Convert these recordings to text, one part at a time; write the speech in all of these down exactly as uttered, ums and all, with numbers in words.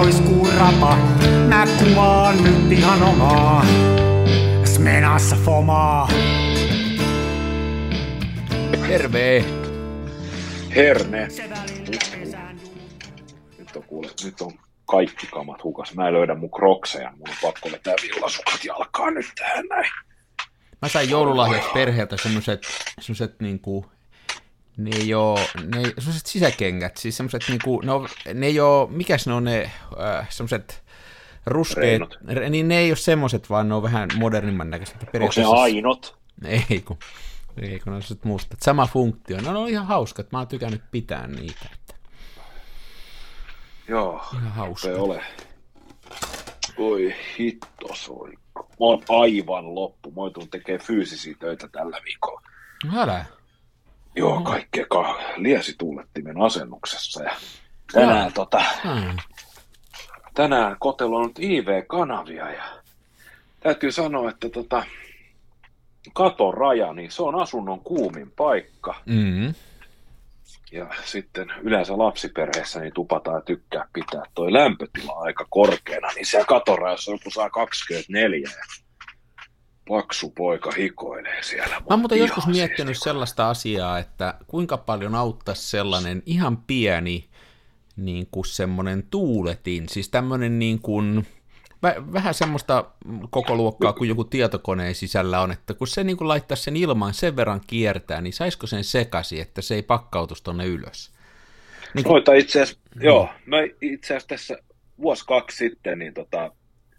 iskuu rapa. Mä kuvaan nyt ihan omaa Smenassa fomaa. Terve! Herne. Nyt on kuule, nyt on kaikki kamat hukas. Mä en löydä mun krokseja. Mun on pakko vetää villasukat jalkaan nyt tähän näin. Mä sain joululahjaksi perheeltä semmoset, semmoset niinku, ne ei oo, ne, semmoset sisäkengät, siis semmoset niinku, ne, on, ne ei oo, mikäs ne on ne, äh, semmoset ruskeet, re, niin ne ei oo semmoset, vaan ne on vähän modernimman näköiset. Onko ne ainot? Ei kun, ei kun ne on semmoset mustat. Sama funktio, no, ne on ihan hauskat, mä oon tykännyt pitää niitä. Että. Joo, ihan hauska. ei ole. Oi hitto soi. Mä oon aivan loppu. Mä oon tullut tekemään fyysisiä töitä tällä viikolla. No älä. Joo, kaikkea ka- liesituulettimen asennuksessa. Ja tänään, ja. Tota, hmm. tänään kotelo on nyt I V-kanavia. Ja täytyy sanoa, että tota, katon raja, niin se on asunnon kuumin paikka. Mm-hmm. Ja sitten yleensä lapsiperheessä niin tupataan ja tykkää pitää toi lämpötila aika korkeana, niin siellä katorajassa joku saa kaksikymmentäneljä ja paksu poika hikoilee siellä. Mä oon muuten joskus miettinyt siis sellaista asiaa, että kuinka paljon auttaisi sellainen ihan pieni niin kuin semmoinen tuuletin, siis tämmöinen niin kuin vähän semmoista koko luokkaa kuin joku tietokoneen sisällä on, että kun se niin kuin laittaisi sen ilman sen verran kiertää, niin saisiko sen sekaisin, että se ei pakkautus tonne ylös? Niin kuin... Noita itse asiassa, hmm. joo, mä itse asiassa tässä vuosi kaksi sitten niin tota,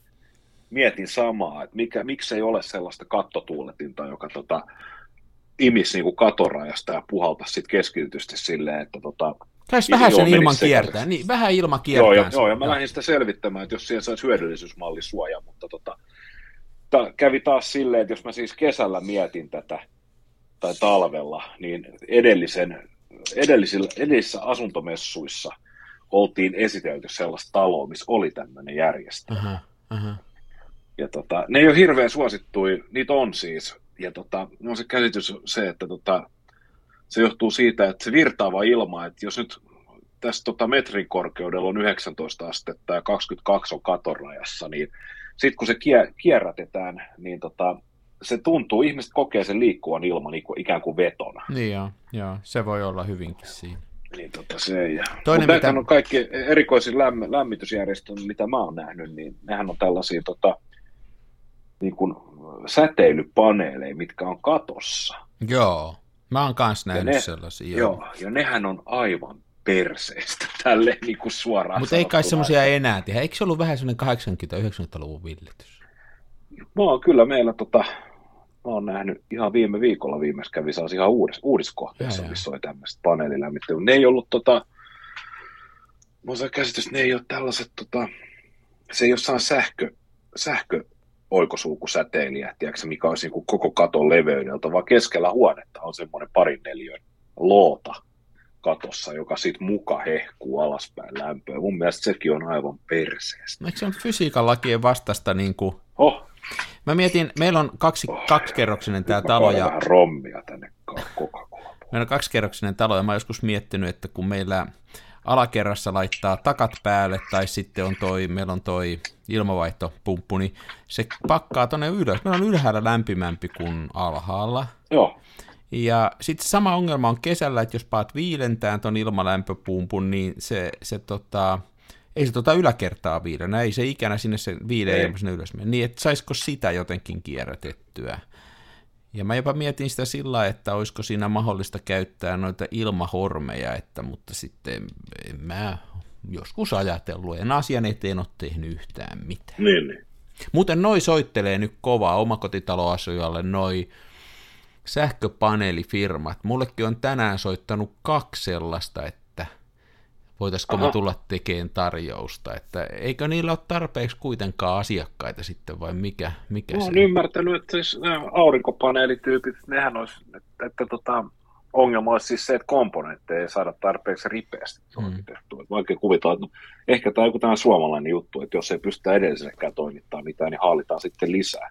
mietin samaa, että mikä, miksi ei ole sellaista kattotuuletinta, joka tota, imisi niin kuin katorajasta ja puhaltaisi sitten keskitysti silleen, että tota, saisi vähän sen ilman kiertää, niin vähän ilman kiertää. Joo, joo, ja mä lähdin sitä selvittämään, että jos siihen saisi hyödyllisyysmalli suojaa, mutta tota, ta, kävi taas silleen, että jos mä siis kesällä mietin tätä, tai talvella, niin edellisen, edellisillä, edellisissä asuntomessuissa oltiin esitelty sellaista taloa, missä oli tämmöinen järjestelmä. Uh-huh, uh-huh. Ja tota, ne ei ole hirveän suosittuja, niitä on siis, ja tota, no se käsitys se, että tota, se johtuu siitä, että se virtaava ilma, että jos nyt tässä tota metrin korkeudella on yhdeksäntoista astetta ja kaksikymmentäkaksi on katorajassa, niin sitten kun se kierrätetään, niin tota, se tuntuu, ihmiset kokee sen liikkuvan ilman ikään kuin vetona. Niin joo, joo, se voi olla hyvinkin siinä. Niin tota se ei. Toinen Mutta mitä... on kaikki erikoisin lämm- lämmitysjärjestelmät, mitä mä oon nähnyt, niin nehän on tällaisia tota, niin kuin säteilypaneeleja, mitkä on katossa. Joo. Mä oon kans nähnyt ne, sellaisia. Joo, ja nehän on aivan perseestä tälleen niin kuin suoraan. Mutta ei kai semmoisia enää tehdä. Eikö se ollut vähän semmoinen kahdeksankymmentä-yhdeksänkymmentäluvun villitys? Mä oon kyllä meillä, tota, mä oon nähnyt ihan viime viikolla viimeksi kävi saas ihan uudessa, uudessa kohteessa, missä oli tämmöiset paneelilämmittelyt. Ne ei ollut, tota, mä osaan käsitys, ne ei ole tällaiset, tota, se ei ole saa sähkö, sähkö oikosulkusäteilijä, tiedätkö, mikä olisi niin kuin koko katon leveydeltä, vaan keskellä huonetta on semmoinen parin neliön loota katossa, joka sitten muka hehkuu alaspäin lämpöä. Mun mielestä sekin on aivan perseestä. Eikö se on fysiikan lakien vastasta? Niin kuin... Oh. Mä mietin, meillä on kaksi, oh. kaksikerroksinen tämä talo. Ja... vähän rommia tänne Coca-Cola. Meillä on kaksikerroksinen talo, ja mä oon joskus miettinyt, että kun meillä alakerrassa laittaa takat päälle, tai sitten on toi, meillä on toi ilmavaihtopumppu, niin se pakkaa tonne ylös. Meillä on ylhäällä lämpimämpi kuin alhaalla. Joo. Ja sitten sama ongelma on kesällä, että jos paat viilentään ton ilmalämpöpumpun, niin se, se tota, ei se tota yläkertaa viilennä, ei se ikänä sinne se viileen ilma sinne ylös mene. Niin, että saisiko sitä jotenkin kierrätettyä. Ja mä jopa mietin sitä sillä, että olisiko siinä mahdollista käyttää noita ilmahormeja, että, mutta sitten en mä joskus ajatellut, en asian eteen ole tehnyt yhtään mitään. Niin, niin. Muuten noi soittelee nyt kovaa omakotitaloasujalle, noi sähköpaneelifirmat. Mullekin on tänään soittanut kaksi sellaista, että voitaisiko me tulla tekemään tarjousta, että eikö niillä ole tarpeeksi kuitenkaan asiakkaita sitten, vai mikä, mikä no, se on ymmärtänyt, että siis aurinkopaneelityypit, nehän olisi, että, että tota, ongelma olisi siis se, että komponentteja ei saada tarpeeksi ripeästi toimitettua. Hmm. Vaikea kuvitella, että no, ehkä tämä on joku tämä suomalainen juttu, että jos ei pystytä edellisellekään toimittamaan mitään, niin haalitaan sitten lisää.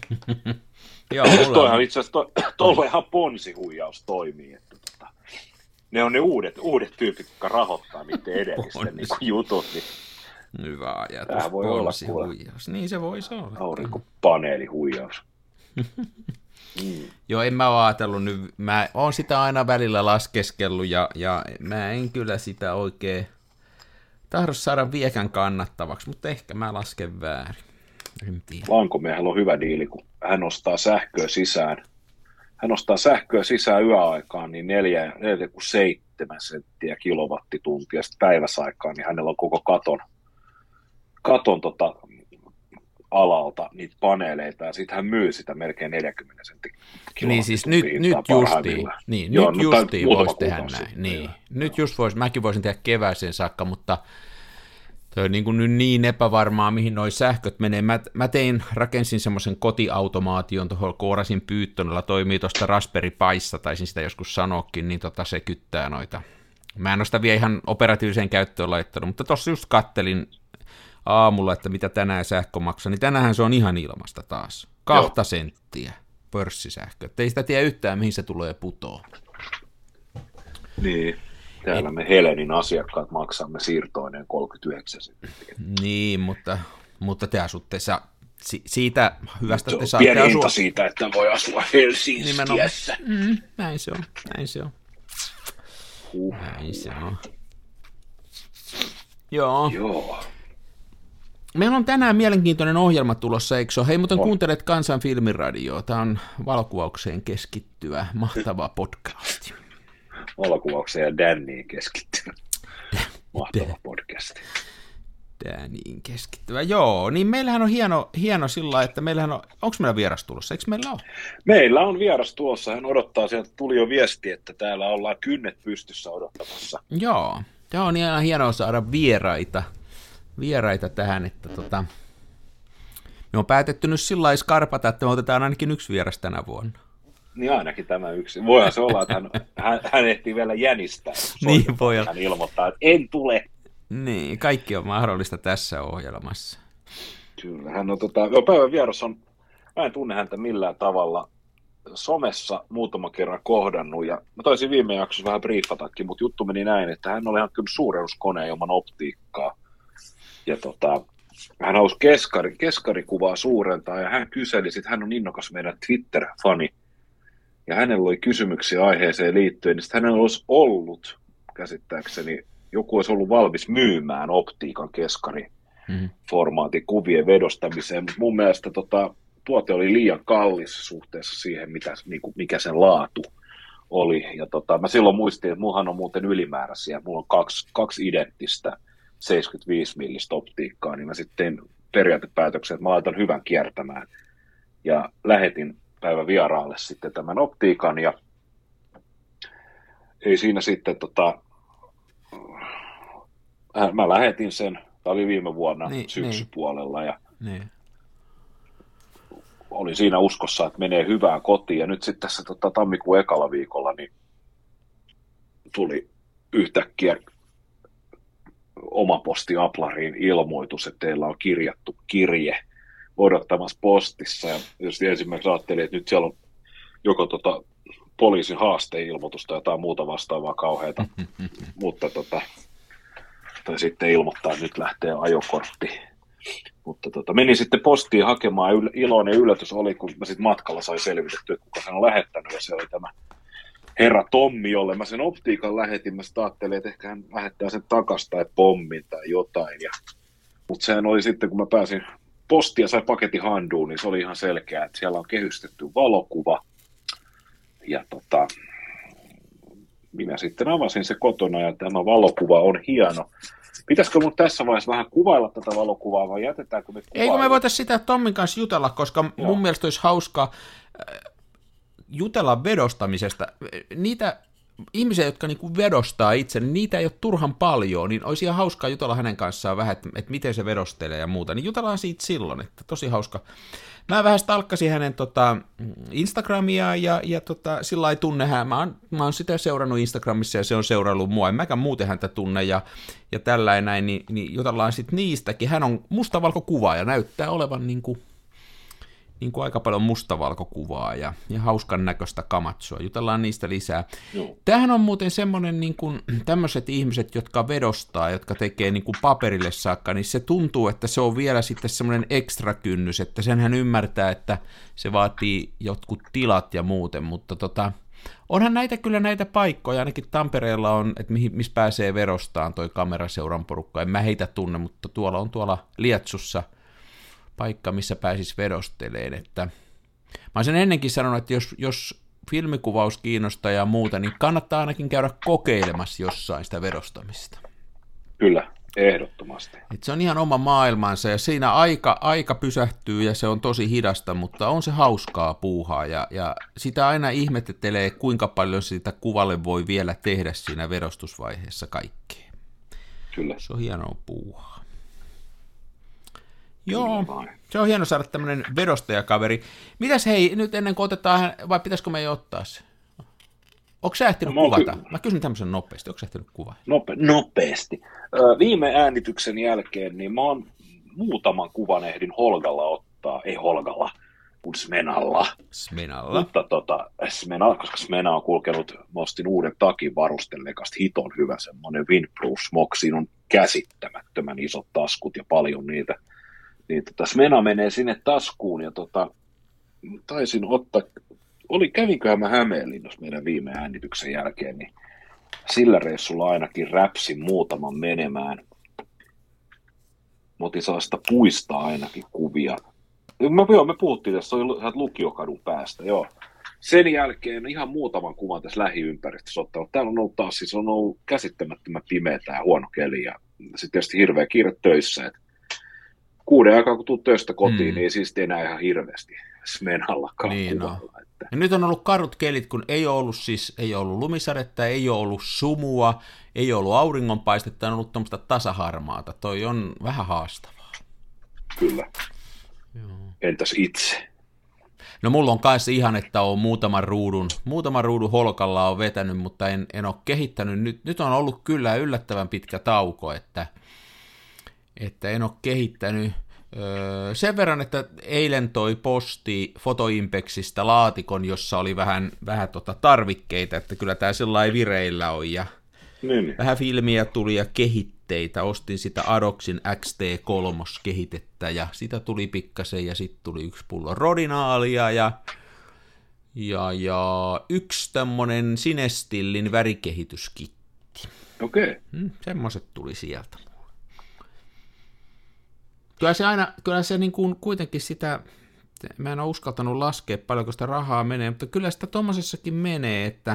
Joo, toihan itse asiassa, to, tuolla ihan ponsihuijaus toimii, että tota, ne on ne uudet, uudet tyypit, jotka rahoittaa niiden edellisten niin jutut, niin Hyvä ajatus. Tämähän voi olla huijaus. Niin se voisi olla. Aurinkopaneelihuijaus. mm. Joo, en mä ole ajatellut nyt. Mä oon sitä aina välillä laskeskellut ja, ja mä en kyllä sitä oikein tahdo saada viekään kannattavaksi, mutta ehkä mä lasken väärin. Lankomiehellä on hyvä diili, kun hän ostaa sähköä sisään. Hän ostaa sähköä sisään yöaikaan, niin neljä pilkku seitsemän senttiä kilowattituntia, ja sitten päiväsaikaan, niin hänellä on koko katon, katon tota, alalta niitä paneeleita, ja sitten hän myy sitä melkein neljäkymmentä senttiä kilowattituntia. Niin siis nyt, nyt justiin, niin, Joo, nyt justiin voisi tehdä näin. Sitten, niin. Nyt just vois, mäkin voisin tehdä kevääseen saakka, mutta toi on niin, kuin nyt niin epävarmaa, mihin noi sähköt menee. Mä, mä tein, rakensin semmoisen kotiautomaation tuohon Koorasin Pyyttönellä, toimii tuosta Raspberry Pissa, taisin sitä joskus sanoakin, niin tota se kyttää noita. Mä en ole sitä vielä ihan operatiiviseen käyttöön laittanut, mutta tossa just kattelin aamulla, että mitä tänään sähkö maksaa, niin tänään se on ihan ilmasta taas. Kahta Joo. senttiä pörssisähkö. Et ei sitä tiedä yhtään, mihin se tulee putoa. Niin. Täällä me Helenin asiakkaat maksamme siirtoineen kolmekymmentäyhdeksän senttiä. Niin, mutta, mutta te asutte si, siitä hyvästä, että te saatte asua. Pieni siitä, että voi asua Helsingissä. Mm, näin se on, näin se on. Uh. Näin se on. Joo. Joo. Meillä on tänään mielenkiintoinen ohjelma tulossa, eikö se ole? Hei, muuten on. Kuuntelet Kansan filmiradioa. Tämä on valokuvaukseen keskittyvä, mahtava podcast. Valokuvaukseen ja Dannyin keskittyvä. Mahtava podcast. Dannyin keskittyvä. Joo, niin meillähän on hieno, hieno sillä, että meillähän on, onko meillä vieras tulossa? Eikö meillä ole? Meillä on vieras tulossa. Hän odottaa, sieltä tuli jo viesti, että täällä ollaan kynnet pystyssä odottamassa. Joo, tämä on ihan hienoa saada vieraita. vieraita tähän, että tota, me on päätetty nyt sillä lailla skarpata, että me otetaan ainakin yksi vieras tänä vuonna. Niin ainakin tämä yksi. Voihan se olla, että hän, hän, hän ehtii vielä jänistää. Niin voi olla. Hän ilmoittaa, että en tule. Niin, kaikki on mahdollista tässä ohjelmassa. Kyllä, hän on tota, jo päivän vieras on, mä en tunne häntä millään tavalla, somessa muutama kerran kohdannut, ja mä taisin viime jaksossa vähän briefatakin, mutta juttu meni näin, että hän oli hankkinut suurennuskoneen ilman optiikkaa. Ja tota, hän halusi keskari, keskarikuvaa suurentaa, ja hän kyseli, sitten hän on innokas meidän Twitter-fani, ja hänellä oli kysymyksiä aiheeseen liittyen, niin sitten hänellä olisi ollut, käsittääkseni, joku olisi ollut valmis myymään optiikan keskariformaatin kuvien vedostamiseen, mutta mun mielestä tota, tuote oli liian kallis suhteessa siihen, mitä, niin kuin, mikä sen laatu oli, ja tota, mä silloin muistin, että mullahan on muuten ylimääräisiä, mulla on kaksi, kaksi identtistä seitsemänkymmentäviisi millistä optiikkaa, niin mä sitten tein periaatepäätöksen, että mä laitan hyvän kiertämään. Ja lähetin päivän vieraalle sitten tämän optiikan, ja ei siinä sitten, tota, mä lähetin sen, tämä oli viime vuonna niin, syksypuolella, ja niin. Olin siinä uskossa, että menee hyvään kotiin, ja nyt sitten tässä tota, tammikuun ekalla viikolla, niin tuli yhtäkkiä omaposti Aplariin ilmoitus, että teillä on kirjattu kirje odottamassa postissa. Ja jos ensimmäiseksi ajattelin, että nyt siellä on joko tota poliisin haasteilmoitusta tai jotain muuta vastaavaa kauheata, mutta tota, tai sitten ilmoittaa, että nyt lähtee ajokortti. Mutta tota, menin sitten postiin hakemaan, ja iloinen yllätys oli, kun mä sitten matkalla sain selvitettyä, että kuka sen on lähettänyt, ja se oli tämä herra Tommi, jolle mä sen optiikan lähetin, mä sitten ajattelin, että ehkä hän lähettää sen takaisin tai pommin tai jotain. Ja, mutta sehän oli sitten, kun mä pääsin postia, sai paketin handuun, niin se oli ihan selkeä, että siellä on kehystetty valokuva. Ja tota, minä sitten avasin se kotona, ja tämä valokuva on hieno. Pitäisikö mun tässä vaiheessa vähän kuvailla tätä valokuvaa, vai jätetäänkö me kuvailla? Eikö me voitaisiin sitä Tommin kanssa jutella, koska Joo. mun mielestä olisi hauskaa jutella vedostamisesta. Niitä ihmisiä, jotka niinku vedostaa itse, niin niitä ei ole turhan paljon, niin olisi ihan hauskaa jutella hänen kanssaan vähän, että, että miten se vedostelee ja muuta. Niin jutellaan siitä silloin, että tosi hauska. Mä vähän stalkkasin hänen tota, Instagramia ja, ja tota, sillä lailla tunne hän. Mä oon, mä oon sitä seurannut Instagramissa ja se on seuraillut mua. En mäkään muuten häntä tunne ja, ja tällainen näin, niin, niin jutellaan sitten niistäkin. Hän on mustavalkokuvaaja, näyttää olevan niinku niin kuin aika paljon mustavalkokuvaa ja, ja hauskan näköistä kamatsoa. Jutellaan niistä lisää. Joo. Tämähän on muuten semmoinen, niin kuin tämmöiset ihmiset, jotka vedostaa, jotka tekee niin kuin paperille saakka, niin se tuntuu, että se on vielä sitten semmoinen ekstra kynnys, että senhän ymmärtää, että se vaatii jotkut tilat ja muuten, mutta tota, onhan näitä kyllä näitä paikkoja, ainakin Tampereella on, että missä pääsee vedostaan toi kameraseuran porukka, en mä heitä tunne, mutta tuolla on tuolla Lietsussa paikka, missä pääsis vedosteleen, että mä olen sen ennenkin sanonut, että jos, jos filmikuvaus kiinnostaa ja muuta, niin kannattaa ainakin käydä kokeilemassa jossain sitä vedostamista. Kyllä, ehdottomasti. Et se on ihan oma maailmansa ja siinä aika, aika pysähtyy ja se on tosi hidasta, mutta on se hauskaa puuhaa ja, ja sitä aina ihmettelee, kuinka paljon sitä kuvalle voi vielä tehdä siinä vedostusvaiheessa kaikkea. Kyllä. Se on hienoa puuhaa. Joo, se on hieno saada tämmöinen vedostajakaveri. Mitäs hei, nyt ennen kuin otetaan, vai pitäisikö me jo ottaa se? Onko sä ehtinyt no, kuvata? Ky- Mä kysyn tämmöisen nopeasti, onko sä ehtinyt kuvaa? Nope, nopeasti. Ö, viime äänityksen jälkeen niin mä oon muutaman kuvan ehdin Holgalla ottaa, ei Holgalla, kun Smenalla. Smenalla. Mutta tota, Smena, koska Smena on kulkenut, mä ostin uuden takin varustelekasta, hiton hyvä semmoinen windproof smock, siinä on käsittämättömän isot taskut ja paljon niitä. Niin tota, Smena menee sinne taskuun ja tota, taisin ottaa, oli, kävinköhän mä Hämeenlinnassa meidän viime äänityksen jälkeen, niin sillä reissulla ainakin räpsin muutaman menemään. Mä otin sellaista puista ainakin kuvia. Mä, joo, me puhuttiin tässä, se oli Lukiokadun päästä, joo. Sen jälkeen ihan muutaman kuvan tässä lähiympäristössä ottanut. Täällä on ollut taas, siis on ollut käsittämättömän pimeätä ja huono keli ja sitten tietysti hirveä kiire töissä, että kuuden aikaa, kun tulet töistä kotiin, mm. niin ei siis enää ihan hirveästi Smenallakaan niin kuvalla. No. Että... Ja nyt on ollut karut kelit, kun ei ole ollut, siis, ei ole ollut lumisadetta, ei ole ollut sumua, ei ole ollut auringonpaistetta, on ollut tuommoista tasaharmaata. Toi on vähän haastavaa. Kyllä. Joo. Entäs itse? No mulla on kanssa ihan, että on muutaman ruudun, muutaman ruudun holkalla on vetänyt, mutta en, en ole kehittänyt. Nyt, nyt on ollut kyllä yllättävän pitkä tauko, että että en ole kehittänyt öö, sen verran, että eilen toi posti Fotoimpexistä laatikon, jossa oli vähän, vähän tota tarvikkeita, että kyllä tämä sellainen vireillä on, ja niin. Vähän filmiä tuli ja kehitteitä, ostin sitä Adoxin X T kolme kehitettä, ja sitä tuli pikkasen, ja sitten tuli yksi pullo rodinaalia, ja, ja, ja yksi tämmönen Cinestillin värikehityskitti. Okei. Okay. Hmm, semmoiset tuli sieltä. Kyllä se aina, kyllä se niin kuin kuitenkin sitä, mä en ole uskaltanut laskea paljonko sitä rahaa menee, mutta kyllä sitä tommosessakin menee, että,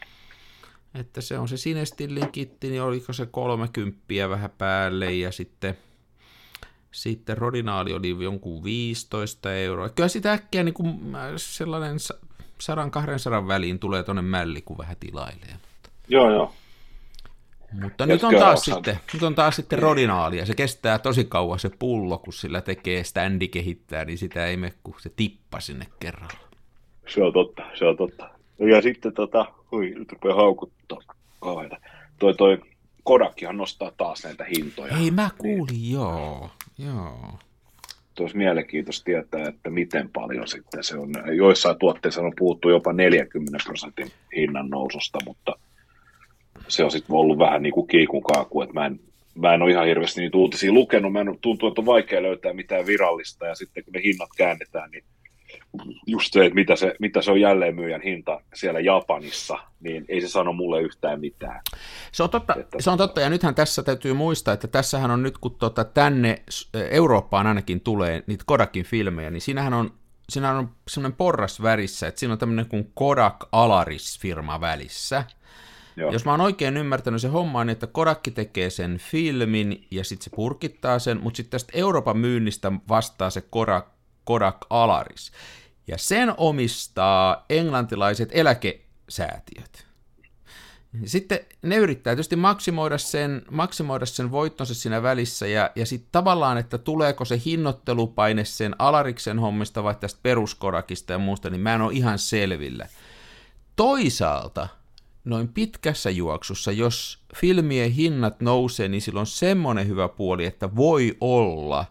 että se on se Cinestillin kitti, niin oliko se kolmekymppiä vähän päälle, ja sitten, sitten rodinaali oli jonkun viisitoista euroa. Kyllä sitä äkkiä niin kuin sellainen sata kaksisataa väliin tulee tuonne mälli, kun vähän tilailee. Joo, joo. Mutta nyt on, taas sitten, nyt on taas sitten rodinaalia. Se kestää tosi kauan se pullo, kun sillä tekee standi kehittää, niin sitä ei mene, kun se tippa sinne kerralla. Se on totta, se on totta. Ja sitten tota, hui, nyt rupeaa haukuttaa kauheita. Toi, toi Kodakkihan nostaa taas näitä hintoja. Ei, mä kuulin, niin. joo, joo. Olisi mielenkiintoista tietää, että miten paljon sitten se on. Joissain tuotteissa on puhuttu jopa neljäkymmentä prosentin hinnan noususta, mutta se on sitten ollut vähän niin kuin kiikun kaaku, että mä en, mä en ole ihan hirveästi niitä uutisia lukenut, mä en tuntuu, että on vaikea löytää mitään virallista, ja sitten kun ne hinnat käännetään, niin just se, että mitä se, mitä se on jälleenmyyjän hinta siellä Japanissa, niin ei se sano mulle yhtään mitään. Se on totta, että, se on totta ja nythän tässä täytyy muistaa, että tässähän on nyt, kun tuota, tänne Eurooppaan ainakin tulee niitä Kodakin filmejä, niin siinähän on, siinähän on semmoinen porras värissä, että siinä on tämmöinen kuin Kodak Alaris-firma välissä. Joo. Jos mä oon oikein ymmärtänyt se homma, niin että Kodakki tekee sen filmin ja sitten se purkittaa sen, mutta sitten tästä Euroopan myynnistä vastaa se Kodak, Kodak Alaris. Ja sen omistaa englantilaiset eläkesäätiöt. Sitten ne yrittää tietysti maksimoida sen, maksimoida sen voittonsa siinä välissä, ja, ja sitten tavallaan, että tuleeko se hinnoittelupaine sen Alariksen hommista vai tästä peruskodakista ja muusta, niin mä en ole ihan selvillä. Toisaalta noin pitkässä juoksussa, jos filmien hinnat nousee, niin sillä on semmoinen hyvä puoli, että voi olla,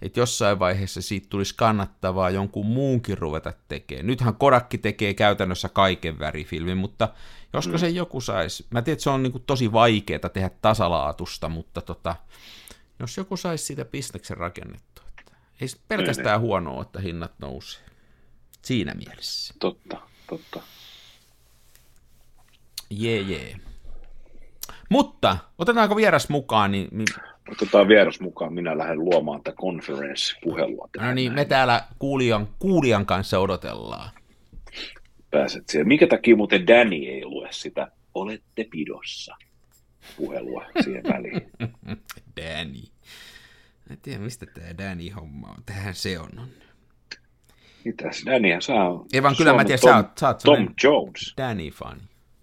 että jossain vaiheessa siitä tulisi kannattavaa jonkun muunkin ruveta tekemään. Nythän Kodakki tekee käytännössä kaiken värifilmin, mutta josko mm. se joku saisi, mä tiedän, että se on niin kuin tosi vaikeaa tehdä tasalaatusta, mutta tota, jos joku saisi siitä bisneksen rakennettua, että ei se pelkästään ne, huonoa, että hinnat nousee. Siinä mielessä. Totta, totta. Jee, jee. Mutta, otetaanko vieras mukaan? Niin, niin... Otetaan vieras mukaan. Minä lähden luomaan tätä konferenssipuhelua. No niin, me täällä kuulijan, kuulijan kanssa odotellaan. Pääset siihen. Minkä takia muuten Danny ei lue sitä olette pidossa puhelua siihen väliin? Danny. En tiedä, mistä tämä Danny-homma on. Tähän se on. Mitäs? Dannyhän saa... Ei vaan kyllä mä tiedän, Tom, sä oot, sä oot Tom Jones. Danny-fani.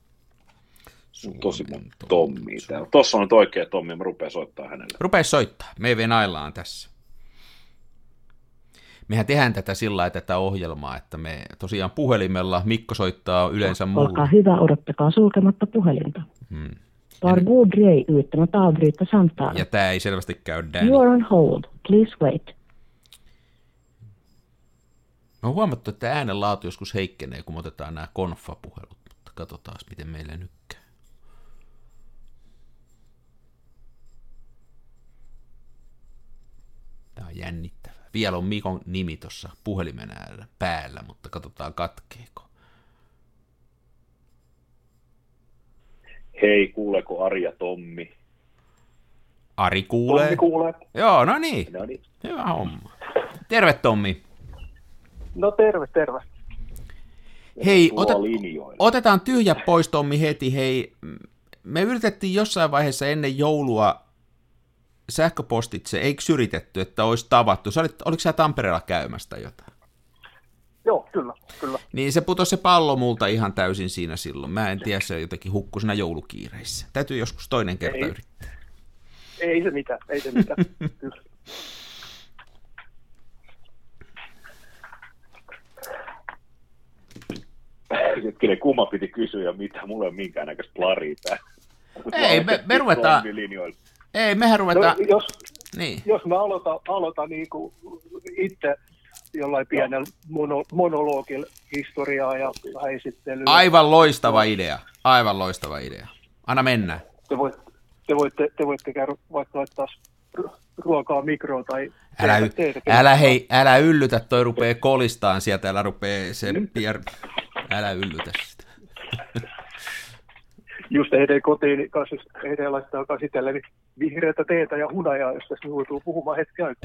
Tosi mun Tommi. Tuossa on nyt oikea Tommi, mä rupean soittaa hänelle. Rupea soittaa, me venaillaan tässä. Mehän tehdään tätä sillä lailla, tätä ohjelmaa, että me tosiaan puhelimella, Mikko soittaa yleensä mulle. Olkaa hyvä, odottakaa sulkematta puhelinta. Hmm. Var god dröj utan att avbryta samtalet. Ja tää ei selvästi käy Danny. You are on hold, please wait. Mä oon huomattu, että äänenlaatu joskus heikkenee, kun me otetaan nämä konfapuhelut, mutta katsotaan, miten meille nyt käy. Tää on jännittävää. Vielä on Mikon nimi tuossa puhelimen äärellä päällä, mutta katsotaan katkeeko. Hei, kuuleeko Ari ja Tommi? Ari kuulee. Tommi kuulee. Joo, no niin. No niin. Hyvä homma. Terve, Tommi. No terve, terve. Hei, otet, otetaan tyhjä pois, Tommi, heti. Hei, me yritettiin jossain vaiheessa ennen joulua sähköpostitse, eikö yritetty, että olisi tavattu? Sä olit, oliko sä Tampereella käymästä jotain? Joo, kyllä, kyllä. Niin se putosi se pallo multa ihan täysin siinä silloin. Mä en tiedä, se jotenkin hukkui siinä joulukiireissä. Täytyy joskus toinen kerta ei, yrittää. Ei se mitään, ei se mitään. Hetkinen, kumma piti kysyä, mitä mulla on minkäännäköistä plaria tää. Ei, me, me ruvetaan... Ei, mehän ruvetaan... No, jos, niin. jos mä aloitan, aloitan niin kuin itse jollain pienellä mono, monologilla historiaa ja vähän esittelyä. Aivan loistava idea, aivan loistava idea. Anna mennä. Te voitte, te voitte, te voitte käydä vaikka laittaa ruokaa mikroon tai... Älä, teetä, teetä, älä, hei, älä yllytä, toi rupee kolistaan sieltä, älä rupee se mm. pier... Älä yllytä sitä. Just ehdeen kotiin, kanssa ehdeen laittaa käsitellä niin vihreätä teetä ja hunajaa, jos tässä joutuu puhumaan hetki aikaa.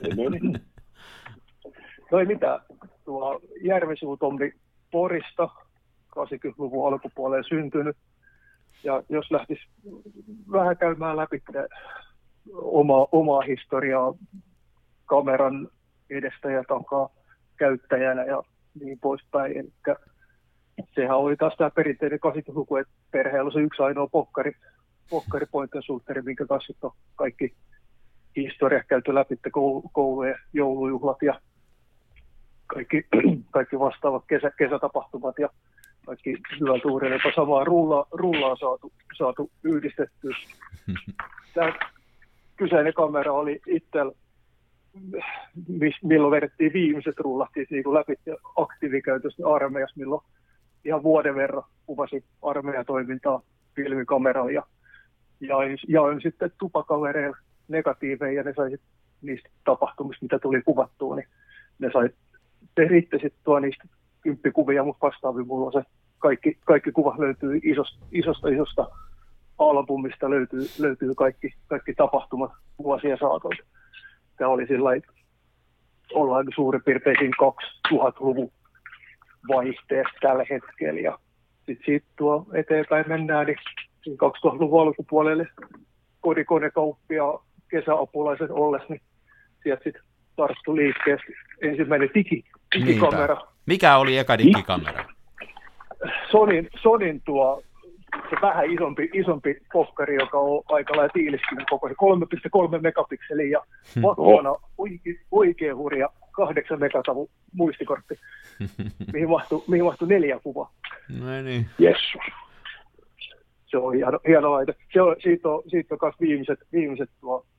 No ei mitään. Tuo Järvisuutommi Porista, kahdeksankymmentäluvun alkupuoleen syntynyt. Ja jos lähtisi vähän käymään läpi oma, omaa historiaa kameran edestä ja takaa käyttäjänä ja niin poispäin. Eli sehän oli taas tämä perinteinen kahdeksankymmentäluku, että perheellä on se yksi ainoa pokkari, pokkari point and shooteri, minkä kanssa on kaikki historia käyty läpi, koulujen joulujuhlat ja kaikki, kaikki vastaavat kesä, kesätapahtumat ja kaikki hyvät uudet, jopa samaa rullaa, rullaa saatu, saatu yhdistettyä. Tämä kyseinen kamera oli itsellä, milloin vedettiin viimeiset rullat siis niin kuin läpi aktiivikäytössä armeijassa, milloin ihan vuoden verran kuvasi armeijatoimintaa filmikameralla ja jaoin, jaoin sitten tupakavereilla negatiiveja ja ne sai niistä tapahtumista, mitä tuli kuvattua, niin ne sai tehditte sitten tuo niistä kymppikuvia, mutta vastaavia mulla on se kaikki, kaikki kuvat löytyy isosta, isosta, isosta albumista, löytyy, löytyy kaikki, kaikki tapahtumat vuosien saatoilta. Tämä oli sillä lailla, ollaan suurin piirtein kaksituhattaluvun vaihteessa tällä hetkellä. Ja sitten siitä tuo eteenpäin mennään, niin kaksituhattaluvun alkupuolelle kodikonekauppia kesäapulaisen ollessa, niin sieltä sitten tarttui liikkeessä ensimmäinen digi, digikamera. Niinpä. Mikä oli eka digikamera? Sonin, Sonin tuo se vähän isompi, isompi pokkari, joka on aika lailla tiiliskinen koko se kolme pilkku kolme megapikseliä ja vakkana oikein, oikein hurja kahdeksan megatavun muistikortti, mihin mahtui, mihin mahtui neljä kuvaa. No niin. Jessus. Se on hieno, hieno laite. Se on, siitä on, siitä on myös viimeiset, viimeiset tuo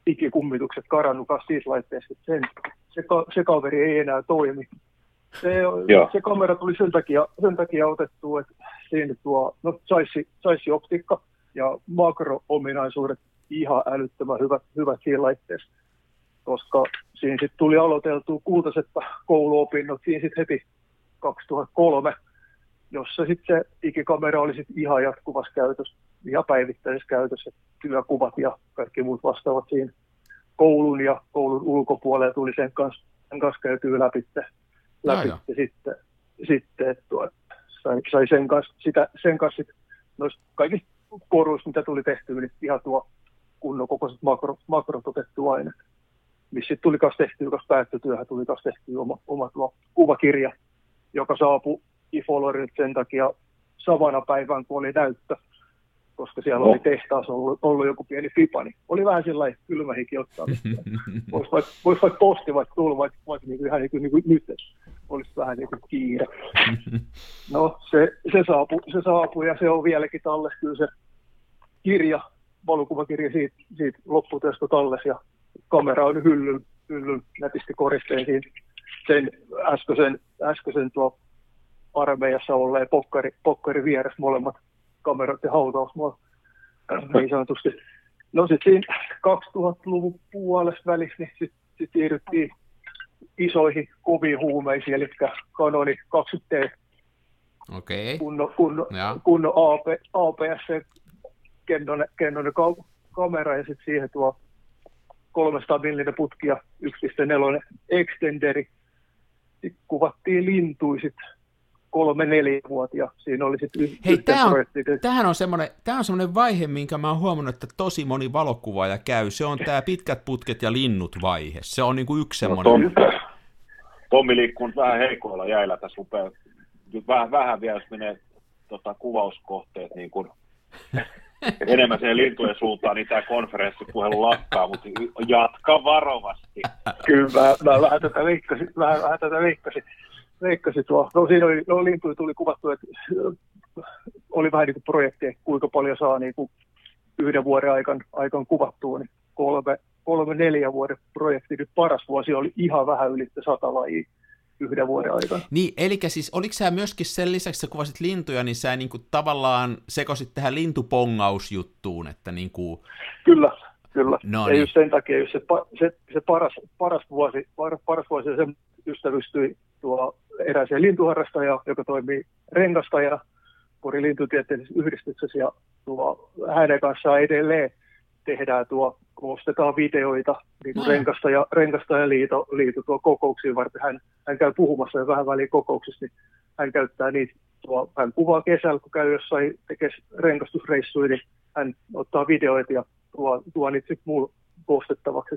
ikikummitukset karannut kanssa siitä laitteesta, että sen, se, se kaveri ei enää toimi. Se, se kamera tuli sen takia, sen takia otettua, että siinä tuo, no saisi optiikka ja makro-ominaisuudet ihan älyttömän hyvät, hyvät siinä laitteessa, koska siinä sitten tuli aloiteltua kultaisetta kouluopinnot siinä sitten heti kaksituhattakolme, jossa sitten se ikikamera oli sitten ihan jatkuvassa käytössä, ihan päivittäisessä käytössä, työkuvat ja kaikki muut vastaavat siinä koulun ja koulun ulkopuolella tuli sen kanssa, sen kanssa käytyä läpi, läpi no, sitten, sitten että tuo, sai, sai sen kanssa, sitä, sen kanssa sit, noista kaikista koruista, mitä tuli tehtyä, niin ihan tuo kunnon kokoiset makro, makrot otettu aine, missä sitten tuli kanssa tehtyä, koska päättötyöhön tuli kanssa tehtyä oma, oma tuo kuvakirja, joka saapui iFollowerille sen takia samana päivän, kun oli näyttö, koska siellä no. oli tehtaassa ollut, ollut joku pieni fipa, niin oli vähän sellainen kylmähiki ottamista. Voisi vaikka, vois vaikka posti vaikka tulla, vaikka, vaikka niin kuin, ihan niin kuin, niin kuin nyt, olisi vähän niin kuin kiire. No se, se, saapui, se saapui ja se on vieläkin tallessa kyllä se kirja, valokuvakirja siitä, siitä lopputyöstä tallessa ja kamera on hyllyn, hyllyn nätisti koristeen siinä sen äskeisen, äskeisen tuo armeijassa olleen pokkari, pokkari vieressä molemmat kamerat ja hautausmaa niin sanotusti. No sitten siinä kaksituhattaluvun puolessa välissä niin sitten sit siirryttiin isoihin koviin huumeisiin, eli Canoni kaksikymmentä T. Okei. Kunnon kunno, kunno A P S-kennonen ka- kamera ja sitten siihen tuo kolmesataa millinen putki ja yksi pilkku neljä extenderi. Sitten kuvattiin lintuisit kolme neljävuotia. Siinä oli sitten y- Hei, tämä on, tämähän on semmoinen, tämä on semmoinen vaihe, minkä mä oon huomannut, että tosi moni valokuvaaja käy. Se on tämä pitkät putket ja linnut vaihe. Se on niinku yksi semmoinen. No, Tom, Tommi liikkuu vähän heikoilla jäillä tässä rupeaa. Nyt vähän, vähän vielä, jos menee tota, kuvauskohteet niin kuin enemmän siihen lintujen suuntaan, niin tämä konferenssipuhelu lakkaa, mutta jatka varovasti. Kyllä, mä, mä vähän tätä veikkasin. Vähän, vähän tätä veikkasin. Veikkasi tuo. No siinä oli, no lintuja tuli kuvattu, että oli vähän niin kuin projekti, kuinka paljon saa niin kuin yhden vuoden aikaan, aikaan kuvattua, niin kolme, kolme, neljä vuoden projekti. Nyt paras vuosi oli ihan vähän yli sata lajia yhden vuoden aikana. Niin, eli siis oliko sä myöskin sen lisäksi, kun kuvasit lintuja, niin sä niin kuin tavallaan sekoisit tähän lintupongausjuttuun, että niin kuin... Kyllä, kyllä. No, ja niin. just sen takia, just se, se, se paras, paras vuosi, paras, paras vuosi se ystävystyi tuo erääseen lintuharrastajaan, joka toimii rengastajana Porin lintutieteellisessä yhdistyksessä, ja tuo, hänen kanssaan edelleen tehdään tuo, koostetaan videoita, niin kuin no. rengastaja, Renkastajaliitto liito tuo kokouksiin varten. Hän, hän käy puhumassa jo vähän väliin kokouksissa, niin hän käyttää niitä, tuo, hän kuvaa kesällä, kun käy jossain tekee renkastusreissuja, niin hän ottaa videoita ja tuo, tuo niitä sitten muulle koostettavaksi.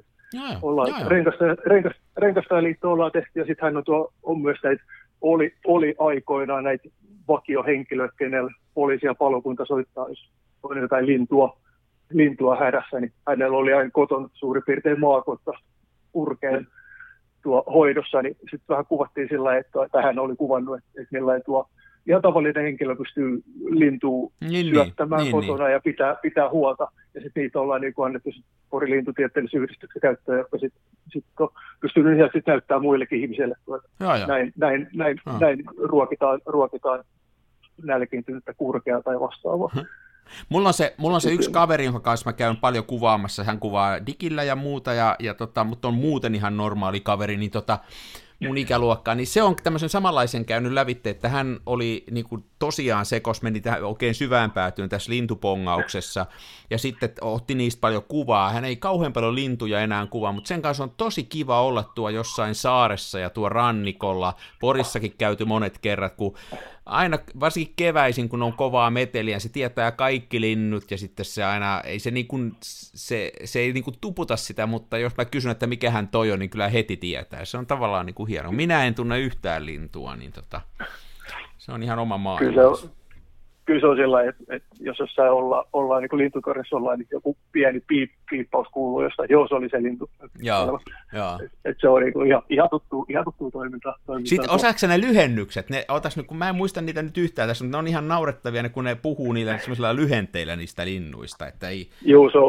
Renkastajaliitto ollaan tehty, ja sitten hän on, tuo, on myös näitä, oli, oli aikoinaan näitä vakiohenkilöitä, kenellä poliisi ja palokunta soittaa, jos on jotain lintua, lintua hädässä, niin hänellä oli aina koton suurin piirtein maakotta urkeen tuo hoidossa, niin sitten vähän kuvattiin sillä, että, että hän oli kuvannut, että, että millainen tuo ihan tavallinen henkilö pystyy lintua niin, syöttämään niin, kotona niin. ja pitää, pitää huolta. Ja sitten niitä ollaan niin kuin annettu Porin lintutieteellisen yhdistyksen käyttöön, jotka sitten sit pystyy lisäksi näyttämään muillekin ihmisille, että näin, näin, näin, näin ruokitaan, ruokitaan nälkiintynyttä kurkea tai vastaavaa. Mulla on se, mulla on se yksi kaveri, jonka kanssa mä käyn paljon kuvaamassa. Hän kuvaa digillä ja muuta, ja, ja tota, mutta on muuten ihan normaali kaveri, niin tota, mun ikäluokkaa, niin se on tämmöisen samanlaisen käynyt lävitte, että hän oli niin kuin tosiaan sekos, meni tähän oikein syvään päätyyn tässä lintupongauksessa, ja sitten otti niistä paljon kuvaa. Hän ei kauhean paljon lintuja enää kuvaa, mutta sen kanssa on tosi kiva olla tuo jossain saaressa ja tuo rannikolla. Porissakin käyty monet kerrat, kun aina, varsinkin keväisin, kun on kovaa meteliä, se tietää kaikki linnut, ja sitten se aina, ei se, niin kuin, se, se ei niin kuin tuputa sitä, mutta jos mä kysyn, että mikä hän toi on, niin kyllä heti tietää. Se on tavallaan niin kuin hieno. Minä en tunne yhtään lintua, niin tota, se on ihan oma maailma. Kyllä se on, kyllä se on sillä, että, että jos jossain olla, ollaan niin kuin lintukorissa ollaan, niin joku pieni piip, piippaus kuuluu jostain, joo, se oli se lintu. Joo, joo. Että se on niin kuin ihan, ihan tuttua, ihan tuttua toimintaa. toimintaa. Sitten osaatko ne lyhennykset? Ne, otas nyt, kun mä en muista niitä nyt yhtään tässä, mutta ne on ihan naurettavia, ne, kun ne puhuu niillä semmoisilla lyhenteillä niistä linnuista. Että ei... Joo, se on,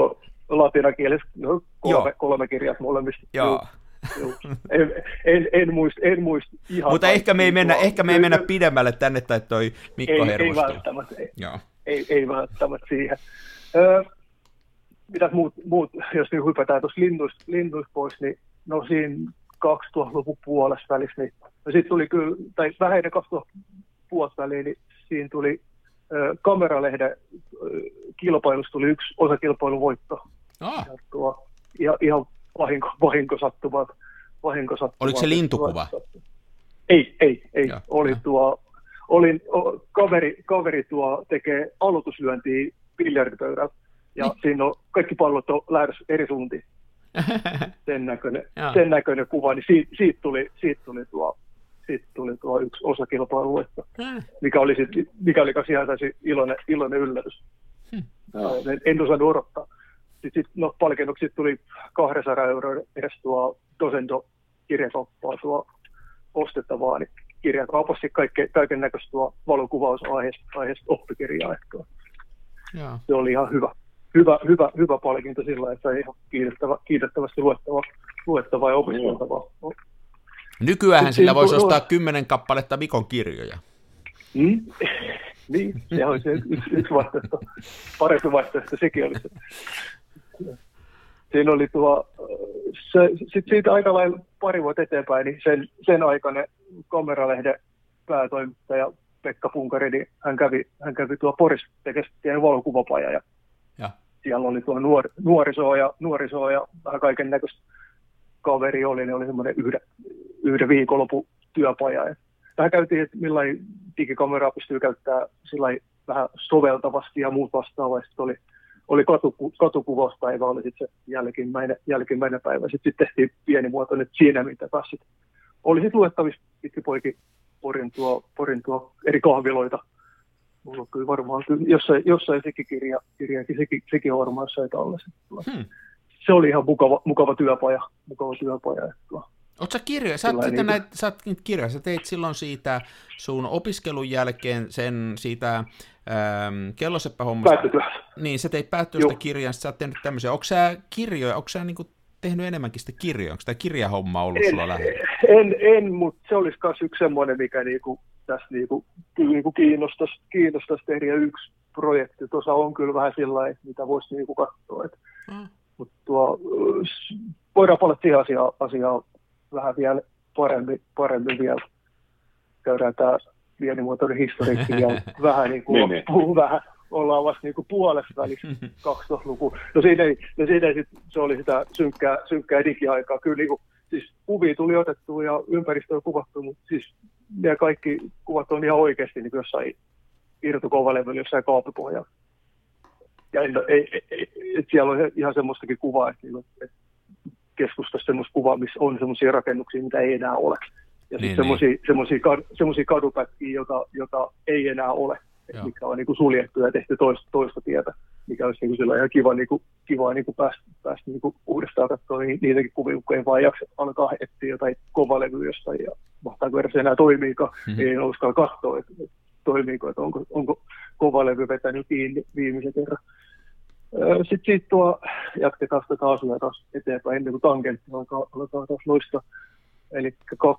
latinakielisessä, no, kolme, kolme kirjat molemmista. Joo. En, en, en, muista, en muista ihan. Mutta ehkä me ei mennä, ehkä me ei mennä pidemmälle tänne, tai toi Mikko ei, hermostuu. Ei välttämättä, ei, Joo. ei, ei välttämättä siihen. Öö, mitäs muut, muut, jos niin hypätään tuossa linnuista, linnuista pois, niin no siinä kaksituhattaluvun puolessa välissä, niin no sitten tuli kyllä, tai vähän ennen kaksituhatta puolessa väliin, niin siinä tuli ö, Kameralehden ö, kilpailussa tuli yksi osakilpailun voitto. Ah. Ja tuo, ihan, ihan vahinko, vahinkosattumat. vahinkosattumat. Oliko se lintukuva? Ei, ei, ei. Ja, oli ja. tuo, olin, o, kaveri, kaveri tuo tekee aloituslyöntiä biljardipöydällä. Ja niin. Siinä on kaikki pallot on lähdössä eri suuntiin. Sen näköinen, sen näköinen kuva, niin siitä, siitä, tuli, siitä, tuli tuo, siitä tuli tuo yksi osakilpailu, mikä oli, sit, mikä oli ihan iloinen, iloinen yllätys. Hmm. En, en osannut odottaa. Sitten sit, no, palkinnoksi tuli kaksisataa euroa edes tuo Dosendo-kirjakauppaa tuo ostettavaa, niin kirjakaupassa kaiken näköistä tuo valokuvausaiheesta aiheesta oppikirjaa. Että se oli ihan hyvä. Hyvä, hyvä, hyvä palkinto sillä, että se ihan kiitettävä, kiitettävästi luettava, luettava ja opiskeltava. Nykyäänhän sillä voisi no, ostaa kymmenen kappaletta Mikon kirjoja. Mm, niin, se on se yksi, yksi vaihtoehto. Parempi vaihtoehto sekin oli se. Siinä oli tuo, se, sit siitä aika lailla pari vuotta eteenpäin, niin sen, sen aikainen Kameralehden päätoimittaja Pekka Punkari, niin hän kävi, hän kävi tuo Porissa tekemään valokuvapaja ja Ja. Siellä oli tuo nuor, nuorisoa, ja, nuorisoa ja vähän kaiken näköistä kaveri oli, ne oli semmoinen yhden, yhden viikonlopun työpaja. Vähän käytiin, että millainen digikameraa pystyy käyttämään sillai vähän soveltavasti ja muut vastaavasti. Oli, oli katuku, katukuvauspäivä, oli sitten se jälkimmäinen, jälkimmäinen päivä. Sitten sit tehtiin pienimuotoinen siinä, mitä taas sit oli sitten luettavissa pitkin poikin Porin tuo, Porin tuo eri kahviloita. Mulla on kyllä varmaan, kyllä jossain, jossain sekin kirja, kirjakin, sekin, sekin on varmaan jossain tallessa. Hmm. Se oli ihan mukava, mukava työpaja. Mukava työpaja. Oletko sä kirjoja? Sä, niin näit, sä oot kirjoja. Sä teit silloin siitä sun opiskelun jälkeen sen siitä ähm, kelloseppähommasta. Päättötyöstä. Niin, sä teit päättötyöstä kirjan, sä oot tehnyt tämmöisiä. Onko sä kirjoja, onko sä niinku tehnyt enemmänkin sitä kirjoja? Onko tämä kirjahomma ollut en, sulla lähellä? En, en mutta se olisi myös yksi semmoinen, mikä niinku tässä niinku, niinku kiinnostaisi, kiinnostaisi tehdä. Ja yksi projekti tuossa on kyllä vähän sellainen, mitä voisi niinku katsoa. Mm. Mutta tuo, voidaan palata siihen asiaan, asiaan vähän vielä paremmin, paremmin vielä. Käydään tämä pienimuotoinen historiikki ja vähän, niinku, niin, vähän ollaan vasta niinku puolessa välissä kaksituhattalukua. No siinä ei, no siinä ei sit, se oli sitä synkkää, synkkää digiaikaa. Kyllä niinku, siis kuvia tuli otettua ja ympäristöä kuvattu, mutta siis ne kaikki kuvat on ihan oikeasti niin jossain irtokovalevyllä, jossain kaapipohjalla. Ja ei, ei, ei, et siellä on ihan semmoistakin kuvaa, että, että keskustassa semmoista kuvaa, missä on semmoisia rakennuksia, mitä ei enää ole. Ja sitten niin, semmoisia niin. kadupätkiä, jota, jota ei enää ole, mikä on niin kuin suljettu ja tehty toista, toista tietä, mikä olisi niin kuin ihan kiva, niin kuin, kiva niin kuin päästä, päästä niin kuin uudestaan katsoa niitäkin kuvia, kun ei vaan jaksa alkaa etsiä jotain kovalevyä jostain ja mahtaako edes enää toimiikaan, mm-hmm. ei uskalla katsoa, että toimiiko, että onko, onko kovalevy vetänyt kiinni viimeisen kerran. Sitten siitä tuo, jatketaan sitä taas taas eteenpäin ennen kuin tangentti alkaa, alkaa taas loistaa. Eli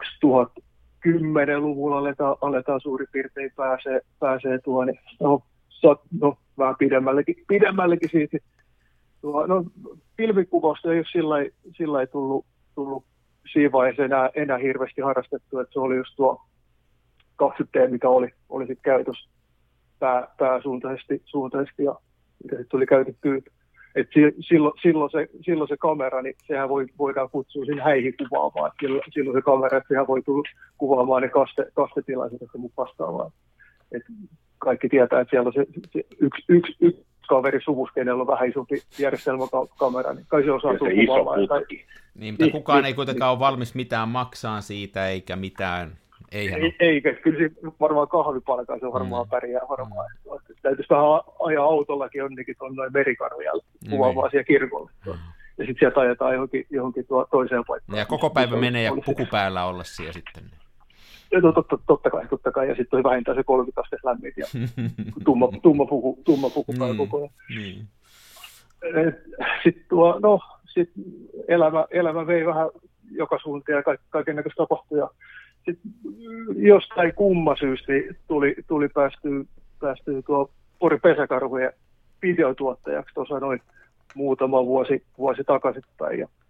kaksituhattakymmenen-luvulla aletaan, aletaan suurin piirtein pääsee, pääsee tuo, niin no, sat, no vähän pidemmällekin, pidemmällekin siitä. Tuo, no, pilvikuvausta ei ole sillai, sillai tullut, tullut siinä vaiheessa enää, enää hirveästi harrastettu, että se oli just tuo kaksikymmentä T, mikä oli, oli sitten käytössä pää, pääsuuntaisesti suuntaisesti ja mitä sitten tuli käytettyä. Et silloin, silloin, se, silloin se kamera, niin sehän voi, voidaan kutsua sinne häihin kuvaamaan. Silloin, silloin se kamera, että sehän voi tulla kuvaamaan ne kaste, kastetilaiset, että muu vastaavaa. Et kaikki tietää, että siellä on se, se yksi, yksi, yksi kaveri suvussa, kenellä on vähän isompi järjestelmäkamera, niin kai se osaa tulla kuvaamaan. Tai, niin, mutta kukaan niin, ei kuitenkaan ole valmis mitään maksaa siitä, eikä mitään. Eihän ei, eikä, kyllä se varmaan kahvipalkaa, se on varmaan mm. pärjää varmaan. Mm. Täytyisi vähän ajaa autollakin jonnekin tuon noin Merikarvialle kuvaamaan mm. siellä kirkolle. Mm. Ja sitten sieltä ajetaan johonkin, johonkin tuo, toiseen paikkaan. Ja koko päivä niin, menee ja puku päällä olla siellä sitten. Ja to, to, to, totta kai, totta kai. Ja sitten oli vähintään se kolmekymmentä asteen lämmit ja tumma, tumma puku, tumma puku päällä mm. koko ajan. Niin. Sitten tuo, no, sit elämä, elämä vei vähän joka suuntaan ja ka- kaikennäköistä tapahtui. Ja sitten jostain kumma syystä tuli, tuli päästyä, päästyä tuo Pori Pesäkarhujen videotuottajaksi tuossa noin muutama vuosi, vuosi takaisinpäin. Ja,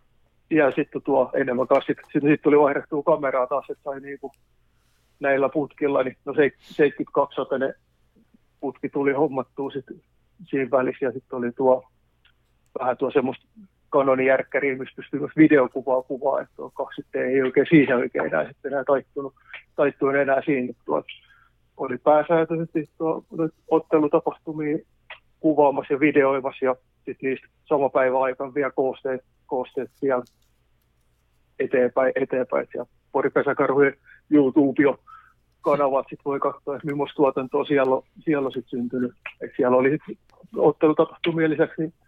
ja sitten tuo enemmän kanssa, sitten sit, sit tuli vaihdettua kameraa taas, että sai niinku näillä putkilla, niin no seitsemänkymmentäkaksi-satainen putki tuli hommattua sitten siinä välissä, ja sitten oli tuo vähän tuo semmoista Canonin järkkäriä, missä pystyy myös videokuvaa kuvaa, että tuo kaksikymmentä ei oikein siinä oikein enää sitten enää taittunut, taittunut enää siinä. Tuo oli pääsääntöisesti tuo ottelutapahtumia kuvaamassa ja videoimassa, ja sitten niistä sama päivä aikana vielä koosteet, koosteet vielä eteenpäin, eteenpäin. Ja Pori Pesäkarhujen YouTube-kanavat sitten voi katsoa, että millaista tuotantoa siellä on, siellä on sitten syntynyt. Et siellä oli sitten ottelutapahtumien lisäksi niin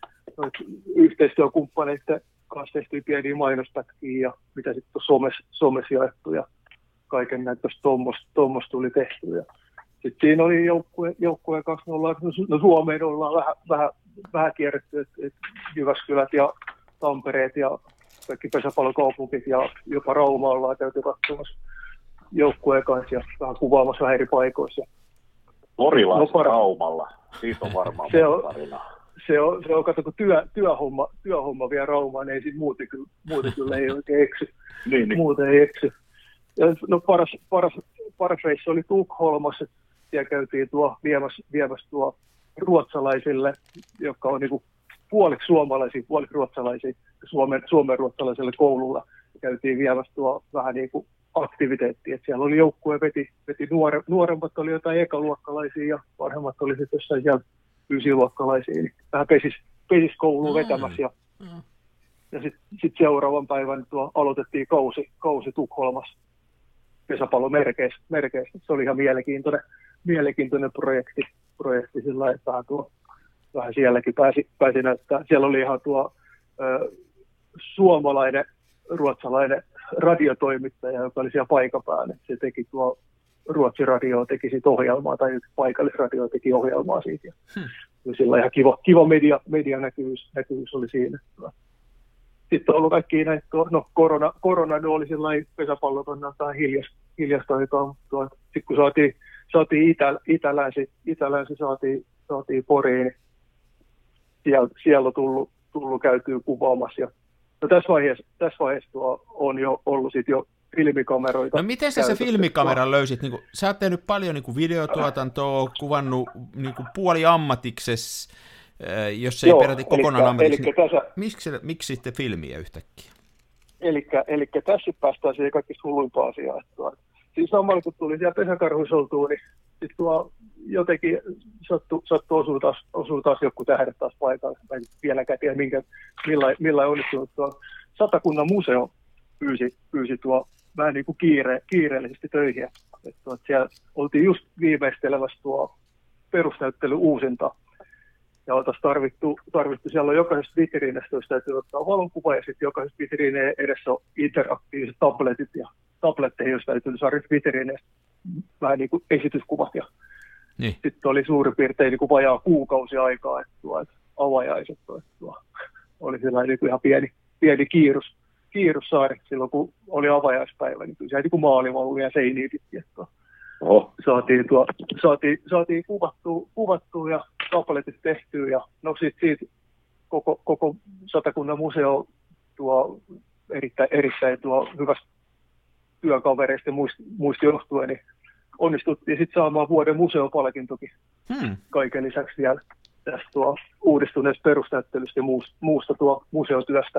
yhteistyökumppaneiden kanssa tehtyä pieniä mainospätkiä ja mitä sitten somessa, somessa jaettu ja kaiken näköistä tuommoista tuli tehtyä. Sitten siinä oli joukkueen joukkue kanssa, me ollaan, no Suomeen ollaan vähän, vähän, vähän kierretty, että et Jyväskylät ja Tampereet ja kaikki pesäpallokaupungit ja jopa Rauma ollaan käyty katsomassa joukkueen kanssa ja vähän kuvaamassa vähän eri paikoissa. Porilaisen no, Raumalla, siitä on varmaan se on, tarinaa. Se on, se on kato, kun työ, työhomma, työhomma vie Raumaan, niin ei siinä muuten kyllä, muuten kyllä ei oikein eksy. niin, niin. Muuten ei eksy. Ja no paras, paras, paras reissu oli Tukholmassa, siellä käytiin tuo viemässä, viemässä tuo ruotsalaisille, jotka on niinku puoliksi suomalaisia, puoliksi ruotsalaisia, Suomen, Suomen ruotsalaiselle koululla käytiin viemässä tuo vähän niin kuin aktiviteettia. Et siellä oli joukkue, veti, veti nuore, nuoremmat oli jotain ekaluokkalaisia ja vanhemmat oli sitten jossain siellä ysiluokkalaisia, niin vähän pesis, pesis kouluun vetämässä. Ja, mm. ja sitten sit seuraavan päivän tuo aloitettiin kausi, kausi Tukholmassa pesäpallomerkeissä. Merkeissä. Se oli ihan mielenkiintoinen, mielenkiintoinen projekti, projekti sillä lailla, että vähän, tuo, vähän sielläkin pääsi, pääsi näyttää. Siellä oli ihan tuo ö, suomalainen, ruotsalainen radiotoimittaja, joka oli siellä paikan päällä. Se teki tuo Ruotsin radio teki siitä ohjelmaa, tai paikallisradio teki ohjelmaa siitä. Hmm. Sillä ihan kiva, kiva media, medianäkyvyys näkyvyys oli siinä. Sitten on ollut kaikkia näitä, no korona, korona oli sellainen pesäpallotonnan tai hiljasta, hiljasta aikaa. Sitten kun saatiin, saatiin itä, itälänsi, itälänsi saatiin, saatiin Poriin, niin siellä, siellä on tullut, tullut käytyä kuvaamassa. Ja, no tässä vaiheessa, tässä vaiheessa tuo on jo ollut sit jo filmikameroita. No miten sä se filmikameran löysit? Niin kuin, sä oot tehnyt paljon niin kuin videotuotantoa, kuvannut niin kuin puoli ammatikses, jos ei Joo, peräti kokonaan ammatiksi. Tässä, miksi, miksi sitten filmiä yhtäkkiä? Eli tässä päästään siihen kaikista hulluimpaan asiaan. Siis samalla kun tuli siellä pesäkarhuissa oltua, niin sitten tuo jotenkin sattui, sattui osuu taas, osuu taas joku tähdet taas paikalla. Mä en vieläkään tiedä, minkä, millä, millä onnistunut tuo Satakunnan museo pyysi, pyysi tuo vähän niin kuin kiire, kiireellisesti töihin. Että siellä oltiin just viimeistelemässä tuo perusnäyttely uusinta. Ja oltaisiin tarvittu, tarvittu, siellä on jokaisesta vitriinestä, jos täytyy ottaa valonkuva, ja sitten jokaisesta vitriineen edessä on interaktiiviset tabletit, ja tabletteihin, jos täytyy saada vitriinestä vähän niin kuin esityskuvat. Ja niin. Sitten oli suurin piirtein niin kuin vajaa kuukausi aikaa, että, tuo, että avajaiset että tuo, oli sellainen niin kuin ihan pieni, pieni kiirus. Kiirus saada silloin, kun oli avajaispäivä, niin kyllä se niin maalivalluja seiniä pitkin. Oho. Saatiin, tuo, saatiin, saatiin kuvattua, kuvattua ja tabletit tehtyä. Ja no sit siitä koko, koko Satakunnan museo tuo erittäin, erittäin tuo hyvästä työkavereista ja muista, muista johtuen, niin onnistuttiin sitten saamaan vuoden museopalkintokin hmm. kaiken lisäksi vielä tästä tuo uudistuneesta perusnäyttelystä ja muusta, muusta tuo museotyöstä.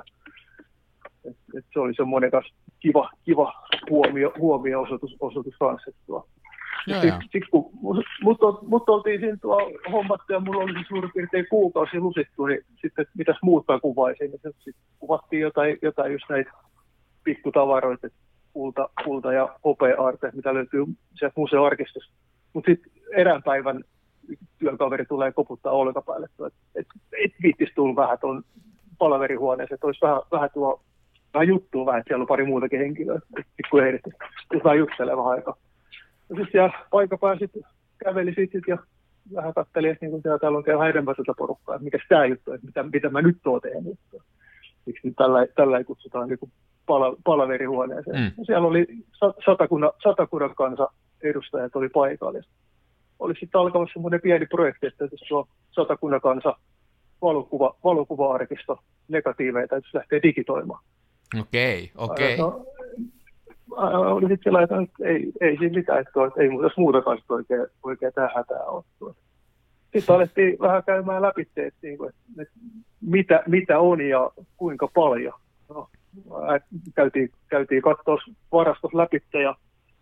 Et, et se oli semmoinen kiva, kiva huomio, huomio-osoitus osoitus kanssa. Sitten sit, kun mut, mut oltiin siinä tuo hommattu ja mulla oli suurin piirtein kuukausi lusittu, niin sitten mitäs muutkaan kuvaisin. Niin sitten kuvattiin jotain, jotain just näitä pikkutavaroita, kulta, kulta ja hopea-aarteja, mitä löytyy sieltä museoarkistosta. Mutta sitten erään päivän työkaveri tulee koputtaa olkapäälle, että et, et viittis tulla vähän tuon palaverihuoneeseen, että olisi vähän, vähän tuo vähän juttua vähän, että siellä on pari muutakin henkilöä, pikku ehditty. Sitten vähän juttelee vähän aikaa. Ja sitten siellä paikan päällä sitten käveli sitten ja vähän katselin, että niin siellä täällä on vähän enemmän tätä porukkaa, että mikä tämä juttu on, että mitä, mitä mä nyt oon tehnyt. Miksi nyt tällä, tällä ei kutsutaan niin pala, palaverihuoneeseen. Mm. Siellä oli satakunnan, satakunnan kansa edustajat oli paikalla. Oli sitten alkamassa semmoinen pieni projekti, että tuo satakunnan kansa valokuva, valokuva-arkisto negatiiveja täytyisi lähteä digitoimaan. Okei, okei. No, oli sitten sellainen, että ei, ei siinä mitään, että ei jos muutakaan oikein, oikein tähän hätää ole. Sitten alettiin vähän käymään läpi, että, että mitä, mitä on ja kuinka paljon. No, käytiin, käytiin katsoa varastos läpi ja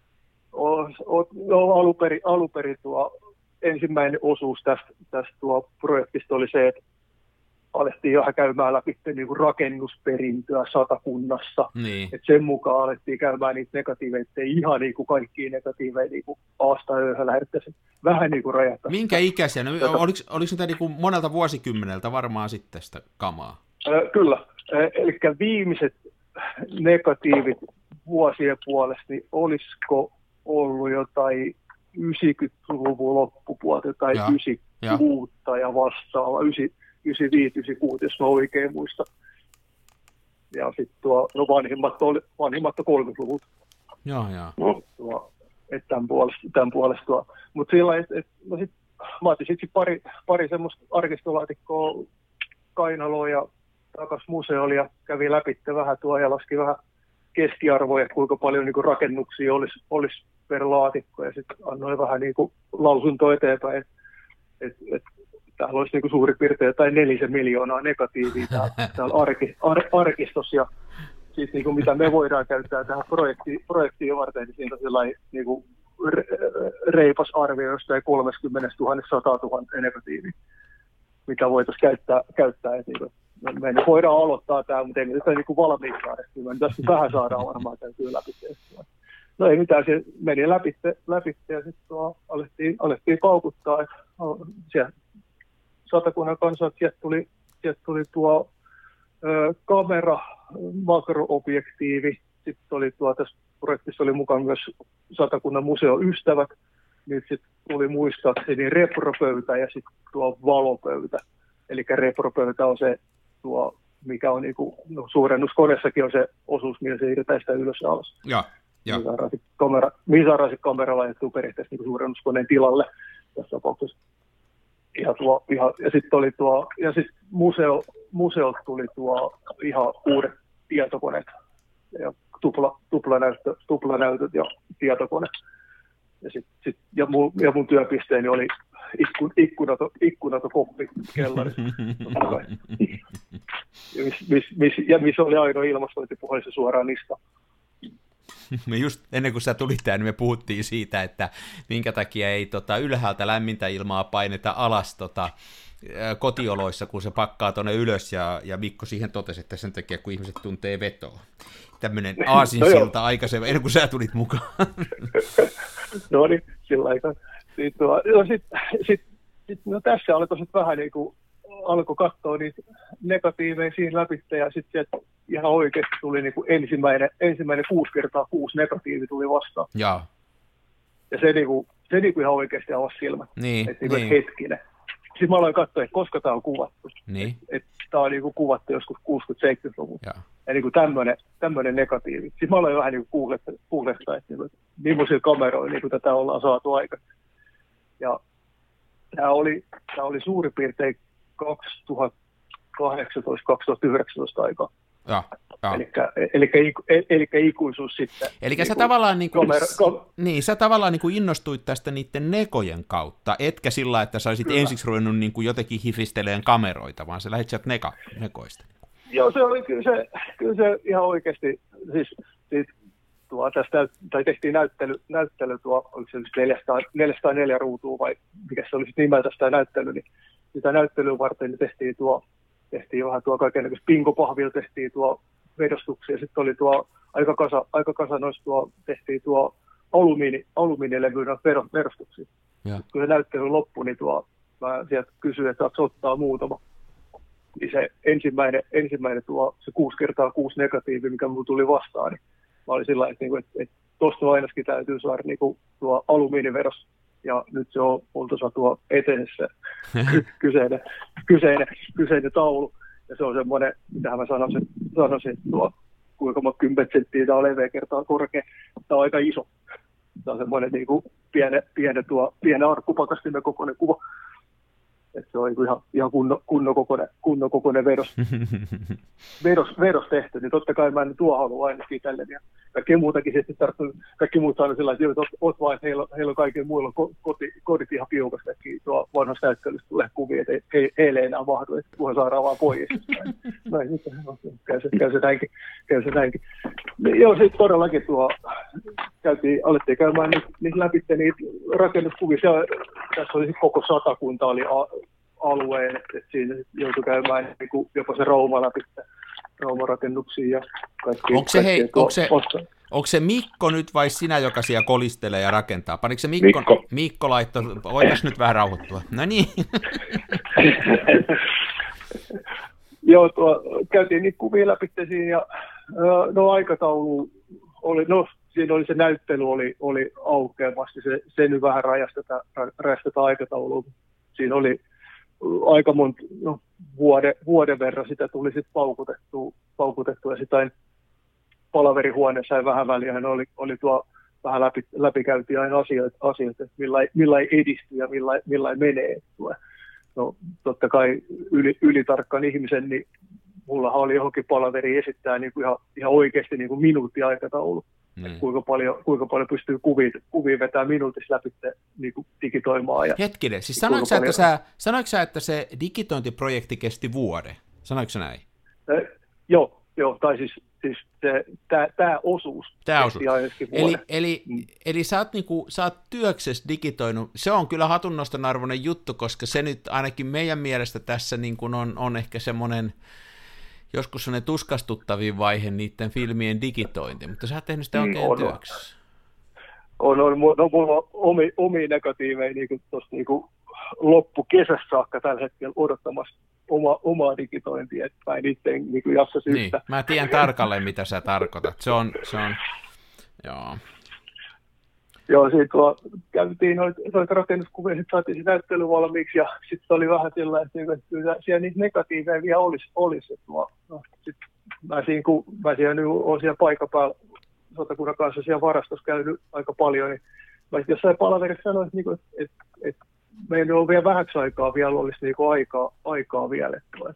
no, aluperi, aluperi tuo ensimmäinen osuus tästä, tästä tuo projektista oli se, että alettiin vähän käymään läpi niin kuin rakennusperintöä Satakunnassa. Niin. Et sen mukaan alettiin käymään niitä negatiiveja, ettei ihan niin kuin kaikkia negatiiveja niin kuin aasta ööhön lähdettäisiin vähän niin kuin rajata. Minkä ikäisiä? No, oliko, oliko niitä niin kuin monelta vuosikymmeneltä varmaan sitten sitä kamaa? Äh, kyllä. Äh, eli viimeiset negatiivit vuosien puolesta, niin olisiko ollut jotain yhdeksänkymmentäluvun loppupuolta tai yhdeksänkymmentäkuusi ja, ja vastaava, yhdeksänkymmentäviisi yhdeksänkymmentäkuusi, jos mä oikein muistan. Ja sitten tuo, no vanhimmat on, vanhimmat on kolmekymmentäluvulta. Joo, joo. No, tuo, että tämän puolesta, tämän puolesta tuo. Mutta sillä että et, no sit, mä otin sitten pari, pari semmoista arkistolaatikkoa kainaloa ja takas museolle ja kävi läpi vähän tuo ja laski vähän keskiarvoja, kuinka paljon niin kuin rakennuksia olisi, olisi per laatikko, ja sitten annoin vähän niin kuin lausunto eteenpäin, että et, et, täällä olisi niin kuin suurin piirtein jotain nelisen miljoonaa negatiivia täällä, täällä arki, ar, arkistossa, ja siis niin kuin mitä me voidaan käyttää tähän projekti, projektiin varten, niin siinä on sellainen niin kuin re, reipas arvio jostain kolmekymmentätuhatta sata tuhatta negatiivia, mitä voitaisiin käyttää, käyttää että, niin kuin, me nyt voidaan aloittaa tämä, mutta ei me tätä niin valmiiksi saada. Me tästä vähän saadaan varmaan täytyy läpi tehdä. No ei mitään, se meni läpi, läpi ja sitten tuo alettiin, alettiin paukuttaa. Että, no, siellä Satakunnan kanssa, sieltä tuli, sieltä tuli tuo ö, kamera, makroobjektiivi. Sitten oli tuo, tässä projektissa oli mukaan myös Satakunnan museoystävät. Nyt sitten tuli muistaakseni repropöytä ja sitten tuo valopöytä. Eli repropöytä on se, tuo, mikä on niinku, no, suurennuskoneessakin on se osuus, millä se siirretään sitä ylös ja alas. Ja, ja. Mihin saadaan sitten kamera laitettua periaatteessa niinku suurennuskoneen tilalle tässä tapauksessa. Ja, tuo, ihan, ja sitten oli tuo, ja sitten museo, museolta tuli tuo ihan uudet tietokoneet. Ja tupla, tuplanäyttö, tuplanäytöt ja tietokone. Ja, sit, sit, ja, mun, ja mun työpisteeni oli ikkun, ikkunato, ikkunato koppi kellarissa. ja missä mis, mis, mis oli ainoa ilmastointipuhelin se suoraan niistä. Me just ennen kuin sä tulit tähän, niin me puhuttiin siitä, että minkä takia ei tota, ylhäältä lämmintä ilmaa paineta alas tota, kotioloissa, kun se pakkaa tuonne ylös, ja, ja Mikko siihen totesi, että sen takia, kun ihmiset tuntee vetoa. Tämmöinen aasinsilta no aikaisemmin, ennen kuin sä tulit mukaan. No niin, sillä aikaa. Sitten, no, sit, sit, sit, no tässä alkoi sitten vähän niin kuin, alkoi katsoa niitä negatiiveja siinä läpi, ja sitten ihan oikeasti tuli niin kuin ensimmäinen, ensimmäinen kuusi kertaa kuusi negatiivi tuli vastaan. Jaa. Ja se, niin kuin, se niin kuin ihan oikeasti avasi silmät. Niin, että niin. hetkinen. Sitten mä aloin katsoa, että koska tämä on kuvattu. Niin. Että et, tämä on niin kuin kuvattu joskus kuusikymmentä-seitsemänkymmentäluvun. Ja niin kuin tämmöinen, tämmöinen negatiivi. Sitten mä aloin vähän niin kuin googlettaa, että niin millaisilla kameroilla niin kuin tätä ollaan saatu aika. Ja tämä oli, tämä oli suurin piirtein kaksituhattakahdeksantoista kaksituhattayhdeksäntoista aikaa. Ja, ja. Eli ikuisuus sitten. Eli niin sä, tavallaan niin kuin, kamera, kam... niin, sä tavallaan niin kuin innostuit tästä niiden nekojen kautta, etkä sillä, että sä olisit Kyllä. ensiksi ruvennut niin kuin jotenkin hifisteleen kameroita, vaan sä lähdit sieltä neka, nekoista. Joo, se oli kyllä se, kyllä se ihan oikeasti, siis, siis tuo, tästä, tai tehtiin näyttely, näyttely tuo, oliko se neljäsataa, neljäsataaneljä ruutua vai mikä se oli sitten nimeltä sitä näyttely, niin sitä näyttelyä varten niin tehtiin tuo, tehtiin vähän tuo kaikenlaista pinkopahvilla, tehtiin tuo vedostuksia, sitten oli tuo aika kasa, aika kasa noissa tuo, tehtiin tuo alumiini, alumiinilevyynä vedostuksia. Kun se näyttely loppui, niin tuo, mä sieltä kysyin, että saako ottaa muutama. Niin se ensimmäinen, ensimmäinen tuo, se kuusi kertaa kuusi negatiivi, mikä minulle tuli vastaan, niin mä olin sillä tavalla, että, että, että tuosta ainakin täytyy saada niin kuin, tuo alumiinivedos ja nyt se on oltossa tuo eteessä kyseinen, kyseinen, kyseinen taulu. Ja se on semmoinen, mitä mä sanoisin, sanoisin tuo, kuinka monta kymmentä senttiä tämä on leveä kertaa korkea. Tämä on aika iso. Tämä on semmoinen niin kuin pienen, pienen, tuo, pienen arkkupakastimen kokoinen kuva. Että se on ihan, ihan kunnon, kunnon kokoinen, kunnon kokoinen vedos, vedos, vedos tehty. Niin totta kai mä en tuo halua ainakin itselleni. Kaikkea muutakin sitten tarttuu, kaikki muut sanoo sillä tavalla, että oot vaan, että heillä, heillä on kaikilla muilla koti, kodit ihan piukasta. Tuo vanhassa näyttelyssä tulee kuvia, että he, heille ei enää mahdu, että tuohon saadaan vaan pois. Näin, käy se, käy se näinkin. Käy se näinkin. Niin, joo, sitten todellakin tuo, käytiin, alettiin käymään niitä, niitä läpi, niitä rakennuskuvia. Siellä, tässä oli koko Satakunta oli a, alueen, että siinä joutui käymään niin kuin jopa se Rouma läpi, Rouma-rakennuksia ja kaikki. Onko se, hei, onko, se, onko se Mikko nyt vai sinä, joka siellä kolistelee ja rakentaa? Paniko se Mikko, Mikko. Mikko laittoi, voitaisiin nyt vähän rauhoittua. No niin. Joo, tuo, käytiin niitä kuvia läpi siinä ja no aikataulu oli, no siinä oli se näyttely oli, oli aukeamasti, se, se nyt vähän rajasteta, rajasteta aikataulua. Siinä oli aika monta, no, vuoden, vuoden verran sitä tuli sitten paukutettua, paukutettua ja sitä palaverihuoneessa ja vähän väliä ne oli, oli tuo vähän läpi, läpikäytiin aina asioita, asioita että millä, millä ei edisty ja millä, millä ei menee. No totta kai yli, ylitarkkaan ihmisen, niin mullahan oli johonkin palaveri esittää niin kuin ihan, ihan oikeasti niin kuin minuuttiaikataulu. Mm. Kuinka paljon, kuinka paljon pystyy kuvia, kuvia vetämään minuutissa läpi niin kuin digitoimaan. Ja hetkinen, siis sanoitko sä, että sä, sanoitko sä, että se digitointiprojekti kesti vuoden? Sanoitko sä näin? Eh, joo, joo, tai siis, siis tämä osuus. Tämä osuus. Eli, eli, mm. eli sä oot, niinku, sä oot työksessä digitoinut, se on kyllä hatunnoston arvoinen juttu, koska se nyt ainakin meidän mielestä tässä niin kuin on, on ehkä semmoinen joskus sellainen tuskastuttavin vaihe niiden filmien digitointi, mutta sä oot tehnyt sitä oikein mm, työksessä. On, on, no, mulla on omi, omia negatiiveja niin tuossa niin loppukesässä saakka tällä hetkellä odottamassa oma, omaa digitointia, että mä en itse niin jaksa syystä. Niin, mä tiedän tarkalleen, mitä sä tarkoitat. Se on, se on, joo. Joo, siitä tuo, käytiin noita, noita rakennuskuvia, sitten saatiin se näyttely valmiiksi, ja sitten oli vähän sillä, että kyllä siellä niitä negatiiveja vielä olisi. olisi no, sitten mä siinä, kun mä siellä nyt olen siellä paikan päällä Satakunnan kanssa siellä varastossa käynyt aika paljon, niin mä sitten jossain palaverissa sanoin, että, että, että, että meillä on vielä vähäksi aikaa, vielä olisi niin aikaa, aikaa vielä. Että,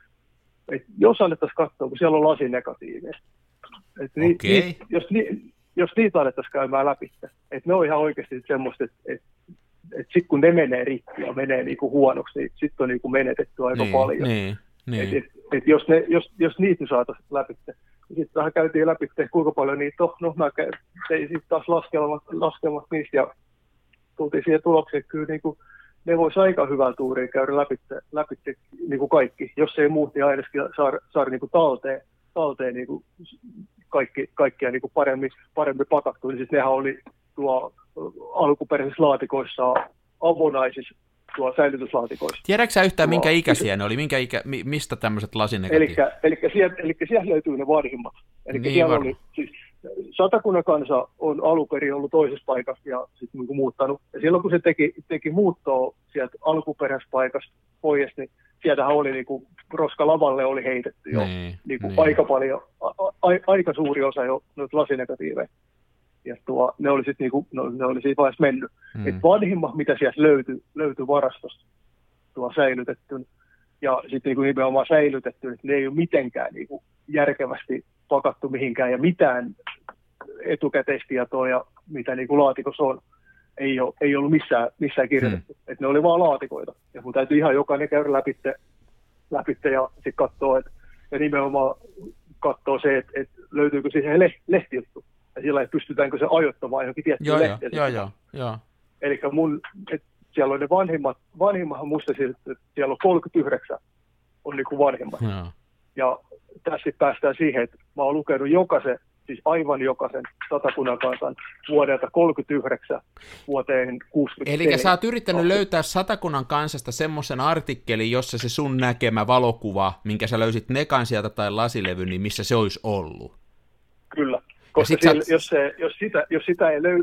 että jos alettaisiin katsoa, kun siellä on lasinegatiiveja, että okay. ni, jos ni, jos niitä alettaisiin käymään läpi, että ne on ihan oikeasti semmoista, että, että, että sitten kun ne menee rikki ja menee niinku huonoksi, niin sitten on niinku menetetty aika niin, paljon. Niin, niin. Et, et, et jos, ne, jos, jos niitä saataisiin läpi, niin sitten vähän käytiin läpi, että kuinka paljon niitä on. No mä tein sitten taas laskelmat, laskelmat niistä ja tultiin siihen tulokseen, että kyllä niinku, ne voisi aika hyvää tuuria käydä läpi, läpi niinku kaikki, jos ei muut, niin ainakin saada, saada niinku talteen, talteen niinku kaikki, kaikkia niin kuin paremmin, paremmin pakattu, niin sitten nehän oli tuo alkuperäisissä laatikoissa, avonaisissa tuo säilytyslaatikoissa. Tiedätkö sä yhtään, tuo, minkä ikäisiä ne oli? Minkä ikä, mistä tämmöiset lasinegatiivit? Eli, eli, sieltä, eli sieltä löytyy ne vanhimmat. Eli niin siellä oli, siis, Satakunnan kansa on alun perin ollut toisessa paikassa ja sitten niin kuin muuttanut. Ja silloin kun se teki, teki muuttoa sieltä alkuperäisestä paikasta pois, niin sieltähän oli niin kuin roskalavalle oli heitetty jo niin, niin kuin niin. aika paljon, a, a, aika suuri osa jo noita lasinegatiiveja. Ja tuo, ne oli sitten niinku, no, ne oli siitä vaiheessa mennyt. Mm. Et vanhimmat, mitä sieltä löytyi, löytyi varastosta tuo säilytetty, ja sitten niinku nimenomaan säilytetty, että ne ei ole mitenkään niinku järkevästi pakattu mihinkään, ja mitään etukäteistietoa, ja mitä niinku laatikossa on, ei, ole, ei ollut missään, missään kirjoitettu. Mm. Että ne oli vaan laatikoita. Ja mun täytyy ihan jokainen käydä läpitte, läpitte ja sitten katsoa, että ja nimenomaan katsoa se, että, että löytyykö siihen le, lehtijuttu. Ja sillä ei pystytäänkö se ajoittamaan johonkin tiettyyn lehteen. Joo, joo, joo. Eli mun, että siellä on ne vanhimmat, vanhimmathan musta siis, että siellä on kolmekymmentäyhdeksän on niin kuin vanhimmat. Joo. Ja tässä sitten päästään siihen, että mä oon lukenut jokaisen, siis aivan jokaisen Satakunnan kansan vuodelta kolmekymmentäyhdeksän vuoteen kuusikymmentäneljä. Eli sä oot yrittänyt löytää Satakunnan kansasta semmoisen artikkelin, jossa se sun näkemä valokuva, minkä sä löysit nekan sieltä tai lasilevyn, niin missä se olisi ollut. Kyllä, koska siellä, oot... jos, se, jos, sitä, jos sitä ei löydy,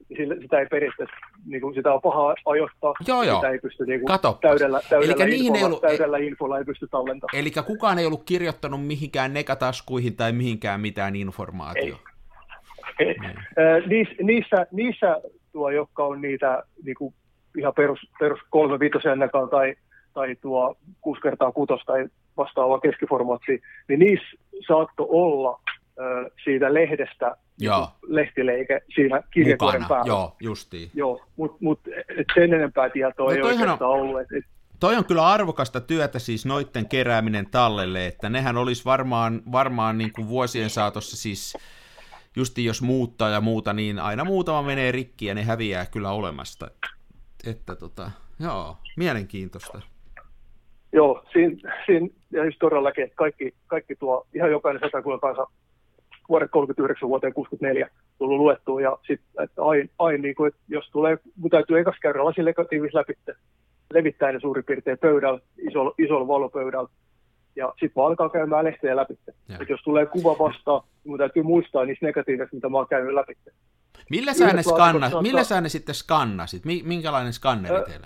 niin sitä ei periaatteessa, niin kuin sitä on paha ajoittaa, joo, joo. sitä ei pysty niin kuin Katoppas. täydellä, täydellä, infolla, ei ollut, täydellä infolla ei pysty tallentamaan. Eli kukaan ei ollut kirjoittanut mihinkään nekataskuihin tai mihinkään mitään informaatiota? Ei. ei. Niissä, niissä, niissä tuo, jotka on niitä niin kuin ihan perus, perus kolme viitosen nekan tai, tai tuo kuusi kertaa kutos tai vastaava keskiformaatti, niin niissä saattoi olla ö, siitä lehdestä niin lehtileike siinä kirjekuoren päällä. Joo, justiin. Joo, mutta mut, sen enempää tietoa no, ei oikeastaan on, ollut. Et, et... Toi on kyllä arvokasta työtä siis noitten kerääminen tallelle, että nehän olisi varmaan, varmaan niin kuin vuosien saatossa siis justi jos muuttaa ja muuta, niin aina muutama menee rikki ja ne häviää kyllä olemasta. Että tota, joo, mielenkiintoista. Joo, siinä, siinä ja just todellakin, että kaikki, kaikki tuo, ihan jokainen Satakunnan kanssa vuodet kolmekymmentäyhdeksän vuoteen kuusikymmentäneljä tullut luettua, ja sitten, että aina, aina niin kuin, että jos tulee, mun täytyy ekaksi käydä lasinegatiivis läpi, levittää ne suurin piirtein pöydällä, isolla, isolla valopöydällä, ja sitten mä alkaa käymään lehteä läpi. Että jos tulee kuva vastaan, niin mun täytyy muistaa niistä negatiivisista, mitä mä oon käynyt läpi. Millä sä ne, skanna, millä sä ne sitten skannasit? Minkälainen skanneri teillä?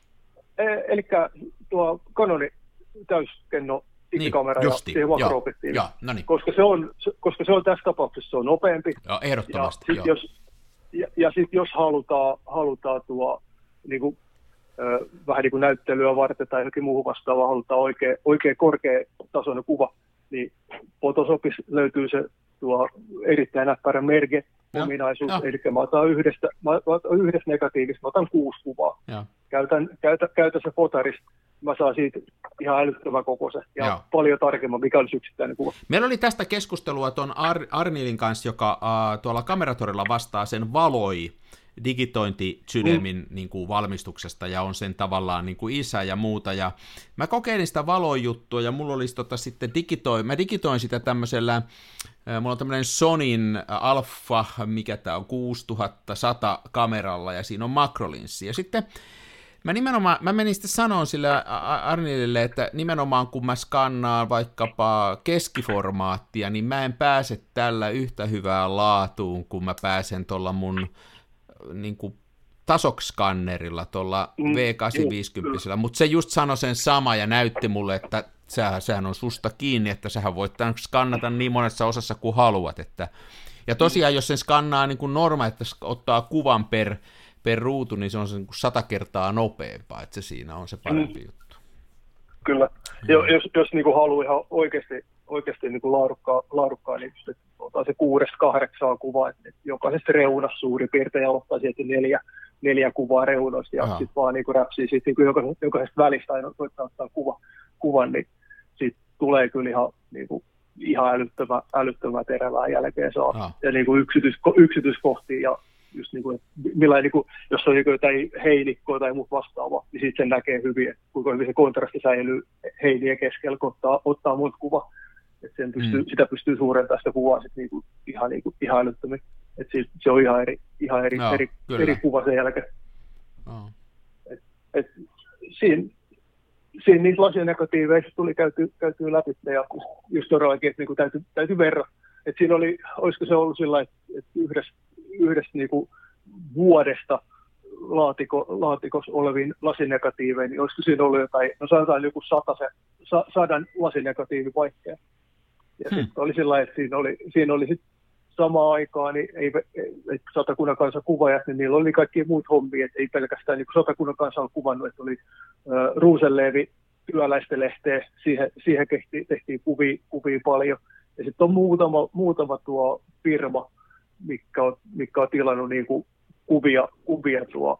Eli tuo Canonin täyskenno digikamera niin, ja siihen makroobjektiivi. No niin. Koska se on, koska se on tässä tapauksessa se on nopeampi. Joo, ehdottomasti. Ja sitten jos, ja, ja sit jos halutaan, halutaan tuo niin kuin, ö, vähän niin kuin näyttelyä varten tai johonkin muuhun vastaavaa, halutaan oikein, oikein korkeatasoinen kuva, niin Photoshopissa löytyy se tuo erittäin näppärä merge ominaisuus, ja, eli mä otan yhdestä, mä otan yhdestä negatiivista, mä otan kuusi kuvaa. Ja. Käytän, käytän, käytän se fotarista, mä saan siitä ihan älyttömän kokoisen ja, ja paljon tarkemmin, mikä olisi yksittäinen kuva. Meillä oli tästä keskustelua tuon Ar- Arnildin kanssa, joka uh, tuolla Kameratorilla vastaa sen valoi digitointisydämin mm. niin kuin valmistuksesta ja on sen tavallaan niin kuin isä ja muuta. Ja mä kokeilin sitä valojuttua ja mulla olisi tota sitten digitoin, mä digitoin sitä tämmöisellä, mulla on tämmöinen Sonyn Alpha, mikä tää on, kuusituhattasata kameralla ja siinä on makrolinssi. Ja sitten mä nimenomaan, mä menin sitten sanoa sille Arnildille, että nimenomaan kun mä skannaan vaikkapa keskiformaattia, niin mä en pääse tällä yhtä hyvää laatuun, kun mä pääsen tuolla mun niin kuin tasokskannerilla, tuolla mm, V kahdeksansataaviisikymmentä, mutta se just sanoi sen sama ja näytti mulle, että sehän, sehän on susta kiinni, että sähän voit skannata niin monessa osassa kuin haluat. Että, ja tosiaan, jos sen skannaa niin kuin norma, että ottaa kuvan per, per ruutu, niin se on se niin kuin sata kertaa nopeampaa, että se siinä on se parempi mm. juttu. Kyllä. Mm. Jos, jos niin kuin haluaa ihan oikeasti, oikeasti niin kuin laadukkaa, laadukkaa, niin otetaan se kuudesta kahdeksaan kuvaa, että jokaisesta reunassa suurin piirtein ja ottaa sieltä neljä, neljä kuvaa reunoista ja sitten vaan niin kuin räpsii siitä niin jokaisesta, jokaisesta välistä aina koittaa ottaa kuva, kuvan, niin sitten tulee kyllä ihan, niin kuin, ihan älyttömän, älyttömän terävää jälkeen saa. Ah. Ja niin kuin yksityis, yksityiskohtia ja just niin kuin, millä, niin kuin, jos on jotain heinikkoa tai muuta vastaavaa, niin sitten sen näkee hyvin, että kuinka hyvin se kontrasti säilyy heinien keskellä, kun ottaa, ottaa muuta kuva. Että sen pystyy, mm. sitä pystyy suurentamaan sitä kuvaa sit niinku, ihan, niinku, ihan älyttömin. Että se, se on ihan eri, ihan eri, no, eri, eri kuva sen jälkeen. Oh. Et, et, siinä, siinä niitä lasinegatiiveissa tuli käyty, käyty läpi ja just todellakin, että niinku täytyy, täytyy verrata. Että siinä oli, olisiko se ollut sillä, että et yhdessä, yhdessä niinku vuodesta laatiko, laatikossa oleviin lasinegatiiveihin, niin olisiko siinä ollut jotain, no sanotaan joku satasen, sa, sadan lasinegatiivivaihteen. Ja hmm. sitten oli sillä että siinä oli, siinä oli sitten samaan aikaan, niin ei, ei Satakunnan kanssa kuvaajat, niin niillä oli kaikki muut hommia, että ei pelkästään niin kuin Satakunnan kanssa on kuvannut, että oli äh, Ruusenleevi työläisten lehteä, siihen, siihen tehtiin, tehtiin kuvia, kuvia paljon. Ja sitten on muutama, muutama tuo firma, mikä on, mikä on tilannut niin kuin kuvia, kuvia tuo,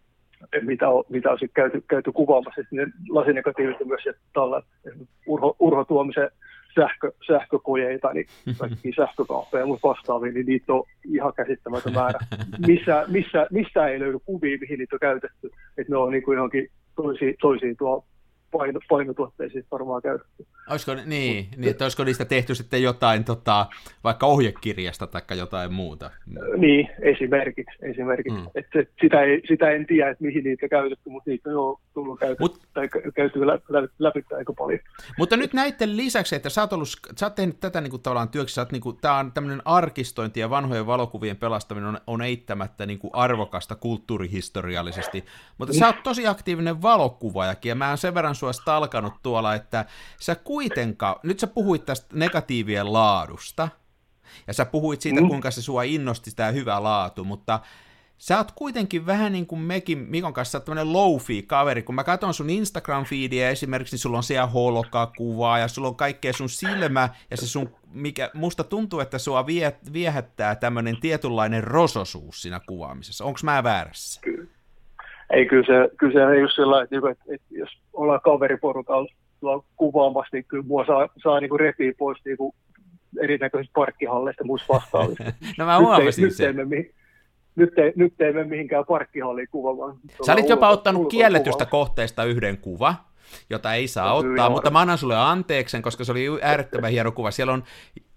mitä on, mitä on sitten käyty, käyty kuvaamassa. Sitten ne lasinegatiivit on myös tällä Urho, Urho Tuomisen sähkö, sähkökojeita, niin kaikki sähkökaappeja ja vastaavia, niin niitä on ihan käsittämätön määrä. Missä, missä, missä ei löydy kuvia, mihin niitä on käytetty. Että ne on niin kuin johonkin toisiin, toisiin tuo paino, painotuotteisiin varmaan käytetty. Olisiko, niin, niin, että olisiko niistä tehty sitten jotain, tota, vaikka ohjekirjasta tai jotain muuta? Niin, esimerkiksi. esimerkiksi. Mm. Että sitä, ei, sitä en tiedä, että mihin niitä käytetty, mutta niitä on tullut käytetty, Mut, tai käyty läpi, läpi aika paljon. Mutta nyt näiden lisäksi, että sä oot, ollut, sä oot tehnyt tätä niin kuin, tavallaan työksi, niin kuin, tämä on tämmöinen arkistointi ja vanhojen valokuvien pelastaminen on, on eittämättä niin kuin arvokasta kulttuurihistoriallisesti, mutta mm. sä oot tosi aktiivinen valokuvaajakin, ja mä oon sen verran sua stalkannut tuolla, että sä kuitenkaan, nyt sä puhuit tästä negatiivien laadusta, ja sä puhuit siitä, mm. kuinka se sua innosti sitä hyvä laatu, mutta sä oot kuitenkin vähän niin kuin mekin Mikon kanssa, sä oot tämmönen low-fi-kaveri, kun mä katson sun Instagram-feediä esimerkiksi, niin sulla on siellä holokakuvaa, ja sulla on kaikkea sun silmä, ja se sun, mikä musta tuntuu, että sua vie, viehättää tämmönen tietynlainen rososuus siinä kuvaamisessa. Onko mä väärässä? Kyllä. Ei, kyllä se, kyllä se ei just sellainen, että, että, että jos ollaan kaveriporukalla kuvaamassa, niin kyllä mua saa, saa niin kuin repiä pois niin kuin erinäköisistä parkkihalleista muista vastaavista. No mä huomasin nyt sen. Nyt ei, nyt ei mene mihinkään parkkihalliin kuvaamaan. Sä olit jopa ottanut kielletystä kohteesta yhden kuva, jota ei saa no, ottaa, mutta mä annan sulle anteeksi, koska se oli äärettömän hieno kuva. Siellä on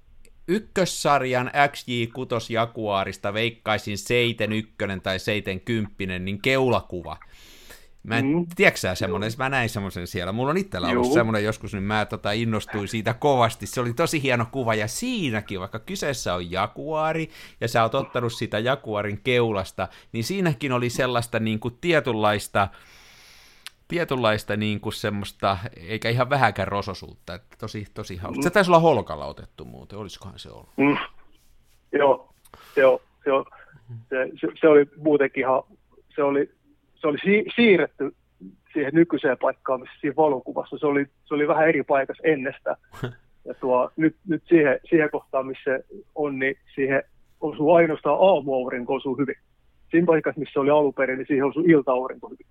ykkössarjan X J kuusi Jaguarista, veikkaisin seiten ykkönen tai seiten kymppinen, niin keulakuva. Mä en, mm. tiedätkö sä semmoinen, mä näin semmoisen siellä, mulla on itsellä ollut semmoinen joskus, niin mä tota, innostuin siitä kovasti, se oli tosi hieno kuva, ja siinäkin, vaikka kyseessä on Jaguari, ja sä oot ottanut sitä Jaguarin keulasta, niin siinäkin oli sellaista niin kuin tietynlaista, tietynlaista niin kuin semmoista, eikä ihan vähäkään rososuutta, että tosi, tosi hauska. Mm. Se taisi olla holkalla otettu muuten, olisikohan se ollut? Mm. Joo, se, se, se, se, se oli muutenkin ihan, se oli, se oli si- siirretty siihen nykyiseen paikkaan, missä siinä valokuvassa, se oli, se oli vähän eri paikassa ennestään. Ja tuo, nyt, nyt siihen, siihen kohtaan, missä se on, niin siihen osuu ainoastaan aamuaurinko osuu hyvin. Siinä paikassa, missä oli alun perin, niin siihen osuu ilta-aurinko hyvin.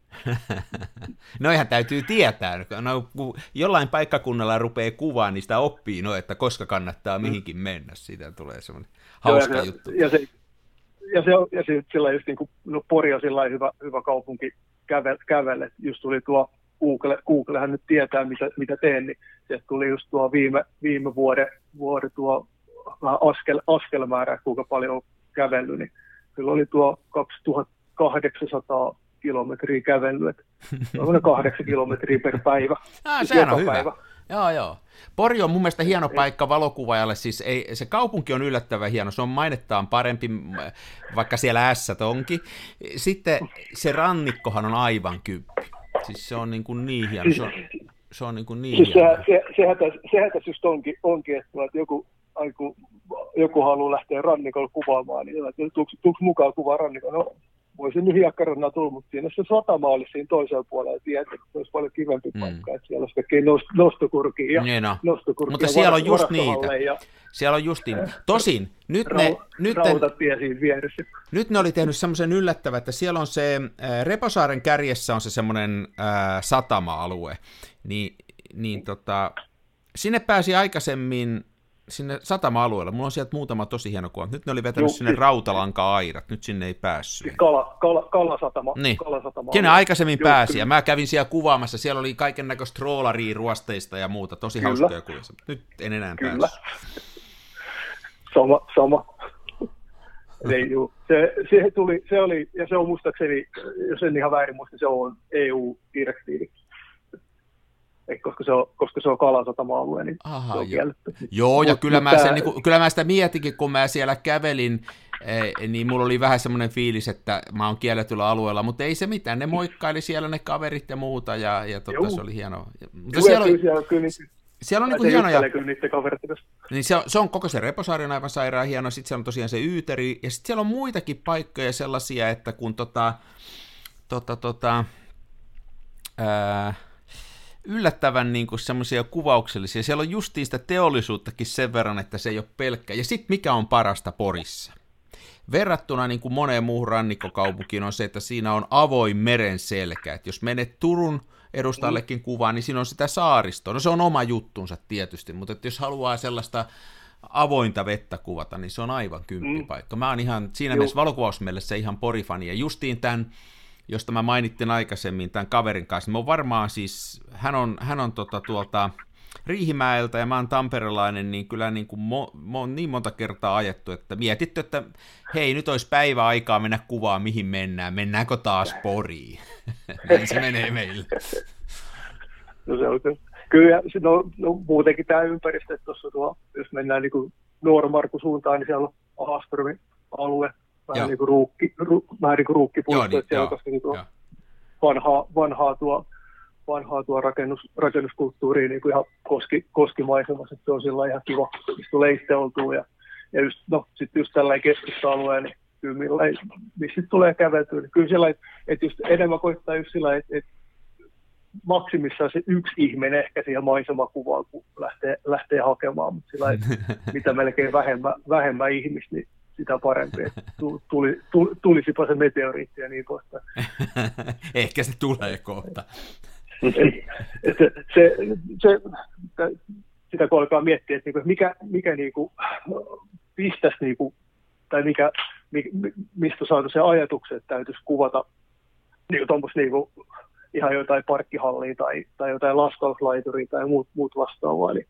No ihan täytyy tietää. No, kun jollain paikkakunnalla rupeaa kuvaan, niin sitä oppii, no, että koska kannattaa mihinkin mennä. Siitä tulee semmoinen hauska Joo, ja juttu. Se, ja se, ja se, ja se sillä just niin kuin, no Pori on sillä hyvä, hyvä kaupunki kävellä, kävelle. Just tuli tuo Google, Googlehän nyt tietää, mitä, mitä teen, niin sieltä tuli just tuo viime, viime vuoden, vuoden tuo vähän askel, askelmäärä, kuinka paljon on kävellyt, niin kyllä oli tuo kaksituhattakahdeksansataa kilometriä kävellyt, noin kahdeksan kilometriä per päivä. Ah, sehän on hyvä. Päivä. Joo, joo. Pori on mun mielestä hieno paikka valokuvaajalle, siis ei, se kaupunki on yllättävän hieno, se on mainettaan parempi, vaikka siellä ässät onkin. Sitten se rannikkohan on aivan kyppi, siis se on niin, kuin niin hieno, se on, se on niin, kuin niin siis hieno. Se, se, sehän, tässä, sehän tässä just onkin, onkin että joku, aiku, joku haluaa lähteä rannikolla kuvaamaan, niin tuuks mukaan kuvaa rannikolla? No, voisin nyt hiekkarannaa tulla, mutta siinä se satama olisi siinä toisella puolella, tiedät, että se olisi paljon kivempi mm. paikka, että siellä olisi kaikkein nostokurkia ja niin no. nostokurkia. Mutta siellä on just niitä. Ja, siellä on just niitä. Tosin, nyt rau, ne... Nyt rautatie siinä vieressä. Nyt ne oli tehnyt semmoisen yllättävän, että siellä on se, äh, Reposaaren kärjessä on se semmoinen äh, satama-alue, niin, niin tota, sinne pääsi aikaisemmin sinne satama-alueella. Mulla on sieltä muutama tosi hieno kuva. Nyt ne oli vetänyt Juh, sinne rautalanka-aidat. Nyt sinne ei päässyt. Kala, kala, kalasatama. Niin. Kalasatama. Sinne aikaisemmin Juh, pääsi. Kyllä. Ja mä kävin siellä kuvaamassa. Siellä oli kaiken näköistä troolaria, ruosteista ja muuta. Tosi kyllä. hauskoja kuvia. Nyt en enää kyllä. päässyt. Sama. sama. Ei, juu. Se, se, tuli, se oli, ja se on muistaakseni, jos en ihan väärin muista, se on E U-direktiivi. Ei, koska se on, koska se on kalasatama-alue, niin Aha, se on kielletty. Joo, ja kyllä mä, sen, niin kuin, kyllä mä sitä mietinkin, kun mä siellä kävelin, eh, niin mulla oli vähän semmoinen fiilis, että mä oon kielletyllä alueella, mutta ei se mitään, ne moikkaili siellä ne kaverit ja muuta, ja, ja totta, se oli hienoa. Mutta Joo, siellä, siellä, oli, kyllä, siellä on niin kuin hienoja, niin se on, se on koko se Reposaari on aivan sairaan hieno, sitten siellä on tosiaan se Yyteri, ja sitten siellä on muitakin paikkoja sellaisia, että kun tota, tota, tota, ää, yllättävän niin kuin semmoisia kuvauksellisia. Siellä on justiin sitä teollisuuttakin sen verran, että se ei ole pelkkä. Ja sitten mikä on parasta Porissa? Verrattuna niin kuin moneen muuhun rannikkokaupunkiin on se, että siinä on avoin meren selkä. Et jos menet Turun edustallekin kuvaan, niin siinä on sitä saaristoa. No se on oma juttunsa tietysti, mutta että jos haluaa sellaista avointa vettä kuvata, niin se on aivan kymppipaikka. Mä oon ihan siinä mielessä valokuvausmielessä ihan Pori-fani. Ja justiin tämän josta mä mainittin aikaisemmin tämän kaverin kanssa, mä oon varmaan siis, hän on, hän on tota, tuolta Riihimäeltä ja mä oon tamperelainen, niin kyllä niin kuin mo, mo on niin monta kertaa ajettu, että mietitty, että hei, nyt olisi päivä aikaa mennä kuvaan, mihin mennään, mennäänkö taas Poriin? Näin se menee meille. No se on kyllä. Kyllä, no, no muutenkin tämä ympäristö, että tuossa tuo, jos mennään niin kuin Noormarkun suuntaan, niin siellä on Aastromin alue, vähän niin kuin ruukki, ru, vähän niin kuin ruukkipuisto, niin, että siellä on niin tuo vanhaa, vanhaa tuo, vanhaa tuo rakennus, rakennuskulttuuria niin kuin ihan koski, koskimaisemassa, että se on sillä ihan kiva, missä tulee itse oltua. Ja, ja just, no, sitten just tällainen keskusta-alueen, niin kyllä millainen, missä tulee käveltyä, niin kyllä sillä, että, että just enemmän koittaa just sillä, että, että maksimissaan se yksi ihminen ehkä siihen maisemakuvaan, kun lähtee, lähtee hakemaan, mutta sillä että mitä melkein vähemmän, vähemmän ihmistä, niin sitä parempi, että tuli, tuli, tulisipa se meteoriitti ja niin poispäin. Ehkä se tulee kohta. Et, se, se, se, sitä kun alkaa miettiä, että mikä, mikä niinku pistäisi, niinku, tai mikä, mistä saatu se ajatuksen, että täytyisi kuvata niinku tuommoista niinku, ihan jotain parkkihallia tai, tai jotain laskauslaituria tai muut, muut vastaavaa. Niin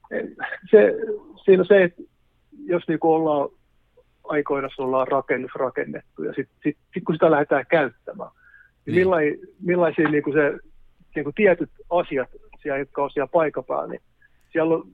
se, siinä on se, että jos niinku ollaan aikoina ollaan rakennus rakennettu ja sitten sit, sit, kun sitä lähdetään käyttämään, niin, niin. Millai, millaisia niinku se, niinku tietyt asiat, siellä, jotka on siellä paikan päällä, niin siellä on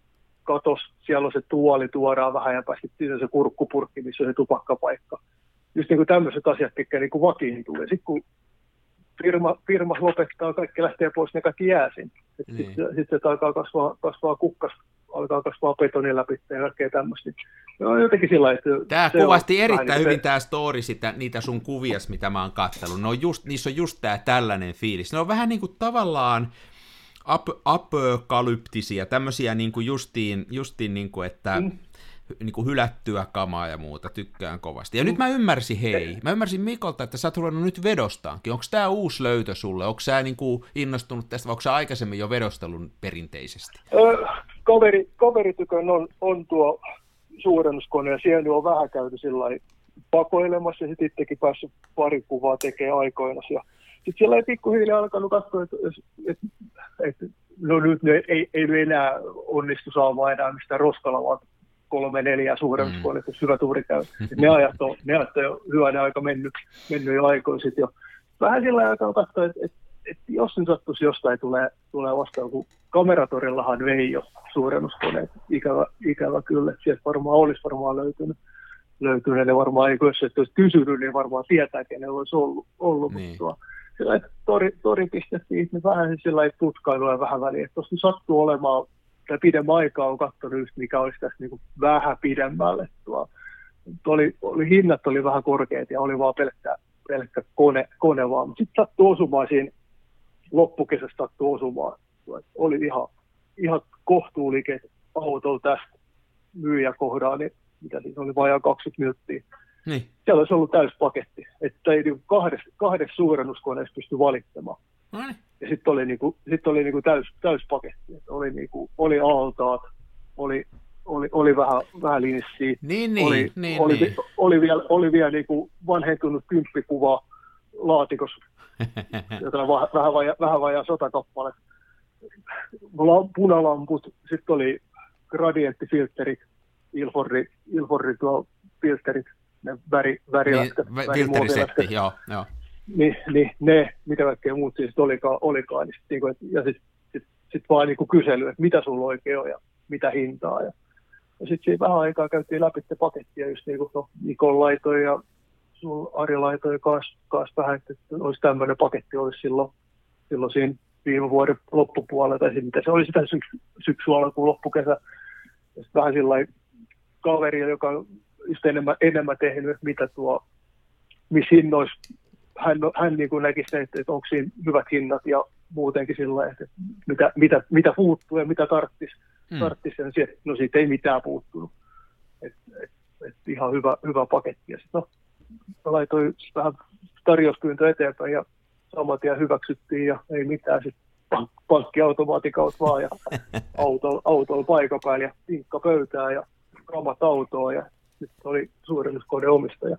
katos, siellä on se tuoli, tuodaan vähän ja päästä se kurkkupurkki, missä on se tupakkapaikka. Just niinku tämmöiset asiat, mitkä niinku vakiintuu. Ja sitten kun Firma, firma lopettaa, kaikki lähtee pois, ne kaikki jää sinne. Niin. Sitten sit se alkaa kasvaa, kasvaa kukkas, alkaa kasvaa betonin läpi ja kaikkea tämmöistä. No, jotenkin sillä että tämä kuvasti erittäin hyvin se... tämä story, sitä, niitä sun kuvias, mitä mä oon katsellut. Ne on just, niissä on just tämä tällainen fiilis. Ne on vähän niin kuin tavallaan ap, apokalyptisia, tämmöisiä niin kuin justiin, justiin niin kuin, että... Mm. Niin kuin hylättyä kamaa ja muuta, tykkään kovasti. Ja mm. nyt mä ymmärsin, hei, mä ymmärsin Mikolta, että sä oot ruvennut nyt vedostaankin. Onko tää uusi löytö sulle? Onko sä niin kuin innostunut tästä, vai onko sä aikaisemmin jo vedostelun perinteisesti? Öö, kaveri, kaveritykön on, on tuo suurennuskone, ja siellä on vähän käyty sillä pakoilemassa, ja sitten itsekin päässyt pari kuvaa tekemään aikoina. Sitten siellä ei pikkuhiljaa alkanut katsoa, että, että, että no nyt ne ei, ei enää onnistu saamaan enää mistään roskalla, vaan kolme, neljä suurennuskonetta, jos hyvä tuuri käy. Ne ajat on, ne ajat on jo hyvänä aika mennyt, mennyt jo aikoin sitten jo. Vähän sillä aikaa katsoa, että, että, että jos nyt sattuisi jostain tulee, tulee vastaan, kun Kameratorillahan ei ole suurennuskoneet. Ikävä, ikävä kyllä. Sieltä varmaan olisi varmaan löytynyt. löytynyt. Ne varmaan, jos et olisi kysynyt, niin varmaan tietää, kenellä olisi ollut. ollut. Niin. Mutta sillä että tori, tori pistettiin niin vähän sillä tutkailua ja vähän väliä. Että tuossa sattuu olemaan tai pidemmän aikaa on katsonut just, mikä olisi tässä niin kuin vähän pidemmälle. Tuo, oli, oli, hinnat oli vähän korkeat ja oli vaan pelkkä, pelkkä kone, kone vaan. Mutta sitten sattui osumaan siinä, loppukesästä sattui osumaan. Oli ihan, ihan kohtuullikeet autolla tästä myyjäkohdaan, niin mitä siinä oli vajaa kaksikymmentä minuuttia. Niin. Siellä olisi ollut täyspaketti, että ei niin kahdessa, kahdessa suurennuskoneessa pysty valittamaan. No niin. Ja sitten oli, niinku, sit oli niinku täys, täyspaketti. Oli, niinku, oli altaat, oli, oli, oli vähän, vähän linssiä. Niin, niin, oli, niin, oli, niin. oli vielä, oli vielä niinku vanhentunut kymppikuva laatikossa, jotain va, vähän vajaa, vähän vajaa sotakappale. Punalamput, sitten oli gradienttifilterit, Ilforri, Ilforri tuo filterit, ne väri, värilätkät. Niin, filterisetti, joo, joo. Niin, niin ne, mitä kaikkea muut siis olikaan, olikaan niin sit, niin kuin, ja sitten sit, sit vaan niin kuin kysely, että mitä sulla oikein on ja mitä hintaa. Ja, ja sitten siinä vähän aikaa käytiin läpi te pakettia, just niin kuin no, Nikon laitoi ja sulla Ari laitoi kaas, kaas vähän, että olisi tämmöinen paketti olisi silloin, silloin siinä viime vuoden loppupuolella, tai mitä se oli sitä syksy, syksy alkuun loppukesä. Ja sitten vähän sillä kaveria, joka on just enemmän, enemmän tehnyt, että mitä tuo, missä hinnoissa hän, hän niin kuin näki sen, että, että onko siinä hyvät hinnat ja muutenkin sillä että mitä, mitä, mitä puuttuu ja mitä tarttisi. Mm. tarttis, ja sieltä, no siitä ei mitään puuttunut. Et, et, et ihan hyvä, hyvä paketti. Ja sit, no, laitoin vähän tarjouspyyntö eteenpäin ja saman tien hyväksyttiin ja ei mitään. Sitten pankkiautomaatin kautta vaan ja autolla, autolla paikan päällä ja tinkka pöytää ja ramat autoa ja sitten oli suurennuskohde omistaja.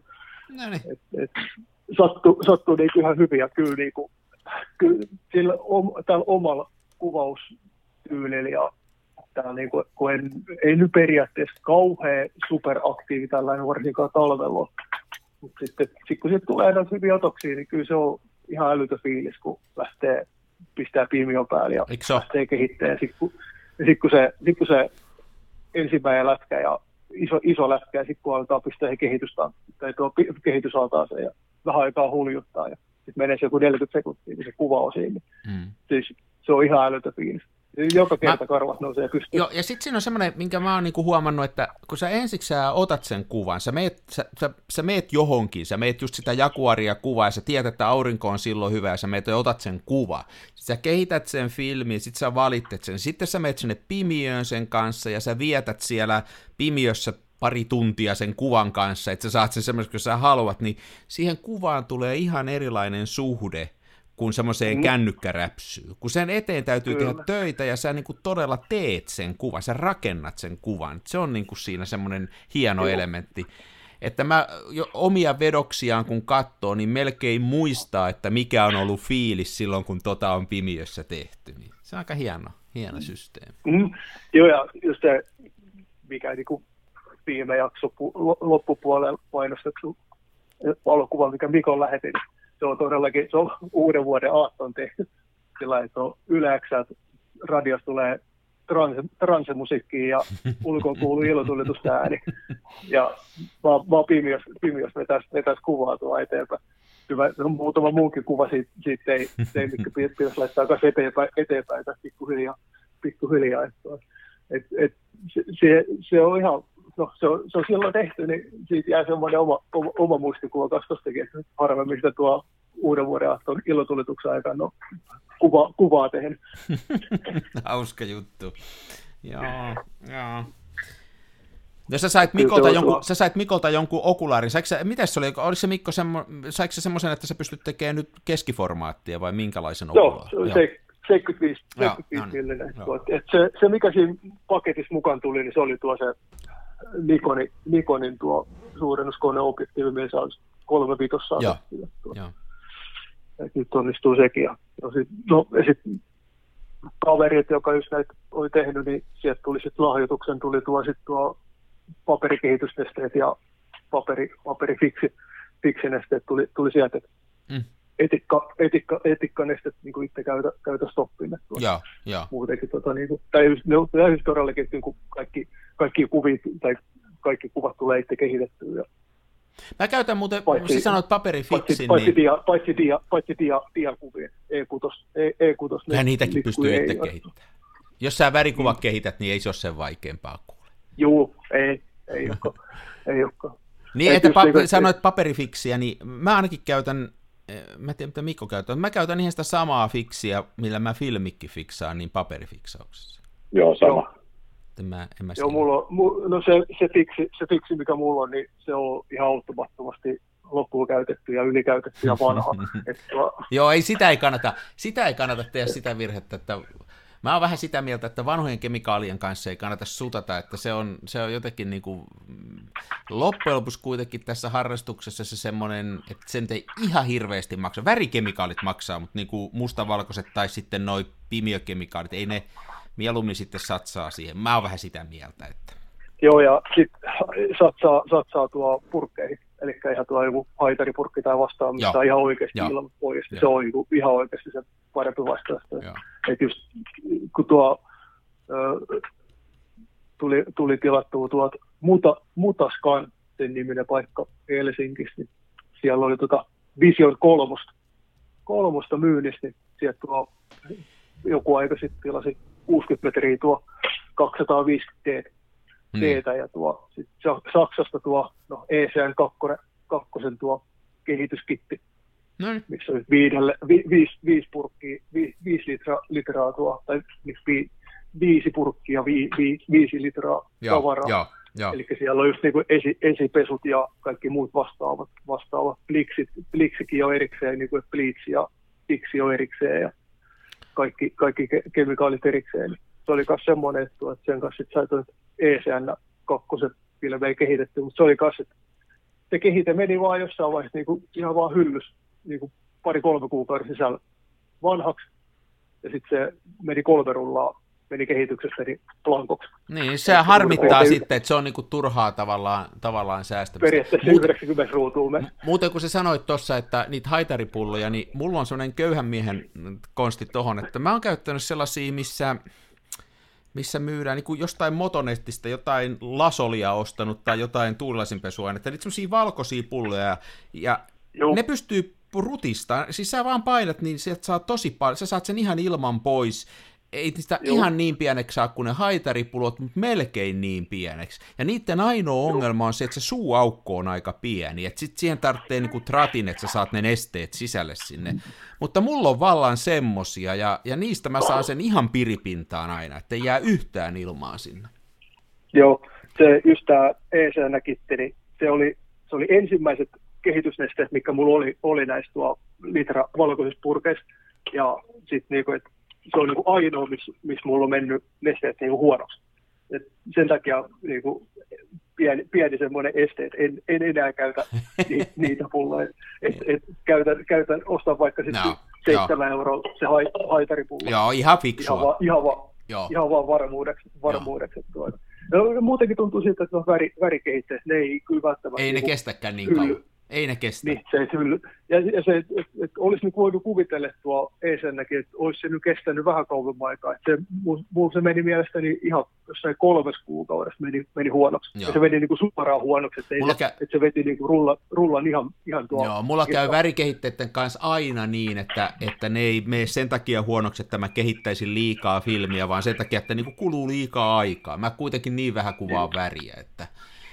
No niin. Et, et, sattu, sattu niin ihan hyviä kyllä, niin kuin, kyllä sillä om, tällä omalla kuvaustyylillä ja täällä, niin kuin, kun en, ei nyt periaatteessa kauhean superaktiivi tällainen varsinkaan talvella, mutta sitten sit, kun sitten tulee näitä hyviä otoksia, niin kyllä se on ihan älytön fiilis, kun lähtee pistää piimion päälle ja lähtee kehittämään. Sitten kun, sit, kun, se, sit, kun se ensimmäinen lätkä ja iso, iso lätkä ja sitten kun aletaan pistää kehitystä, tai tuo kehitysaltaaseen ja vähän aikaa huljuttaa ja sitten menee se joku neljäkymmentä sekuntia, niin se kuva on siinä. Mm. Siis se on ihan älytön fiilis. Joka kerta mä, karvat nousee pystyyn. Joo, ja sitten siinä on semmoinen, minkä mä oon niinku huomannut, että kun sä ensiksi sä otat sen kuvan, sä meet, sä, sä, sä meet johonkin, sä meet just sitä Jaguaria kuvaa, ja sä tiedät, että aurinko on silloin hyvä, ja sä meet ja otat sen kuva. Sitten sä kehität sen filmin, sit sä valittet sen, sitten sä meet sinne pimiöön sen kanssa, ja sä vietät siellä pimiössä pari tuntia sen kuvan kanssa, että sä saat sen semmoisen, kun sä haluat, niin siihen kuvaan tulee ihan erilainen suhde, kun semmoiseen mm. kännykkäräpsyy. Kun sen eteen täytyy Kyllä. tehdä töitä ja sä niinku todella teet sen kuvan, sä rakennat sen kuvan. Se on niinku siinä semmoinen hieno Kyllä. elementti. Että mä jo omia vedoksiaan kun katsoo, niin melkein muistaa, että mikä on ollut fiilis silloin, kun tota on pimiössä tehty. Niin se on aika hieno, hieno systeemi. Mm. Joo, ja just se, mikä niinku viime jakso loppupuolella mainostettu valokuva, mikä Mikon lähetin, se on todellakin, se on uuden vuoden aatton tehty sillä, että on yleensä, radiosta tulee transe, transemusiikkia ja ulkoon kuuluu ilotuletusta ääni. Ja vaan, vaan pimiös, pimiös vetäisi, vetäisi kuvaa tuo eteenpäin. Hyvä, on muutama muukin kuva siitä, siitä ei, ei mitkä pitäisi laittaa kanssa eteenpäin, eteenpäin tässä pikkuhiljaa. pikkuhiljaa. Et, et, et, se, se, se on ihan, no se on, se on silloin tehty, niin siitä jää semmoinen oma, oma, oma muistikuva kastostakin, että harvemmin sitä tuo uuden vuoden aatton ilotulituksen aikana no, kuva, kuvaa tehnyt. Hauska juttu. Joo, joo. Ja sä sait Mikolta, jonkun, sä sait Mikolta jonkun okulaarin. Mitäs se oli? Oliko se Mikko semmo, saiko se semmoisen, että sä pystyt tekemään nyt keskiformaattia vai minkälaisen okulaarin? Joo, se oli seitsemänkymmentäviisi millinen. Se, se, mikä siinä paketissa mukaan tuli, niin se oli tuo se Nikonin, Nikonin tuo suurennuskoneobjektiivi, millä saa kolme vitossa asettia. Nyt onnistuu sekin. Ja, no, sit, no, ja sitten kaverit, joka just näitä oli tehnyt, niin sieltä tuli sitten lahjoituksen, tuli tuo sitten tuo paperikehitysnesteet ja paperi, paperifiksinesteet tuli, tuli sieltä. Mm. Etikka, etikka, etikkanestet niin kuin itse käytä, käytä stoppin. Ja, ja. Muutenkin, tota, niin kuin, tai just, ne on just todellakin, että niin kaikki, kaikki, kuvit, tai kaikki kuvat tulee itse kehitettyä. Ja mä käytän muuten, paitsi, siis sanoit paperifiksin, paitsi, paitsi, niin dia, paitsi dia, paitsi dia, diakuvia, E kuusi. E kuusi ja niitäkin pystyy itse kehittämään. Jos sä värikuva mm. kehität, niin ei se ole sen vaikeampaa kuule. Juu, ei, ei olekaan. ei olekaan. Niin, että pa- sanoit paperifiksiä, niin mä ainakin käytän, mä en tiedä mitä Mikko käytää, mä käytän ihan sitä samaa fiksiä, millä mä filmikki fiksaan, niin paperifiksauksessa. Joo, sama. Mä, en mä Joo, mulla on, no se, se, fiksi, se fiksi, mikä mulla on, niin se on ihan automattomasti loppuun käytetty ja ylikäytetty ja vanha. Että... Joo, ei, sitä ei kannata, sitä ei kannata tehdä sitä virhettä, että mä oon vähän sitä mieltä, että vanhojen kemikaalien kanssa ei kannata sutata, että se on, se on jotenkin niin kuin, loppujen lopuksi kuitenkin tässä harrastuksessa se semmoinen, että sen ei ihan hirveästi maksa. Värikemikaalit maksaa, mutta niin kuin mustavalkoiset tai sitten noi pimiökemikaalit, ei ne mieluummin sitten satsaa siihen. Mä oon vähän sitä mieltä, että... Joo, ja sitten satsaa, satsaa tuo purkkeihin, eli ihan tuo joku haitaripurkki tai vastaan, mistä on ihan oikeasti ilman pois. Se on ihan oikeasti se parempi vastaus. Että just kun tuo ö, tuli, tuli tilattua tuot Muta, Mutaskan, sen niminen paikka Helsingissä, niin siellä oli tuota Vision kolmosta, kolmosta myynnissä, niin sieltä tuo joku aika sitten tilasi kuusikymmentä metriä tuo kaksisataaviisikymmentä D-tä ja tuo sit Saksasta tuo no E C N kaksi tuo kehityskitti, Noin. missä on viidelle, vi, viisi, viisi purkkia, vi, viisi litra, litraa tuo, tai vi, viisi purkkia, vi, vi, viisi litraa tavaraa. Eli siellä on just niinku esi, esipesut ja kaikki muut vastaavat, vastaavat pliksit, pliksikin on erikseen, niin kuin bleach ja piksi on erikseen ja kaikki, kaikki ke- kemikaalit erikseen. Se oli myös semmoinen, että sen kanssa sai tuon E C N kaksi pilveä kehitetty, mutta se oli myös, että se kehite meni vaan jossain vaiheessa niin kuin, ihan vaan hyllys niin kuin pari-kolme kuukauden sisällä vanhaksi. Ja sitten se meni kolme rullaa, meni kehityksestä niin blankoksi. Niin, se harmittaa sitten, että se on niinku turhaa tavallaan, tavallaan säästämistä. Periaatteessa Muuten, yhdeksänkymmentä ruutua me. muuten kun sä sanoit tuossa, että niitä haitaripulloja, niin mulla on sellainen köyhän miehen konsti tohon, että mä oon käyttänyt sellaisia, missä, missä myydään niin kuin jostain Motonettista jotain lasolia ostanut tai jotain tuulilasinpesuainetta, niitä sellaisia valkoisia pulloja, ja Joo. ne pystyy rutista, siis sä vaan painat, niin sieltä saa tosi paljon, sä saat sen ihan ilman pois, ei sitä Joo. ihan niin pieneksi saa kuin ne haitaripullot, mutta melkein niin pieneksi. Ja niiden ainoa ongelma on se, että se suuaukko on aika pieni, että sit siihen tarvitsee niinku tratin, että sä saat ne nesteet sisälle sinne. Mutta mulla on vallan semmosia, ja, ja niistä mä saan sen ihan piripintaan aina, että ei jää yhtään ilmaa sinne. Joo, se just tää E C-näkitti, niin se oli, se oli ensimmäiset kehitysnesteet, mikä mulla oli, oli näissä tuo litra valkoisissa purkeissa, ja sitten niinku, että se on niinku ainoa, missä mis mulla on mennyt nesteet niinku huonoksi. Et sen takia niinku pieni, pieni semmoinen este, että en, en enää käytä ni, niitä pulloja. Et, et käytän, käytän, ostan vaikka sitten no, seitsemän euroa se hai, haitaripullo. Joo, ihan fiksua. Ihan, va, ihan, va, ihan vaan varmuudeksi. varmuudeksi tuota. No, muutenkin tuntuu siltä, että no, väri, värikehitteet, ne ei kyllä välttämättä... Ei ne niinku, kestäkään niin kauan. Ei ne kestä. Niin, se ei hylly. Ja, ja se, että et, olisi nyt voinut kuvitella tuo E C-näkin, että olisi se nyt kestänyt vähän kauemmin aikaa. Se, mulla se meni mielestäni ihan jossain kolmessa kuukaudessa meni, meni huonoksi. Joo. Ja se meni niinku suoraan huonoksi, että, käy... se, että se veti niinku rulla, rullan ihan, ihan tuo. Joo, mulla käy ihan... värikehitteiden kanssa aina niin, että, että ne ei mene sen takia huonoksi, että mä kehittäisin liikaa filmiä, vaan sen takia, että niinku kuluu liikaa aikaa. Mä kuitenkin niin vähän kuvaan niin. väriä, että...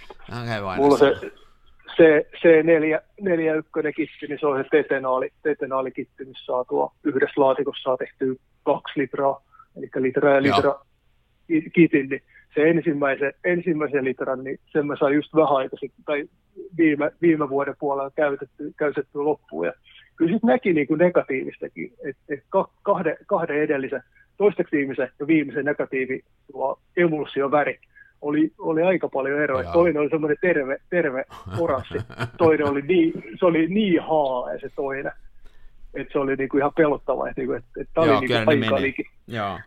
Mulla se... Se C neljä yksi kitti, niin se on se tetenaali, tetenaalikitti, missä saa tuo yhdessä laatikossa saa tehtyä kaksi litraa, eli litra ja litra kitin, niin se ensimmäisen, ensimmäisen litran, niin sen mä sain just vähän aikaisin, tai viime, viime vuoden puolella käytetty, käytetty loppuun, ja kyllä sitten näki niin kuin negatiivistakin, että et kahden, kahden edellisen, toisteksi viimeisen ja viimeisen negatiivi tuo emulsioväri, Oli, oli aika paljon eroa. Jaa. Toinen oli semmoinen terve, terve oranssi. Toinen oli niin, se oli niin haalea se toinen, että se oli niinku ihan pelottava. Että, että, että tämä oli niinku aika liki. Joo.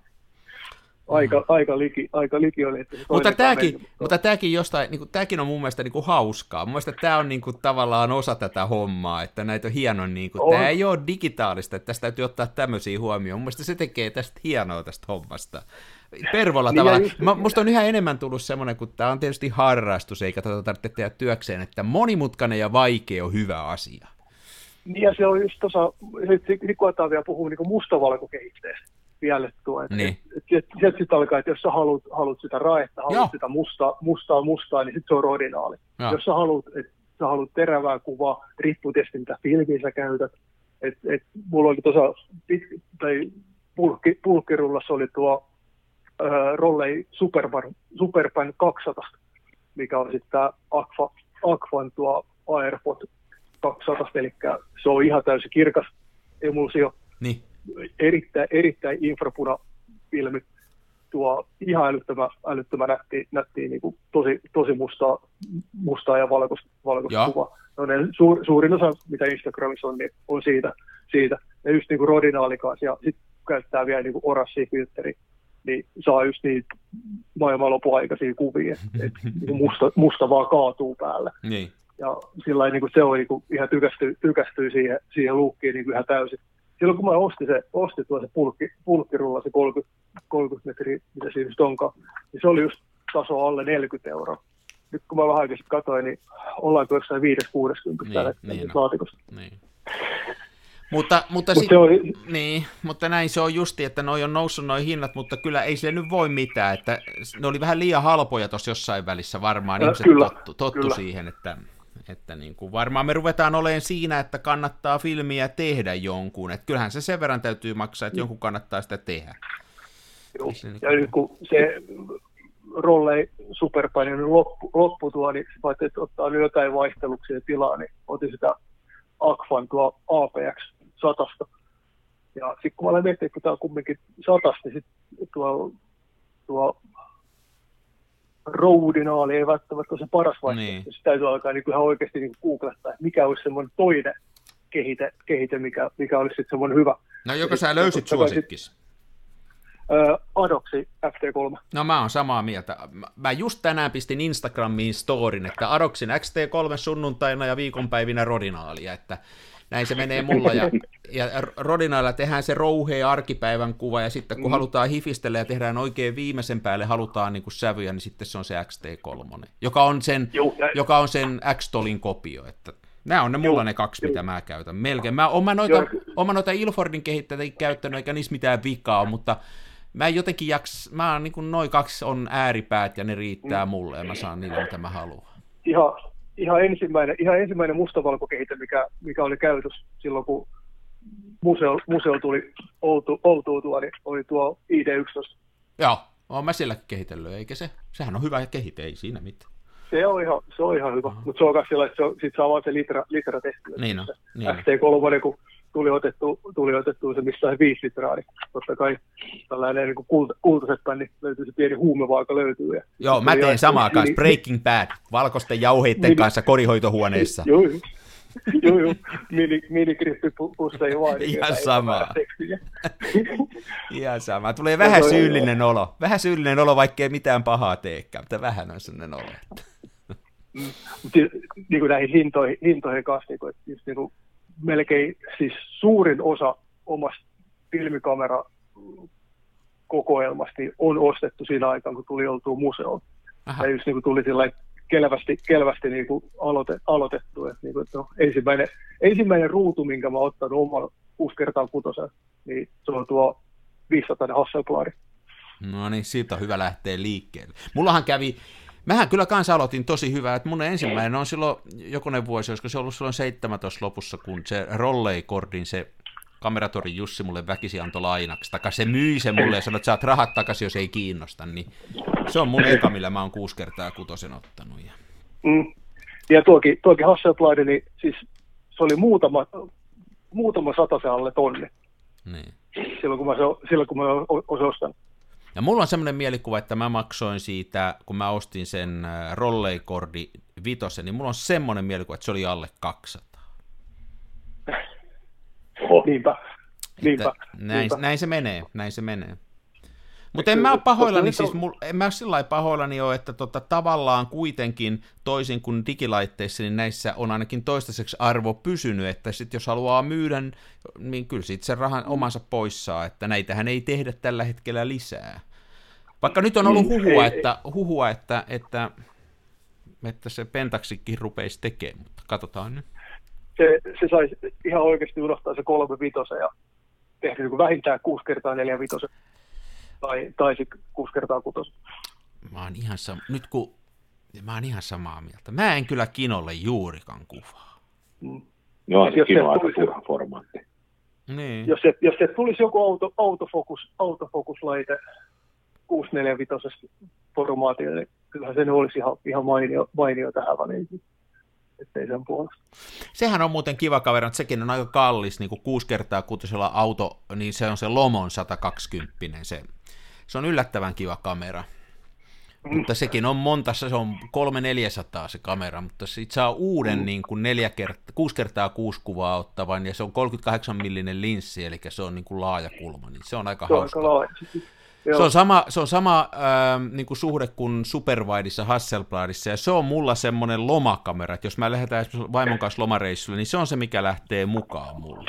Aika, aika, liki, aika liki oli. Että mutta tämäkin, mutta tämäkin, jostain, niin kuin, tämäkin on mun mielestä niin kuin hauskaa. Mun mielestä tämä on niin kuin, tavallaan osa tätä hommaa, että näitä on hieno, niin kuin, on. Tämä ei ole digitaalista, että tästä täytyy ottaa tämmöisiä huomioon. Mun mielestä se tekee tästä hienoa tästä hommasta. Pervolla niin tavallaan. Just, Mä, musta on yhä enemmän tullut semmoinen, kun tämä on tietysti harrastus, eikä tätä tarvitse tehdä työkseen, että monimutkainen ja vaikea on hyvä asia. Niin ja se on just tuossa, sitten koetaan vielä puhua niin mustavalkokehitteestä vielä tuo, että niin. et, et, sieltä sitten alkaa, että jos sä haluat, haluat sitä raetta, haluat Joo. sitä mustaa, mustaa, mustaa, niin sitten se on rodinaali. Joo. Jos sä haluat, että sä haluat terävää kuvaa, riippuu tietysti mitä filmiä sä käytät. Et, et, mulla oli tuossa, tai pulkki, pulkkirullassa oli tuo äh, Rollei Superpan, Superpan kaksisataa, mikä on sitten tämä Agfa, Agfan tuo Airpod kaksisataa, eli se on ihan täysin kirkas emulsio. Niin. Erittäin, erittäin infrapuna filmi, tuo ihan älyttömän, älyttömän nättiä, nättiä niin kuin tosi, tosi mustaa, mustaa ja valkoista, valkoista kuvaa. No ne suur, suurin osa, mitä Instagramissa on, niin on siitä. siitä. Ja just niin kuin rodinaali kanssa, ja sitten käyttää vielä niin kuin oranssia filtteri, niin saa just niitä maailman lopuaikaisia kuvia, että et, niin musta, musta vaan kaatuu päälle. Niin. Ja sillä niin kuin se on niin kuin ihan tykästyy, tykästyy siihen, siihen luukkiin niin kuin ihan täysin. Silloin kun mä ostin, se, ostin tuo se pulkki, pulkkirulla, se kolmekymmentä, kolmekymmentä metriä, mitä siinä nyt onkaan, niin se oli just taso alle neljäkymmentä euroa. Nyt kun mä vähän aikaa sitten katsoin, niin ollaanko jossain viisi kuusikymmentä niin, tällä niin laatikosta. Niin. Mutta, mutta, Mut sit, oli... niin, mutta näin se on justi, että noi on noussut noi hinnat, mutta kyllä ei sille nyt voi mitään, että ne oli vähän liian halpoja tuossa jossain välissä varmaan, ihmiset kyllä, tottu, tottu kyllä. siihen, että... Että niin kuin varmaan me ruvetaan olemaan siinä, että kannattaa filmiä tehdä jonkun. Että kyllähän se sen verran täytyy maksaa, että jonkun kannattaa sitä tehdä. Joo. Ja nyt kun se Rollei Superpainin loppu, loppu tuo, niin vaikka et ottaa nyt jotain vaihteluksia tilaa, niin otin sitä Agfan tuo A P X satasta. Ja sitten kun mä olen miettinyt, kun tämä on kumminkin satasta, niin sitten tuo, tuo roudinaali ei välttämättä ole se paras vaihtoehto. Niin. Sitten täytyy alkaa niin kuin ihan oikeasti niin kuin googlettaa, että mikä olisi semmoinen toinen kehite, kehite mikä, mikä olisi sitten semmoinen hyvä. No joko sä löysit suosikkis? Ää, Adoxi F T kolme. No mä oon samaa mieltä. Mä just tänään pistin Instagramiin storin, että Adoxin X T kolme sunnuntaina ja viikonpäivinä rodinaalia, että näin se menee mulla. Ja, ja rodinailla tehdään se rouhea arkipäivän kuva, ja sitten kun mm. halutaan hifistellä ja tehdään oikein viimeisen päälle, halutaan niin kuin sävyjä, niin sitten se on se X T kolme, joka on sen, Juh, joka on sen X-Tolin kopio. Että nämä on ne mulla Juh, ne kaksi, Juh. mitä mä käytän. Melkein. Mä oon mä noita, oon noita Ilfordin kehittäjiä käyttänyt, eikä niissä mitään vikaa, mutta mä jotenkin jaks, mä oon niin kuin noin kaksi on ääripäät, ja ne riittää mm. mulle, ja mä saan niille, mitä mä haluan. Ihan, ihan, ensimmäinen, ihan ensimmäinen mustavalkokehite, mikä, mikä oli käytössä silloin, kun museo, museo tuli oltu, oltuutua, niin oli tuo I D yksitoista. Joo, oon mä silläkin kehitellyt, eikä se? Sehän on hyvä kehite, ei siinä mitään. Se on ihan, se on ihan hyvä, uh-huh. mutta se on myös sillä, että se, sit saa vaan se litra, litra testiä. Niin on, niin F T kolme, kun tuli otettu, tuli otettu se missään viisi litraa, niin totta kai tällainen niin kulta, kultasetpäin, niin löytyy se pieni huumevaaka löytyy. Ja joo, mä teen samaa kanssa, Breaking Bad, valkoisten jauheiden mini, kanssa kodinhoitohuoneessa. Joo, joo, joo, joo. Mini, minigrippipusseihin vaan. Ihan sama. Ihan sama. Tulee vähän syyllinen olo. Vähän syyllinen olo, vaikkei mitään pahaa teekään, mutta vähän on sellainen olo. Mm. Niin kuin näihin hintoihin, hintoihin kanssa, niin kuin, että just niin kuin melkein siis suurin osa omasta filmikamerakokoelmasta niin on ostettu siinä aikaan, kun tuli oltua museoon. Ja just niin kuin tuli sillä kelvästi, kelvästi niin kuin aloite, aloitettu. Että niin kuin, että no, ensimmäinen, ensimmäinen ruutu, minkä mä oon ottanut omalla kuusi kertaa kutosen, niin se on tuo viisisataa Hasselblad. No niin, siitä on hyvä lähteä liikkeelle. Mullahan kävi, mähän kyllä kanssa aloitin tosi hyvää, että mun ensimmäinen on silloin jokunen vuosi, olisiko se ollut silloin seitsemäntoista lopussa, kun se Rollei-kordin se Kameratorin Jussi mulle väkisi antoi lainaksi, taikka se myi se mulle ja sanoi, että saat rahat takaisin, jos ei kiinnosta, niin se on mun eka, millä mä oon kuusi kertaa kutosen ottanut. Ja, mm. ja tuokin, tuokin Hasselblad, niin siis se oli muutama, muutama satasen alle tonni, niin. silloin kun mä, silloin, kun mä olisin ostanut. Ja mulla on semmoinen mielikuva, että mä maksoin siitä, kun mä ostin sen Rollei-kordi vitosen, niin mulla on semmoinen mielikuva, että se oli alle kaksisataa. Oh. Niinpä, niinpä, näin, niinpä. Näin se menee, näin se menee. Mutta en mä ole pahoillani, siis mul, en mä ole sillä lailla pahoillani ole, että tota, tavallaan kuitenkin toisin kuin digilaitteissa, niin näissä on ainakin toistaiseksi arvo pysynyt, että sit jos haluaa myydä, niin kyllä sit sen rahan omansa pois saa, että näitähän ei tehdä tällä hetkellä lisää. Vaikka nyt on ollut huhua, että, huhua, että, että, että se Pentaxikin rupeisi tekemään, mutta katsotaan nyt. Se, se saisi ihan oikeasti unohtaa se kolme vitosen ja tehdä niin kuin vähintään kuusi kertaa neljä vitosen. Tai, tai sitten kuusi kertaa kutosen. Mä oon ihan, sam- nyt kun, mä oon ihan samaa mieltä. Mä en kyllä Kinolle juurikaan kuvaa. Mm. No, se Kino on aika turha formaatti. Niin. Jos se, jos se tulisi joku auto, autofokus, autofokuslaite kuusi neljä viisi formaatio, niin kyllähän se olisi ihan, ihan mainio, mainio tähän väliin. Ettei sen puolesta. Sehän on muuten kiva kaveri, että sekin on aika kallis, niin kuin kuusi kertaa kuutosella auto, niin se on se Lomon sata kaksikymmentä. Se, se on yllättävän kiva kamera. Mm. Mutta sekin on monta, se on kolme neljäsataa se kamera, mutta siitä saa uuden mm. niin kuin neljä kertaa, kuusi kertaa kuusi kuvaa ottavan, ja se on kolmekymmentäkahdeksan millinen linssi, eli se on niin kuin laaja kulma, niin se on aika se hauska. On aika Se on sama, se on sama äh, niin kuin suhde kuin Superwideissa Hasselbladissa, ja se on mulla semmoinen lomakamera, että jos mä lähdetään vaimon kanssa lomareissulle, niin se on se, mikä lähtee mukaan mulle.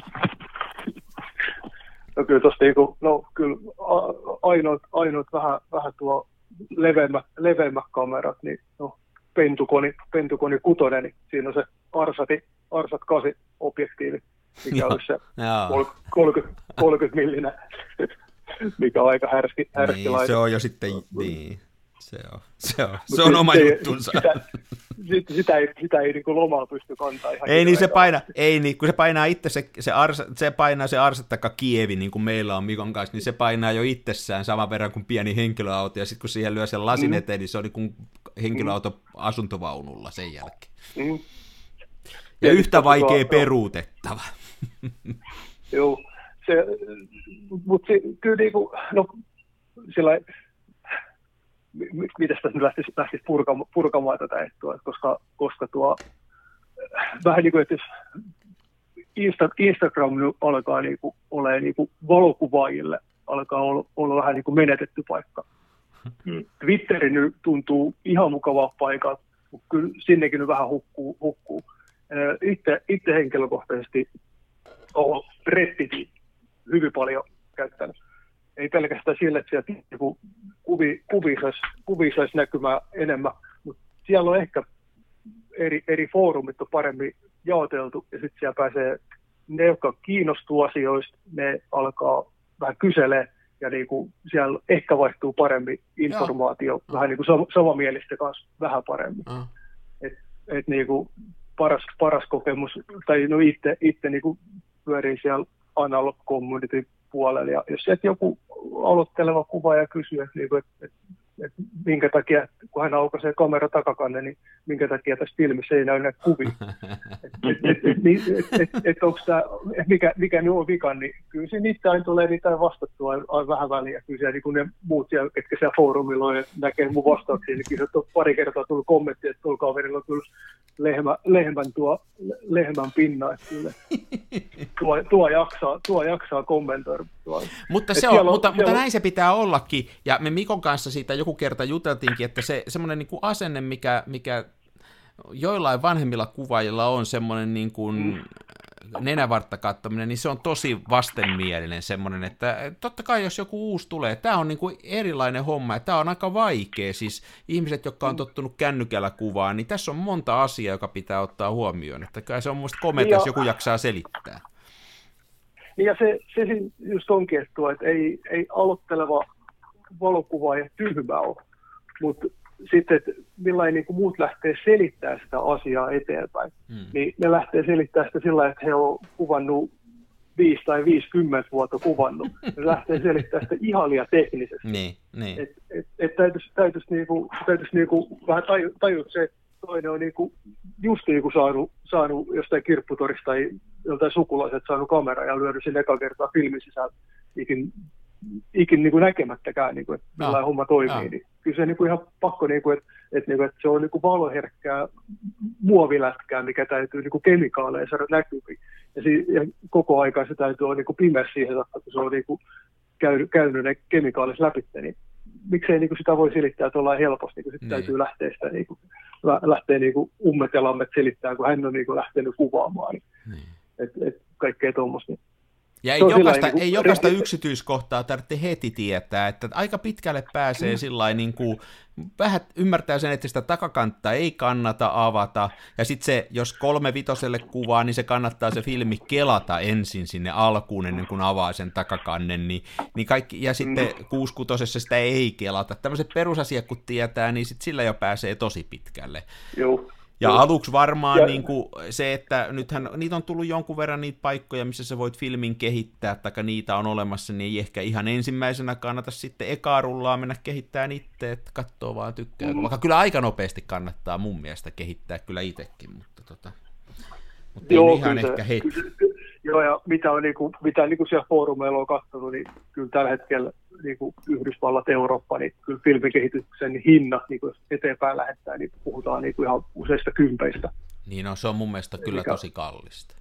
No kyllä tosta niinku, no kyllä ainoat, ainoat vähän, vähän tuo leveämmät, leveämmät kamerat, niin no Pentukoni, Pentukoni kutonen, niin siinä on se Arsati, Arsat kasi objektiivi, mikä olisi se kolmekymmentä, kolmekymmentä millinen. Mikä on aika härski, härski niin, laite. Se on jo sitten, niin, se on, se on, se on oma se, juttunsa. Sitä, sitä, sitä ei, sitä ei niin kuin lomalla pysty kantaa ihan. Ei niin, se painaa, ei niin, kun se painaa itse, se, se, arsa, se painaa se Arsatakka Kievi, niin kuin meillä on Mikon kanssa, niin se painaa jo itsessään saman verran kuin pieni henkilöauto, ja sitten kun siihen lyö sen lasin eteen, mm. niin se on niin kuin henkilöauto mm. asuntovaunulla sen jälkeen. Mm. Ja, ja yhtä vaikea peruutettava. Joo. Se, mutta se, kyllä niinku, no, sillä miten sitä nyt lähtisi, lähtisi purkamaan, purkamaan tätä etua, koska, koska tuo, vähän niin kuin, että jos Insta, Instagram alkaa niin kuin, olemaan niin kuin valokuvaajille, alkaa olla, olla vähän niin kuin menetetty paikka. Mm. Twitteri nyt tuntuu ihan mukavaa paikalta, mutta kyllä sinnekin nyt vähän hukkuu. hukkuu. Itse, itse henkilökohtaisesti olen Redditin hyvin paljon käyttänyt. Ei pelkästään sille, että sieltä kuvi, kuvia saisi kuvi sais näkymään enemmän, mutta siellä on ehkä eri, eri foorumit on paremmin jaoteltu, ja sitten siellä pääsee ne, jotka kiinnostuu asioista, ne alkaa vähän kyselee, ja niin kuin siellä ehkä vaihtuu paremmin informaatio, Joo. vähän niin kuin sam- samamielistä kanssa vähän paremmin. Mm. Et, et niin kuin paras, paras kokemus, tai no itse, itse niin kuin pyörii siellä analog community puolella, ja jos sieltä joku aloitteleva kuva ja kysyy, että, niin että, että, että minkä takia, kun hän aukaisee kamera takakanne, niin minkä takia tässä filmissä ei näy näitä kuvia. Että onko tämä, mikä, mikä nyt on vikan, niin kyllä se niitä aina tulee niitä vastattua aina vähän väliä. Kyllä siellä niin ne muut, siellä, ketkä siellä foorumilla on ja näkee mun vastauksia, niin kyllä on pari kertaa tullut kommentti, että tuolla kaverilla on kyllä lehmä, lehmän, tuo, lehmän pinna, että kyllä tuo, tuo, jaksaa, tuo jaksaa kommentoida. Tuo. Mutta, se on, on, mutta, mutta on... näin se pitää ollakin, ja me Mikon kanssa siitä joku kerta juteltiinkin, että se semmoinen niin kuin asenne, mikä, mikä joillain vanhemmilla kuvaajilla on semmoinen niin kuin mm. nenävartta katsominen, niin se on tosi vastenmielinen semmoinen, että totta kai jos joku uusi tulee, tämä on niin kuin erilainen homma, ja tämä on aika vaikea, siis ihmiset, jotka on tottunut kännykällä kuvaan, niin tässä on monta asiaa, joka pitää ottaa huomioon, että kai se on musta komenta, jos joku jaksaa selittää. Ja se, se just onkin, että, että ei, ei aloitteleva valokuvaaja tyhmä ole, mutta sitten, että millainen niin kuin muut lähtee selittämään sitä asiaa eteenpäin, hmm. niin ne lähtee selittämään sitä sillä, että he on kuvannut viisi tai viisikymmentä vuotta kuvannut. Ne lähtee selittämään sitä ihalia teknisesti. Niin, niin. Että et, et täytyisi, täytyisi, niinku, täytyisi niinku vähän taju, tajuta se, että toinen on niinku, just niinku saanut, saanut jostain kirpputorista tai joltain sukulaiset saanut kamera ja lyönyt sen eka kertaa filmin sisällä ikin, ikin niinku näkemättäkään, niinku, että millainen no. homma toimii. No. Niin kyllä se niinku ihan pakko, niinku, että et, niinku, et se on niinku valoherkkää muovilätkää, mikä täytyy niinku kemikaaleja saada näkyviin. Ja, si- ja koko aika se täytyy olla niinku pimeä siihen, että kun se on niinku käynyt, käynyt ne kemikaalit läpi, niin miksei niinku sitä voi selittää tuollain helposti, kun sitten niin. täytyy lähteä sitä niinku, lähteä niinku ummet ja lammet selittämään, kun hän on niinku lähtenyt kuvaamaan. Niin. Niin. Et, et kaikkea tuommoista. Ja ei jokaista, niin kuin, ei jokaista yksityiskohtaa tarvitse heti tietää, että aika pitkälle pääsee mm. sillain niin kuin, vähän ymmärtää sen, että sitä takakantta ei kannata avata, ja sitten se, jos kolme vitoselle kuvaa, niin se kannattaa se filmi kelata ensin sinne alkuun, ennen kuin avaa sen takakannen, niin, niin kaikki, ja sitten mm. kuusikutosessa sitä ei kelata. Tämmöiset perusasiat, kun tietää, niin sit sillä jo pääsee tosi pitkälle. Joo. Ja aluksi varmaan ja, niin kuin se, että nythän niitä on tullut jonkun verran niitä paikkoja, missä sä voit filmin kehittää, taikka niitä on olemassa, niin ei ehkä ihan ensimmäisenä kannata sitten ekaa rullaa mennä kehittämään itse, että katsoo vaan tykkää. Mm. Vaikka kyllä aika nopeasti kannattaa mun mielestä kehittää kyllä itsekin, mutta, tota, mutta joo, ei ihan kyllä, ehkä heti. Joo, ja mitä, on, niin kuin, mitä niin kuin siellä foorumeilla on katsonut, niin kyllä tällä hetkellä niin kuin Yhdysvallat, Eurooppa, niin kyllä filmikehityksen hinnat niin kuin eteenpäin lähettää, niin puhutaan niin kuin ihan useista kympeistä. Niin no, se on mun mielestä kyllä Mikä, tosi kallista.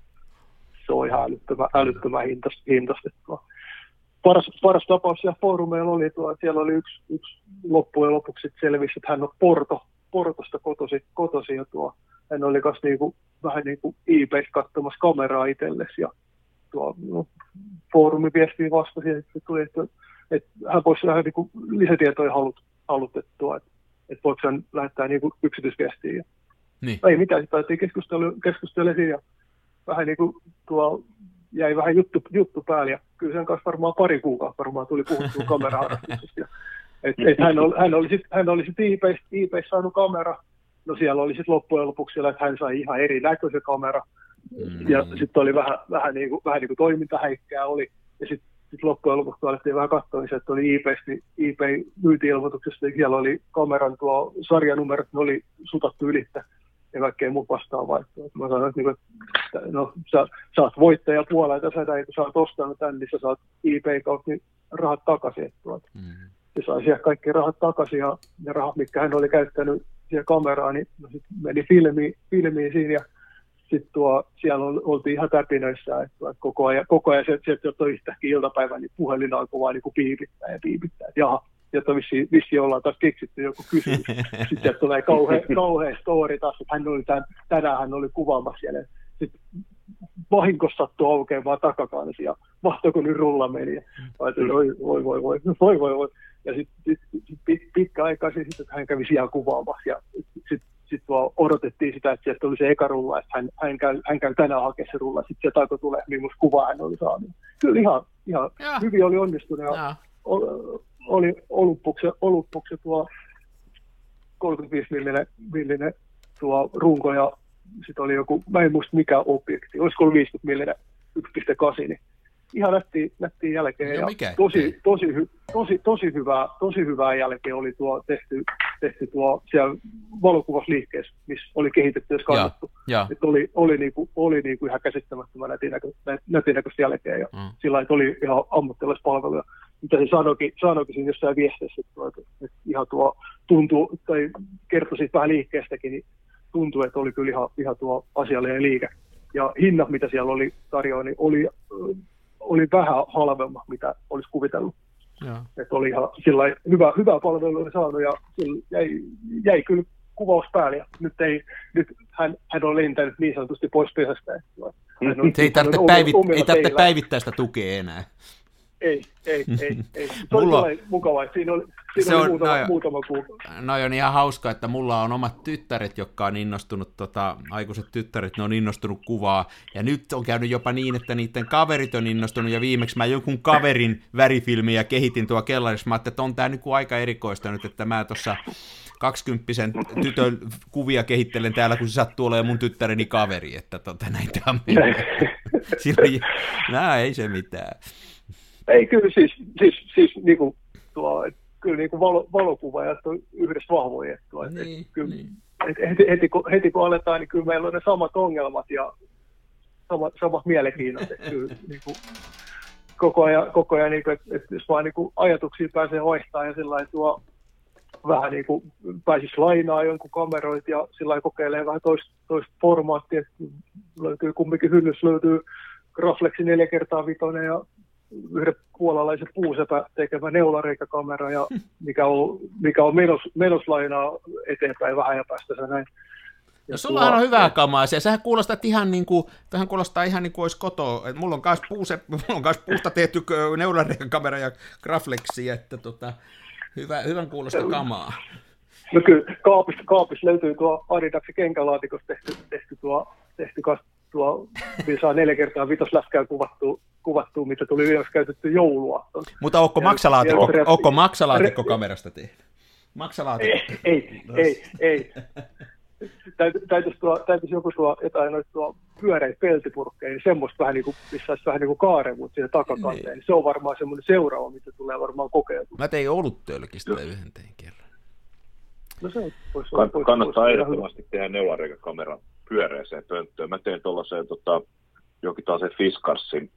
Se on ihan älyttömän, älyttömän hintastettua. Paras, paras tapaus siellä foorumeilla oli tuo, että siellä oli yksi, yksi loppujen lopuksi selvisi, että hän on Porto, Portosta kotosi, kotosi ja tuo, hän oli myös niinku, vähän niin kuin eBaystä katsomassa kameraa itsellesi ja tuo no, foorumin viestiin vastasi, että, tuli, että, että hän voisi vähän niin kuin lisätietoja halut, halutettua, että, että voiko hän lähettää niin kuin yksityisviestiä. Ja niin. Ei mitään, sitten päätiin keskustelemaan ja vähän niin kuin tuo jäi vähän juttu, juttu päälle ja kyllä sen kanssa varmaan pari kuukautta varmaan tuli puhuttua kameraharrastuksesta. Et, et hän oli, hän oli sitten hän oli sit eBaystä, eBaystä saanut kamera. No siellä oli sitten loppujen lopuksi siellä, että hän sai ihan erinäköisen kamera. Mm. Ja sitten oli vähän, vähän, niin kuin, vähän niin kuin toimintahäikkää oli. Ja sitten sit loppujen lopuksi alettiin vähän katsoa, niin että oli eBaystä, niin eBay myynti-ilmoituksessa, niin siellä oli kameran tuo sarjanumerot, ne oli sutattu ylittä ja kaikkea muut vastaavaa. Mä sanoin, että, että no, sä, sä oot voittaja puolella, että sä, kun sä oot ostanut tämän, niin sä saat eBay kautta niin rahat takaisin. Mm. se sai siellä kaikki rahat takaisin ja ne rahat, mitkä hän oli käyttänyt siihen kameraan, niin no sit meni filmiin, filmiin siinä ja sitten tuo, siellä oltiin ihan täpinöissä, että koko ajan, koko ajan sieltä sieltä jo yhtäkkiä iltapäivän niin puhelin alkoi vaan niin piipittää ja piipittää, että jaha, jotta vissiin, vissiin ollaan taas keksitty joku kysymys. Sitten sieltä tulee kauhea, kauhea story taas, että hän oli tämän, tänään hän oli kuvaamassa siellä. Sitten vahingossa sattui aukeamaan takakansi ja mahtoiko nyt rulla meni. Ajattelin, voi, voi, voi, voi, voi, voi, voi. Ja sitten sit, sit, pitkä aikaa sitten, että hän kävi siellä kuvaamassa ja sitten sit odotettiin sitä, että sieltä tuli se eka rulla, että hän, hän, käy, hän käy tänään hakemaan se rulla. Sitten sieltä alkoi tulee, millaista kuvaa hän oli saanut. Kyllä ihan, ihan hyvin oli onnistunut. Ja oli Olympuksen tuo kolmekymmentäviisi millinen tuo runko ja sitten oli joku, mä en muista mikä objekti, olisiko ollut viisikymmentä millinen yksi pilkku kahdeksan, niin ihan nättiin, nättiin jälkeen ja, ja tosi, tosi, hy, tosi, tosi, hyvää, tosi hyvää jälkeen oli tuo tehty, tehty tuo siellä valokuvasliikkeessä, missä oli kehitetty ja skannattu. Että oli, oli, niinku, oli niinku ihan käsittämättömän nätinäköistä jälkeen ja mm. sillä lailla, että oli ihan ammattilaispalveluja. Mitä se sanoikin, sanoikin siinä jossain viesteissä, että, että ihan tuo tuntuu, tai kertoi siitä vähän liikkeestäkin, niin tuntui, että oli kyllä ihan, ihan tuo asiallinen liike. Ja hinnat, mitä siellä oli tarjoa, niin oli, oli vähän halvemmat, mitä olisi kuvitellut. Ja. Että oli ihan sillä hyvä, hyvä palvelu oli saanut ja jäi, jäi kyllä kuvaus päälle. Ja nyt, ei, nyt hän, hän on lentänyt niin sanotusti pois pesästä. Mm. Se ei tarvitse, päivit, ei tarvitse päivittäistä tukea enää. Ei, ei, ei, ei. Se mulla oli mukavaa. Siinä oli, siinä se oli on, muutama, no, muutama kuukausi. No on ihan hauska, että mulla on omat tyttäret, jotka on innostunut, tota, aikuiset tyttäret, ne on innostunut kuvaa. Ja nyt on käynyt jopa niin, että niiden kaverit on innostunut. Ja viimeksi mä jonkun kaverin värifilmiä kehitin tuo kellarissa. Mä ajattelin, että on tää niin kuin aika erikoista nyt, että mä tuossa kaksikymppisen tytön kuvia kehittelen täällä, kun se sattuu olemaan mun tyttäreni kaveri. Että tota, näitä on Silloin, no, ei se mitään. Ei, kyllä siis, siis, siis niin kuin tuo, et, kyllä niin kuin valo, valokuvaajat on yhdessä vahvoja. Et, niin, et, kyllä, niin. et, heti, heti, kun, heti kun aletaan, niin kyllä meillä on ne samat ongelmat ja samat, samat mielenkiinnot. Et, kyllä, niin kuin, koko ajan, koko ajan niin kuin, et, et, jos vaan niin kuin ajatuksia pääsee vaihtamaan ja sillä tuo vähän niin kuin pääsisi lainaa jonkun kameroit ja sillä kokeilee vähän toista toist formaattia. Löytyy kumminkin hyllys, löytyy Graflexin neljä kertaa vitonen ja yhden puolalaisen puusepä tekevä neulareikäkamera, ja mikä on, mikä on menos, menoslainaa eteenpäin vähän ja päästä se näin. Ja no sullahan on hyvää kamaa, ja sähän kuulostat ihan niin kuin, tähän kuulostaa ihan niin kuin olisi kotoa, että mulla on myös puuse, mulla on myös puusta tehty neulareikäkamera ja Graflexi, että tota, hyvä, hyvän kuulosta kamaa. No kyllä, kaapista, kaapista löytyy tuo Adidaksen kenkälaatikosta tehty, tehty tuo, tehty tuo, missä saa neljä kertaa vitosläskää kuvattua, kuvattua, mitä tuli viimeksi käytetty jouluaatton. Mutta onko maksalaatikko, ja, onko maksalaatikko kamerasta tehty? Maksalaatikko? Ei, ei, ei. ei. Täytyisi, täytyisi joku tuo jotain noita tuo pyöreitä peltipurkkeja, niin semmoista vähän niin kuin, missä olisi vähän niin kuin kaarevuut siihen takakanteen. Niin. Se on varmaan semmoinen seuraava, mitä tulee varmaan kokeiltua. Mä tein oluttölkistä yhden tein kerran. No se on, pois, Kann, pois, kannattaa pois, ehdottomasti tehdä neulareikäkameran pyöreäseen pönttöön. Mä tein tuollaiseen tota, jokin taas se Fiskarsin.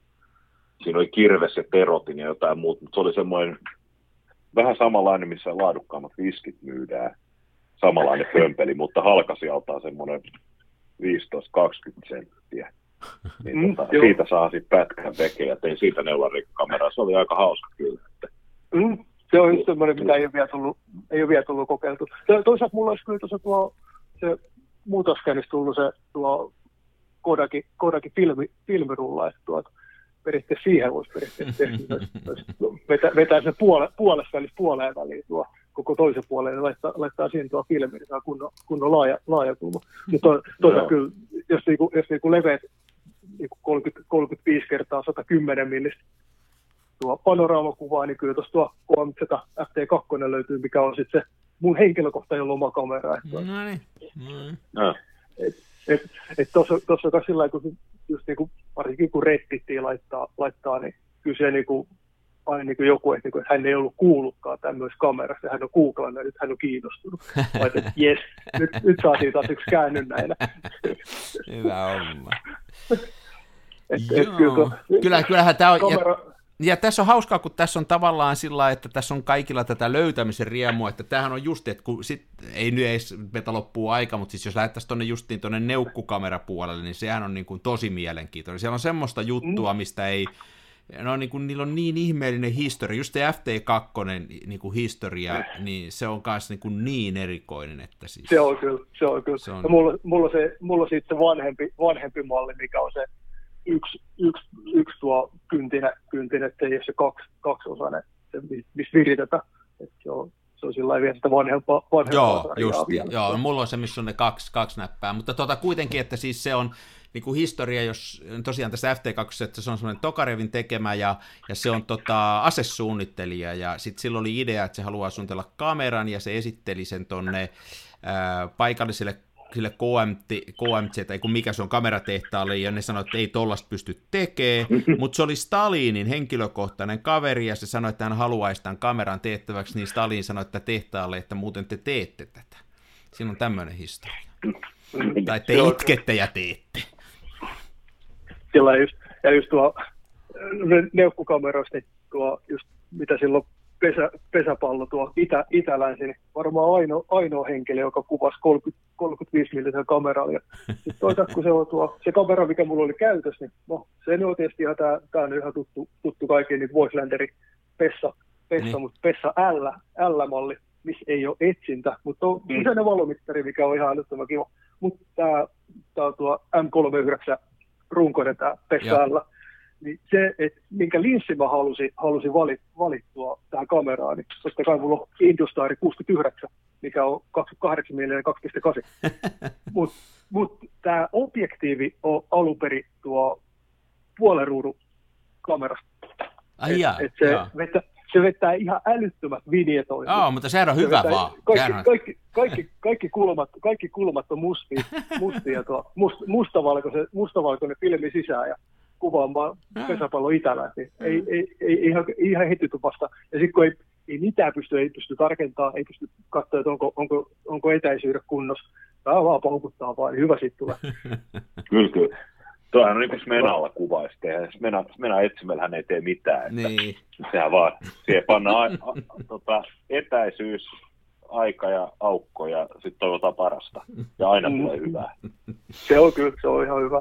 Siinä oli kirves ja perotin ja jotain muuta, mutta se oli semmoinen vähän samanlainen, missä laadukkaammat viskit myydään. Samanlainen pömpeli, mutta halkasijaltaan semmoinen viisitoista kaksikymmentä senttiä. Niin mm, tota, siitä saa sitten pätkän tekemään ja tein siitä neulareikäkameraa. Se oli aika hauska kyllä. Mm, se on just semmoinen, mitä ei ole vielä tullut, ei ole vielä tullut kokeiltu. Toisaalta mulla olisi kyllä tuossa tuo se muutoskäynnissä tullut se tuo Kodakin, Kodakin filmi, filmirulla, että tuot, periaatteessa siihen voisi periaatteessa tehdä, vetää, vetää sen puole, puolessa välissä puoleen väliin tuo koko toisen puoleen ja laittaa, laittaa siihen tuo filmi, niin saa kunnon, kunnon laaja, laaja kulma. Mutta to, toisaalta kyllä, jos, niinku, jos niinku leveät niinku kolmekymmentä, kolmekymmentäviisi kertaa sata kymmenen millistä tuo panoraamakuvaa, niin kyllä tuossa tuo K M Z F T kaksi löytyy, mikä on sitten se mun henkilökohtainen lomakamera. No niin. No. Että et tuossa on sillä lailla, kun just niinku, varsinkin kun reddittiin laittaa, laittaa, niin kyllä se niinku, aina niinku joku, että niinku, hän ei ollut kuullutkaan tämmöisessä kamerassa, ja hän on googlannut, ja nyt hän on kiinnostunut. Laitan, että jes, nyt, nyt saatiin taas yksi käännynnäinä. Hyvä homma. et, et, kyllä, Kyllä, kyllähän tämä on... Kamera, Ja tässä on hauskaa, kun tässä on tavallaan sillä, että tässä on kaikilla tätä löytämisen riemua, että tämähän on just, että kun sit, ei nyt edes meitä loppuu aika, mutta siis jos lähdettäisiin tuonne justiin tuonne neukkukamerapuolelle, niin sehän on niin kuin tosi mielenkiintoinen. Siellä on semmoista juttua, mistä ei, no niin kuin niillä on niin ihmeellinen historia, just se F T kaksi niin kuin historia, niin se on myös niin, kuin niin erikoinen, että siis... Se on kyllä, se on kyllä. Se on... Ja mulla, mulla, se, mulla on sitten se vanhempi, vanhempi malli, mikä on se yksi, yksi, yksi tuo kyntinen, kyntinen, että ei ole se kaksi, kaksiosainen, se, missä viritetään. Että se on, se on sillä vielä sitä vanhempaa, vanhempaa joo, just, joo, mulla on se, missä on ne kaksi, kaksi näppää, mutta tota, kuitenkin, että siis se on niin kuin historia, jos tosiaan tässä F T kaksi, että se on semmoinen Tokarevin tekemä ja, ja se on tota, asesuunnittelija ja sitten sillä oli idea, että se haluaa suunnitella kameran ja se esitteli sen tonne ää, paikalliselle sille K M T, tai kun mikä se on kameratehtaalle, ja ne sanoi, että ei tollasta pysty tekemään, mutta se oli Stalinin henkilökohtainen kaveri, ja se sanoi, että hän haluaisi tämän kameran tehtäväksi, niin Stalin sanoi, että tehtaalle, että muuten te teette tätä. Siinä on tämmöinen historia. Tai te itkette ja teette. Sillä just, ja just tuo neukkukameroista, niin tuo just mitä silloin pesä, pesäpallo tuo itä, itälänsi, niin varmaan ainoa, ainoa henkilö, joka kuvasi kolmekymmentäviisi millimetriä kameralla. Ja sitten toisaalta, kun se on tuo, se kamera, mikä mulla oli käytössä, niin no, se on tietysti ihan, tää, tää on ihan tuttu, tuttu kaikille, niin Voicelanderin Pessa, Pessa niin. Mutta Pessa L, L-malli, missä ei ole etsintä, mutta on mm. useinen valomittari, mikä on ihan älyttömän kiva. Mutta tämä on tuo M kolmekymmentäyhdeksän runkoinen, tämä Pessa L. Niin se, että minkä linssin mä halusin, halusin valit, valittua tähän kameraan, niin totta kai mulla on Industari kuusikymmentäyhdeksän, mikä on kaksikymmentäkahdeksan millimetriä kaksi pilkku kahdeksan. Mutta mut tämä objektiivi on alun perin tuo puolen ruudun kamerasta. Ai jaa, et, et se, jaa. Vettä, se vettää ihan älyttömät vinjetoinnit. Joo, mutta sehän on se hyvä vettää, vaan. Kaikki, on... kaikki, kaikki, kaikki, kulmat, kaikki kulmat on mustia, mustia tuo, must, mustavalkoinen, mustavalkoinen filmi sisään ja kuvaamaan pesäpallo itälään, niin ei, ei, ei, ihan, ihan heti tupasta. Ja sitten kun ei, ei mitään pysty, ei pysty tarkentamaan, ei pysty katsoa, että onko, onko, onko etäisyydet kunnossa. Tämä vaan paukuttaa vaan, niin hyvä sitten tulee. Kyllä, kyllä. Tuohan on niin kuin Smenalla kuvaisi tehdä. Smena, Smena etsimällähän ei tee mitään. Että niin. Sehän vaan, siihen pannaan a, a, tota, etäisyys, aika ja aukko ja sitten toivotaan parasta. Ja aina mm. tulee hyvää. Se on kyllä, se on ihan hyvä.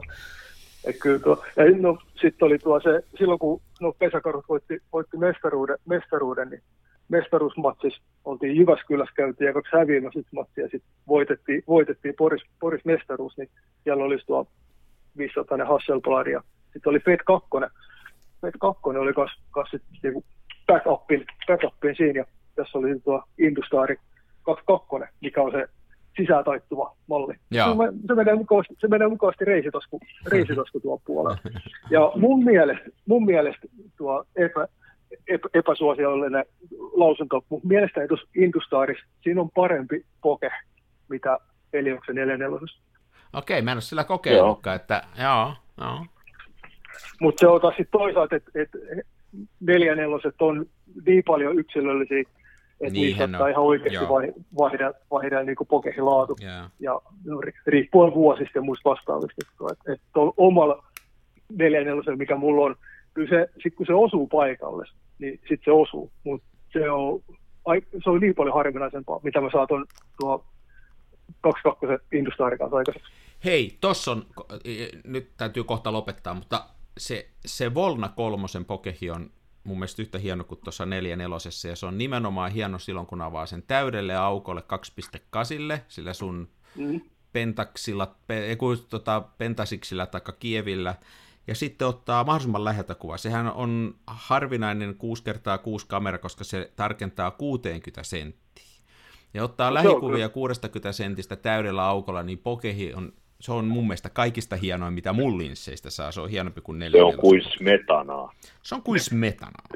No, sitten oli tuo se, silloin kun no, Pesäkarhut voitti, voitti mestaruuden, mestaruuden, niin mestaruusmatsissa oltiin Jyväskylässä, käytiin ja kaksi häviämässä matsia ja sitten voitettiin, voitettiin Poris, Poris mestaruus, niin siellä olisi tuo viisisataa Hasselblad ja sitten oli Fed kaksi. Fed kaksi oli kas, kas sitten niinku backupin, backupin siinä ja tässä oli tuo Industari kaksikymmentäkaksi, mikä on se sisätaittuva malli. Se, se menee mukavasti, se menee mukavasti reisitasku, reisitasku tuon puolella. Ja mun mielestä, mun mielestä tuo epä, epä, epäsuosiollinen lausunto, mun mielestä ei tuossa Industarissa, siinä on parempi poke, mitä Elioksen neljäkymmentäneljä. Okei, mä en ole sillä kokeillutkaan, että joo, joo. Mutta se on taas sitten toisaalta, että et neljäkymmentäneljä on niin paljon yksilöllisiä, että niin, niissä ottaa ihan oikeasti vaihdella vaihdella niin pokehin laatu. Yeah. Ja no, riippuen vuosista ja muista vastaavista. Että et tuolla omalla neljäkymmentäneljä, mikä mulla on, kyllä se, sit kun se osuu paikalle, niin sitten se osuu. Mutta se on, se on niin paljon harvinaisempaa, mitä mä saatan tuo kaksikymmentäkaksi Industarin kanssa aikaiseksi. Hei, tossa on, nyt täytyy kohta lopettaa, mutta se, se Volna kolmosen pokehi on mun mielestä yhtä hieno kuin tuossa neljäkymmentäneljä, ja se on nimenomaan hieno silloin, kun avaa sen täydelle aukolle kaksi pilkku kahdeksan, sillä sun mm. pentaksilla, pe, kun, tota, pentasiksillä tai kievillä, ja sitten ottaa mahdollisimman läheltä kuva. Sehän on harvinainen kuusi kertaa kuusi kamera, koska se tarkentaa kuusikymmentä senttiä. Ja ottaa lähikuvia kuusikymmentä sentistä täydellä aukolla, niin pokehi on, se on mun mielestä kaikista hienoin, mitä mun linsseistä saa. Se on hienompi kuin neljäkymmentäneljä. Se on kuin smetanaa. Se on kuin smetanaa.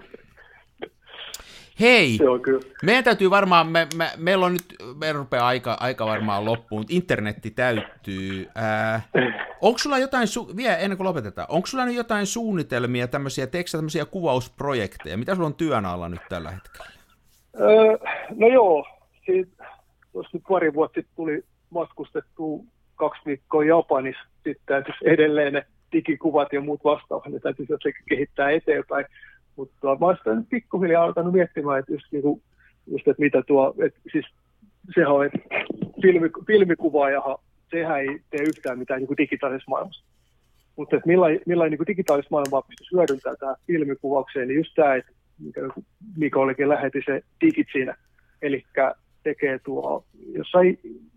Hei, meidän täytyy varmaan, me, me, meillä on nyt, me rupeaa aika, aika varmaan loppuun, mutta internetti täyttyy. Ää, onko sulla jotain, su- vielä ennen kuin lopetetaan, onko sulla nyt jotain suunnitelmia, tämmöisiä tekstejä, tämmöisiä kuvausprojekteja? Mitä sulla on työn alla nyt tällä hetkellä? Öö, no joo, siitä, tuossa nyt pari vuotta sitten tuli matkustettua kaksi viikkoa Japanissa, sitten täytyisi edelleen ne digikuvat ja muut vastaavat, ne täytyisi jotenkin kehittää eteenpäin. Mutta mä oon sitä nyt pikkuhiljaa alkanut miettimään, että just, niinku, just että mitä tuo, että siis sehän on, että filmi, filmikuvaajahan, sehän ei tee yhtään mitään niinku digitaalisessa maailmassa. Mutta että millain, millain niin digitaalista maailmaa pystyisi hyödyntämään tähän filmikuvaukseen, niin just tämä, että Mika olikin lähetti se digit siinä, eli tekee tuo, jossain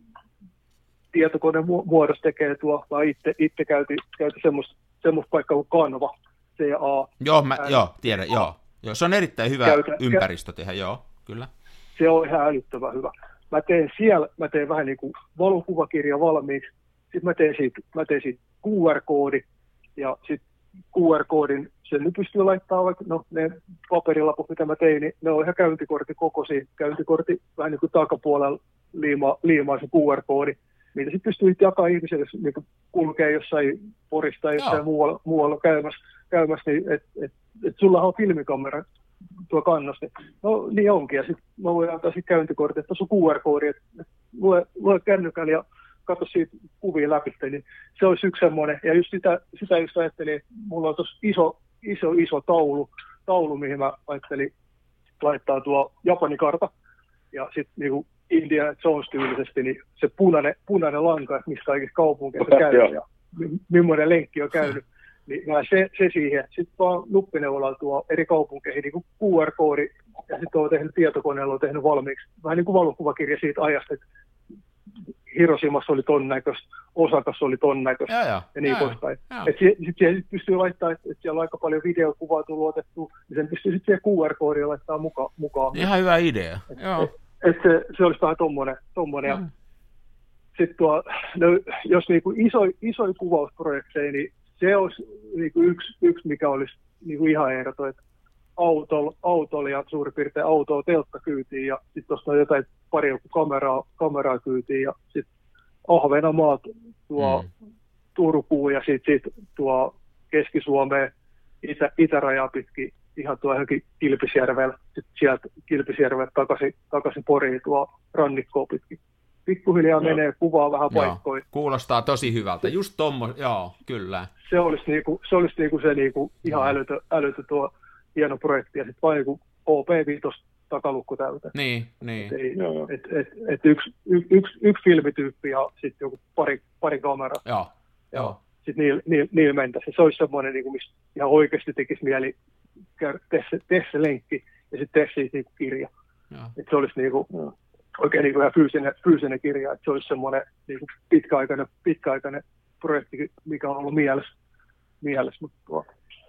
tietokoneen muodossa tekee tuo, vai itse, itse käytin, käytin semmoista, semmoista paikkaa kuin Canva, C A. Joo, mä, joo tiedän, joo. joo. Se on erittäin hyvä käytä, ympäristö tehdä, joo, kyllä. Se on ihan älyttömän hyvä. Mä teen siellä, mä teen vähän niin kuin valokuvakirja valmiiksi, sitten mä teen siitä, mä teen siitä Q R-koodi, ja sitten Q R-koodin, sen nyt pystyy laittamaan vaikka, no ne paperilaput, mitä mä tein, niin ne on ihan käyntikortin kokoisia. Käyntikortti vähän niin kuin takapuolella liimaa, liimaa se Q R-koodi, mitä sitten pystyy jakamaan ihmisille, jos niin kulkee jossain Porissa tai jossain muualla, muualla käymässä, käymässä niin että et, et sullahan on filmikamera tuo kannas. Niin, no niin onkin, ja sitten mä voin antaa sitten käyntikortin, että tuossa on Q R-koodi, että et, lue, lue kännykällä ja katso siitä kuvia läpi, niin se olisi yksi semmoinen. Ja just sitä, sitä just ajattelin, että mulla on tuossa iso, iso, iso taulu, taulu, mihin mä ajattelin laittaa tuo Japanin karta. Ja sitten niinku Indiana Jones tyylisesti, niin se punainen, punainen lanka, että missä kaikissa kaupunkeissa käy ja millainen lenkki on käynyt. Niin se, se siihen. Sitten vaan nuppineulalla tuo eri kaupunkeihin niin kuin Q R-koodi, ja sitten on tehnyt tietokoneella, on tehnyt valmiiksi. Vähän niin kuin valokuvakirja siitä ajasta, että Hiroshimassa oli ton näköistä, Osakassa oli ton näköistä ja, ja, ja niin poispäin. Sitten siihen pystyy laittamaan, että et siellä on aika paljon videokuvaa tullut otettu, niin sen pystyy sitten siihen Q R-koodiin laittaa muka, mukaan. Ihan hyvä idea. Et, et, et se, se olisi vähän tommoinen. tommoinen. Mm. Sitten tuo, no, jos niinku iso, isoja kuvausprojekteja, niin se olisi niinku yksi, yksi, mikä olisi niinku ihan ehdoton, että autolla, autolla ja suurin piirtein autoa teltta kyytiin ja sitten tuossa on jotain pari joku kameraa, kameraa kyytiin ja sitten Ahvenanmaat tuo mm. Turkuun ja sitten sit tuo Keski-Suomeen itä, itärajaa pitkin ihan tuo johonkin Kilpisjärvellä, sitten sieltä Kilpisjärvellä takaisin, takaisin Poriin tuo rannikkoa pitkin. Pikkuhiljaa no. menee kuvaa vähän paikkoja. Kuulostaa tosi hyvältä, just tommo, joo, kyllä. Se olisi niinku se, olisi niinku se niinku ihan älytö, älytö tuo hieno projekti, ja sitten vain joku O P viisi takalukko täytä. Niin, niin. Et, et, et, et yksi, yksi, yksi filmityyppi ja sitten joku pari, pari kameraa. Joo, ja joo. Sitten niillä niil, niil mentäisiin. Se olisi semmoinen, niin missä ihan oikeasti tekisi mieli tehdä se, tehdä se lenkki ja sitten tehdä siitä niin kirja. Että se olisi niin kuin, oikein niin kuin ihan fyysinen, fyysinen kirja. Että se olisi semmoinen niin kuin pitkäaikainen, pitkäaikainen projekti, mikä on ollut mielessä. mielessä. Mutta tuo,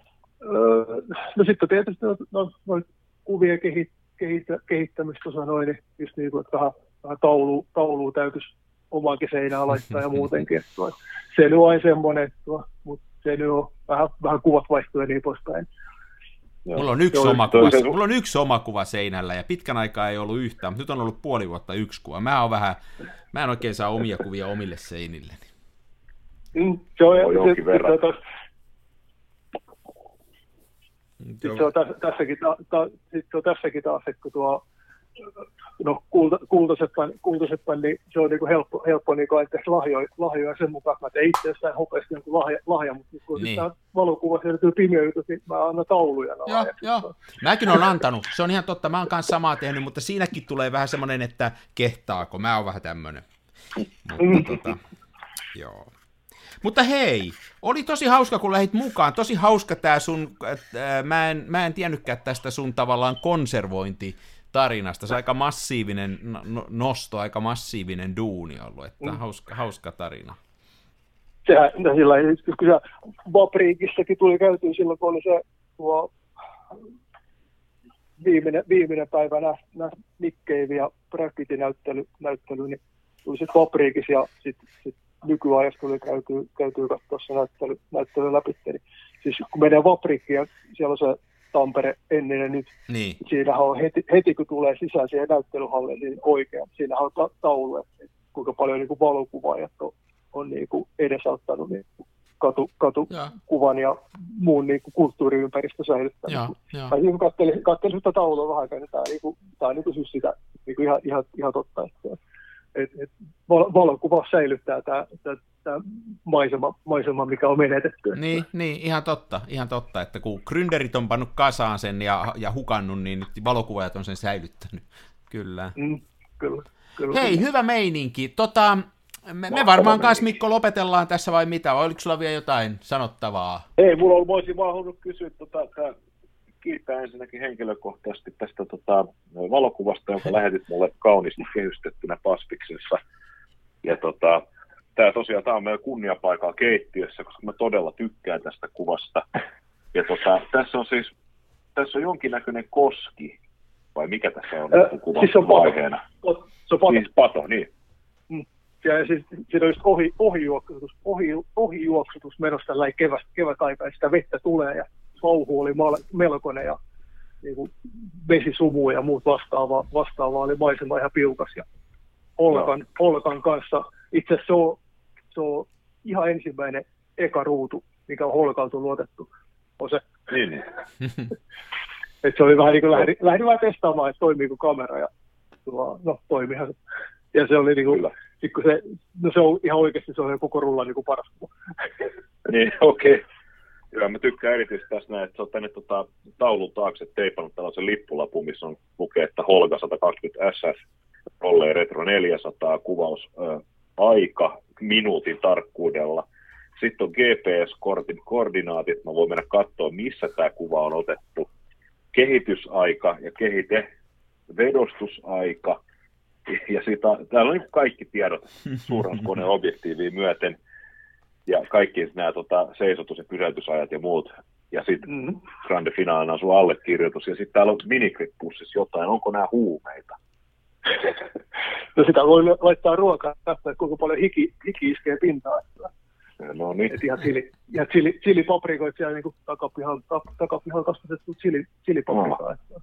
no sitten tietysti no, no, no, kuvien kehit, kehittä, kehittämistä sanoin, niin just niin kuin, että vähän, vähän taulua, taulua täytyisi omaankin seinään laittaa ja muutenkin. Tuo, se nyt on aina semmoinen, tuo, mutta se nyt on vähän, vähän kuvat vaihtuu ja niin poispäin. Mulla on, yksi oma kuva, mulla on yksi oma kuva seinällä ja pitkän aikaa ei ollut yhtään, mutta nyt on ollut puoli vuotta yksi kuva. Mä, on vähän, mä en oikein saa omia kuvia omille seinilleni. Mm, se on jonkin verran. Sitten se on tässäkin, ta, ta, sit on tässäkin taas, että kun tuo no, kulta, kultaseppän, kultaseppän, niin se on niinku helppo, helppo niinku tehdä lahjoja, lahjoja sen mukaan, että mä tein itse jostain hopeasti jonkun lahja, lahja, mutta kun niin. Tämä valokuva siirtyy pimeytys, niin mä annan tauluja. Joo, joo. Mäkin olen antanut, se on ihan totta, mä oon kanssa samaa tehnyt, mutta siinäkin tulee vähän semmoinen, että kehtaako, mä oon vähän tämmöinen. Mutta tota, joo. Mutta hei, oli tosi hauska, kun lähdit mukaan. Tosi hauska tää sun, äh, mä, en, mä en tiennytkään tästä sun tavallaan konservointitarinasta. Se on aika massiivinen no, nosto, aika massiivinen duuni ollut, että mm. hauska, hauska tarina. Sehän, no sillä kun se Vapriikissakin tuli käytyä silloin, kun oli se tuo viimeinen, viimeinen päivä nä Nick Cave ja Brad Pittin näyttely, näyttely, niin tuli sitten Vapriikissa ja sitten sit nykyajassa tuli käytyy, käytyy katsoa se näyttely, näyttely läpi. Niin, siis kun menee Vapriikkiin ja siellä on se Tampere ennen nyt, niin. Siinähän on heti, heti kun tulee sisään siihen näyttelyhalliin, niin oikein. Siinähän on ta taulu, että kuinka paljon niin kuin valokuvaajat on, on niin kuin edesauttanut niin katu, katukuvan ja muun niin kuin kulttuuriympäristö säilyttänyt. Tai niin katselin, katselin sitä taulua vähän aikaa, niin tämä, niin kuin, tämä on niin kuin siis sitä niin kuin ihan, ihan, ihan totta. Että, et, et valokuva säilyttää tämä maisema, maisema, mikä on menetetty. Niin, niin, ihan totta, ihan totta, että kun gründerit on pannut kasaan sen ja, ja hukannut, niin valokuvaajat on sen säilyttänyt. Kyllä. Mm, kyllä, kyllä. Hei, hyvä meininki. Tota, me, me varmaan kanssa, Mikko, lopetellaan tässä vai mitä? Vai oliko sulla vielä jotain sanottavaa? Ei, mulla on, voisin vaan halunnut kysyä, tota, tää, kiittää ensinnäkin henkilökohtaisesti tästä tota, valokuvasta, jonka lähetit mulle kauniisti kehystettynä Paspiksessa. Ja tota, tämä tosiaan tää on meidän kunniapaikalla keittiössä, koska mä todella tykkään tästä kuvasta. Ja tota, tässä on siis tässä on jonkinnäköinen koski, vai mikä tässä on äh, kuvan siis on vaiheena? Pato. Se on pato. Siis pato, niin. Mm. Ja siis, siinä on just ohi, ohijuoksutus, ohi, ohijuoksutus menossa tällä kevät, kevätaika, ja sitä vettä tulee, ja sauhu oli melkoinen, ja niin kuin vesisumu ja muut vastaavaa, vastaavaa oli maisema ihan piukas, ja Olkan, no. Olkan kanssa, itse asiassa se on, se on ihan ensimmäinen eka ruutu, mikä on Holkalta luotettu, on se. Niin, niin. Että se oli vähän niin kuin, lähdin, lähdin vähän testaamaan, että toimiiko kamera, ja no toimihan se. Ja se oli niin kuin, kun se, no se on ihan oikeasti, se on koko rullan niin kuin paras kuva. Niin, okei. Okay. Joo, mä tykkään erityisesti tässä näin, että sä oot tänne tota, taulun taakse teipannut tällaisen lippulapun, missä on lukee, että Holga sata kaksikymmentä S F, Rolle Retro neljäsataa, kuvaus ä, aika minuutin tarkkuudella. Sitten on G P S-kortin koordinaatit, mä voin mennä katsoa, missä tämä kuva on otettu. Kehitysaika ja kehite, vedostusaika. Ja siitä, täällä on kaikki tiedot suurennuskoneen objektiiviin myöten. Ja kaikki nämä tota, seisotus- ja pysäytysajat ja muut. Ja sitten mm-hmm. Grande Finaalina on sun allekirjoitus. Ja sitten täällä on minigrip-pussissa jotain. Onko nämä huumeita? No sitä voi laittaa ruokaa tästä, että kuinka paljon hiki, hiki iskee pintaan. No niin. Et ihan chili, ihan chili, chilipaprikoit siellä niin takapihan, takapihan kasvatettu chili, chilipaprikaa. Oh.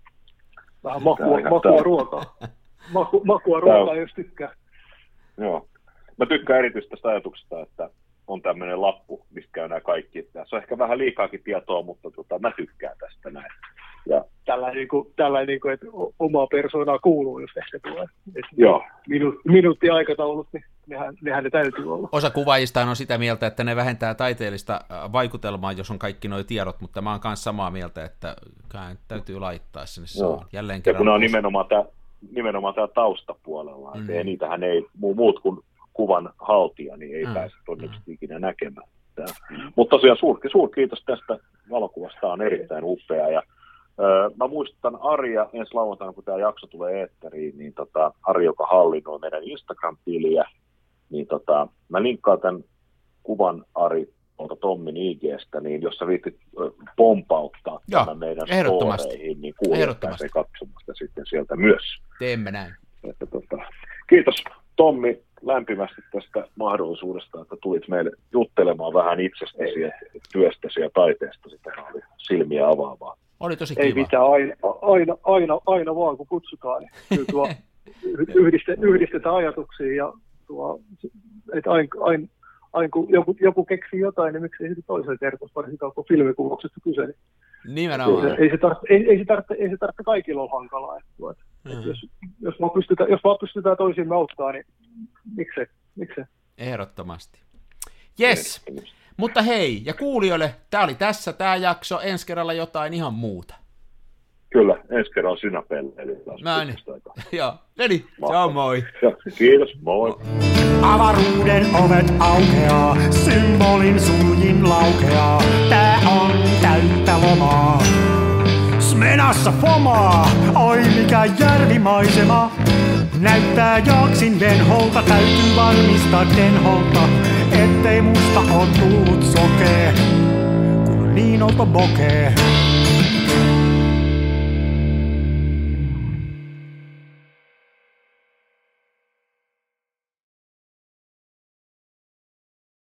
Vähän makua, makua ruokaa. Maku, makua ruokaa, jos tykkää. Joo. Mä tykkään erityisesti tästä ajatuksesta, että on tämmöinen lappu, mistä käy nämä kaikki. Tässä on ehkä vähän liikaakin tietoa, mutta tota, mä tykkään tästä näin. Ja tällä niin kuin, tällä niin kuin, että omaa persoonaa kuuluu, jos ehkä tulee. Joo. Minu, minuuttiaikataulut, niin nehän, nehän ne täytyy olla. Osa kuvaajista on sitä mieltä, että ne vähentää taiteellista vaikutelmaa, jos on kaikki nuo tiedot, mutta mä oon kanssa samaa mieltä, että täytyy laittaa sinne. Se on jälleen kerran. Ja kun on nimenomaan tämä nimenomaan tämä taustapuolella, mm. että niitähän ei, muut kuin kuvan haltija, niin ei mm. pääse todennäköisesti ikinä näkemään. Mm. Mutta tosiaan suuri, suuri kiitos tästä valokuvasta, on erittäin upea. Ja, ö, mä muistan Arja, ensi lauantaina, kun tämä jakso tulee eetteriin, niin tota, Ari, joka hallinnoi meidän Instagram-tiliä, niin tota, mä linkkaan tämän kuvan Ari tuolta Tommin I G:stä, niin jos sä viitit pompauttaa Joo, tämän meidän storeihin, niin kuulijat pääsee katsomasta sitten sieltä myös. Teemme näin. Että, tota, kiitos Tommi lämpimästi tästä mahdollisuudesta, että tulit meille juttelemaan vähän itsestäsi ja työstäsi ja taiteesta. Sitä oli silmiä avaavaa. Oli tosi kiva. Ei mitään, aina, aina, aina, aina vaan kun kutsutaan, niin tuo yhdistetään, yhdistetään ajatuksia ja tuo, että aina, aina Aina kun joku, joku keksii jotain, niin miksi ei se toiselle kertoisi, varsinkaan kun filmikuvauksesta kyse. Niin nimenomaan. Ei se tarvitse, ei, ei se tarvitse, ei se tarvitse kaikilla olla hankalaa. Että, mm-hmm. että jos, jos, vaan pystytään, jos vaan pystytään toisiimme auttaa, niin miksei? miksei? Ehdottomasti. Jes, mutta hei, ja kuulijoille, tämä oli tässä tämä jakso, ensi kerralla jotain ihan muuta. Kyllä, ensi kerralla synäpelleily taas. Näin, joo. Eli, ciao moi. Ja, kiitos, moi. Avaruuden ovet aukeaa, symbolin suljin laukeaa. Tää on täyttä lomaa. Smenassa fomaa, oi mikä järvimaisema. Näyttää jaksin venholta, täytyy varmistaa denholta, ettei musta on tullut sokee, kun niin olta bokee.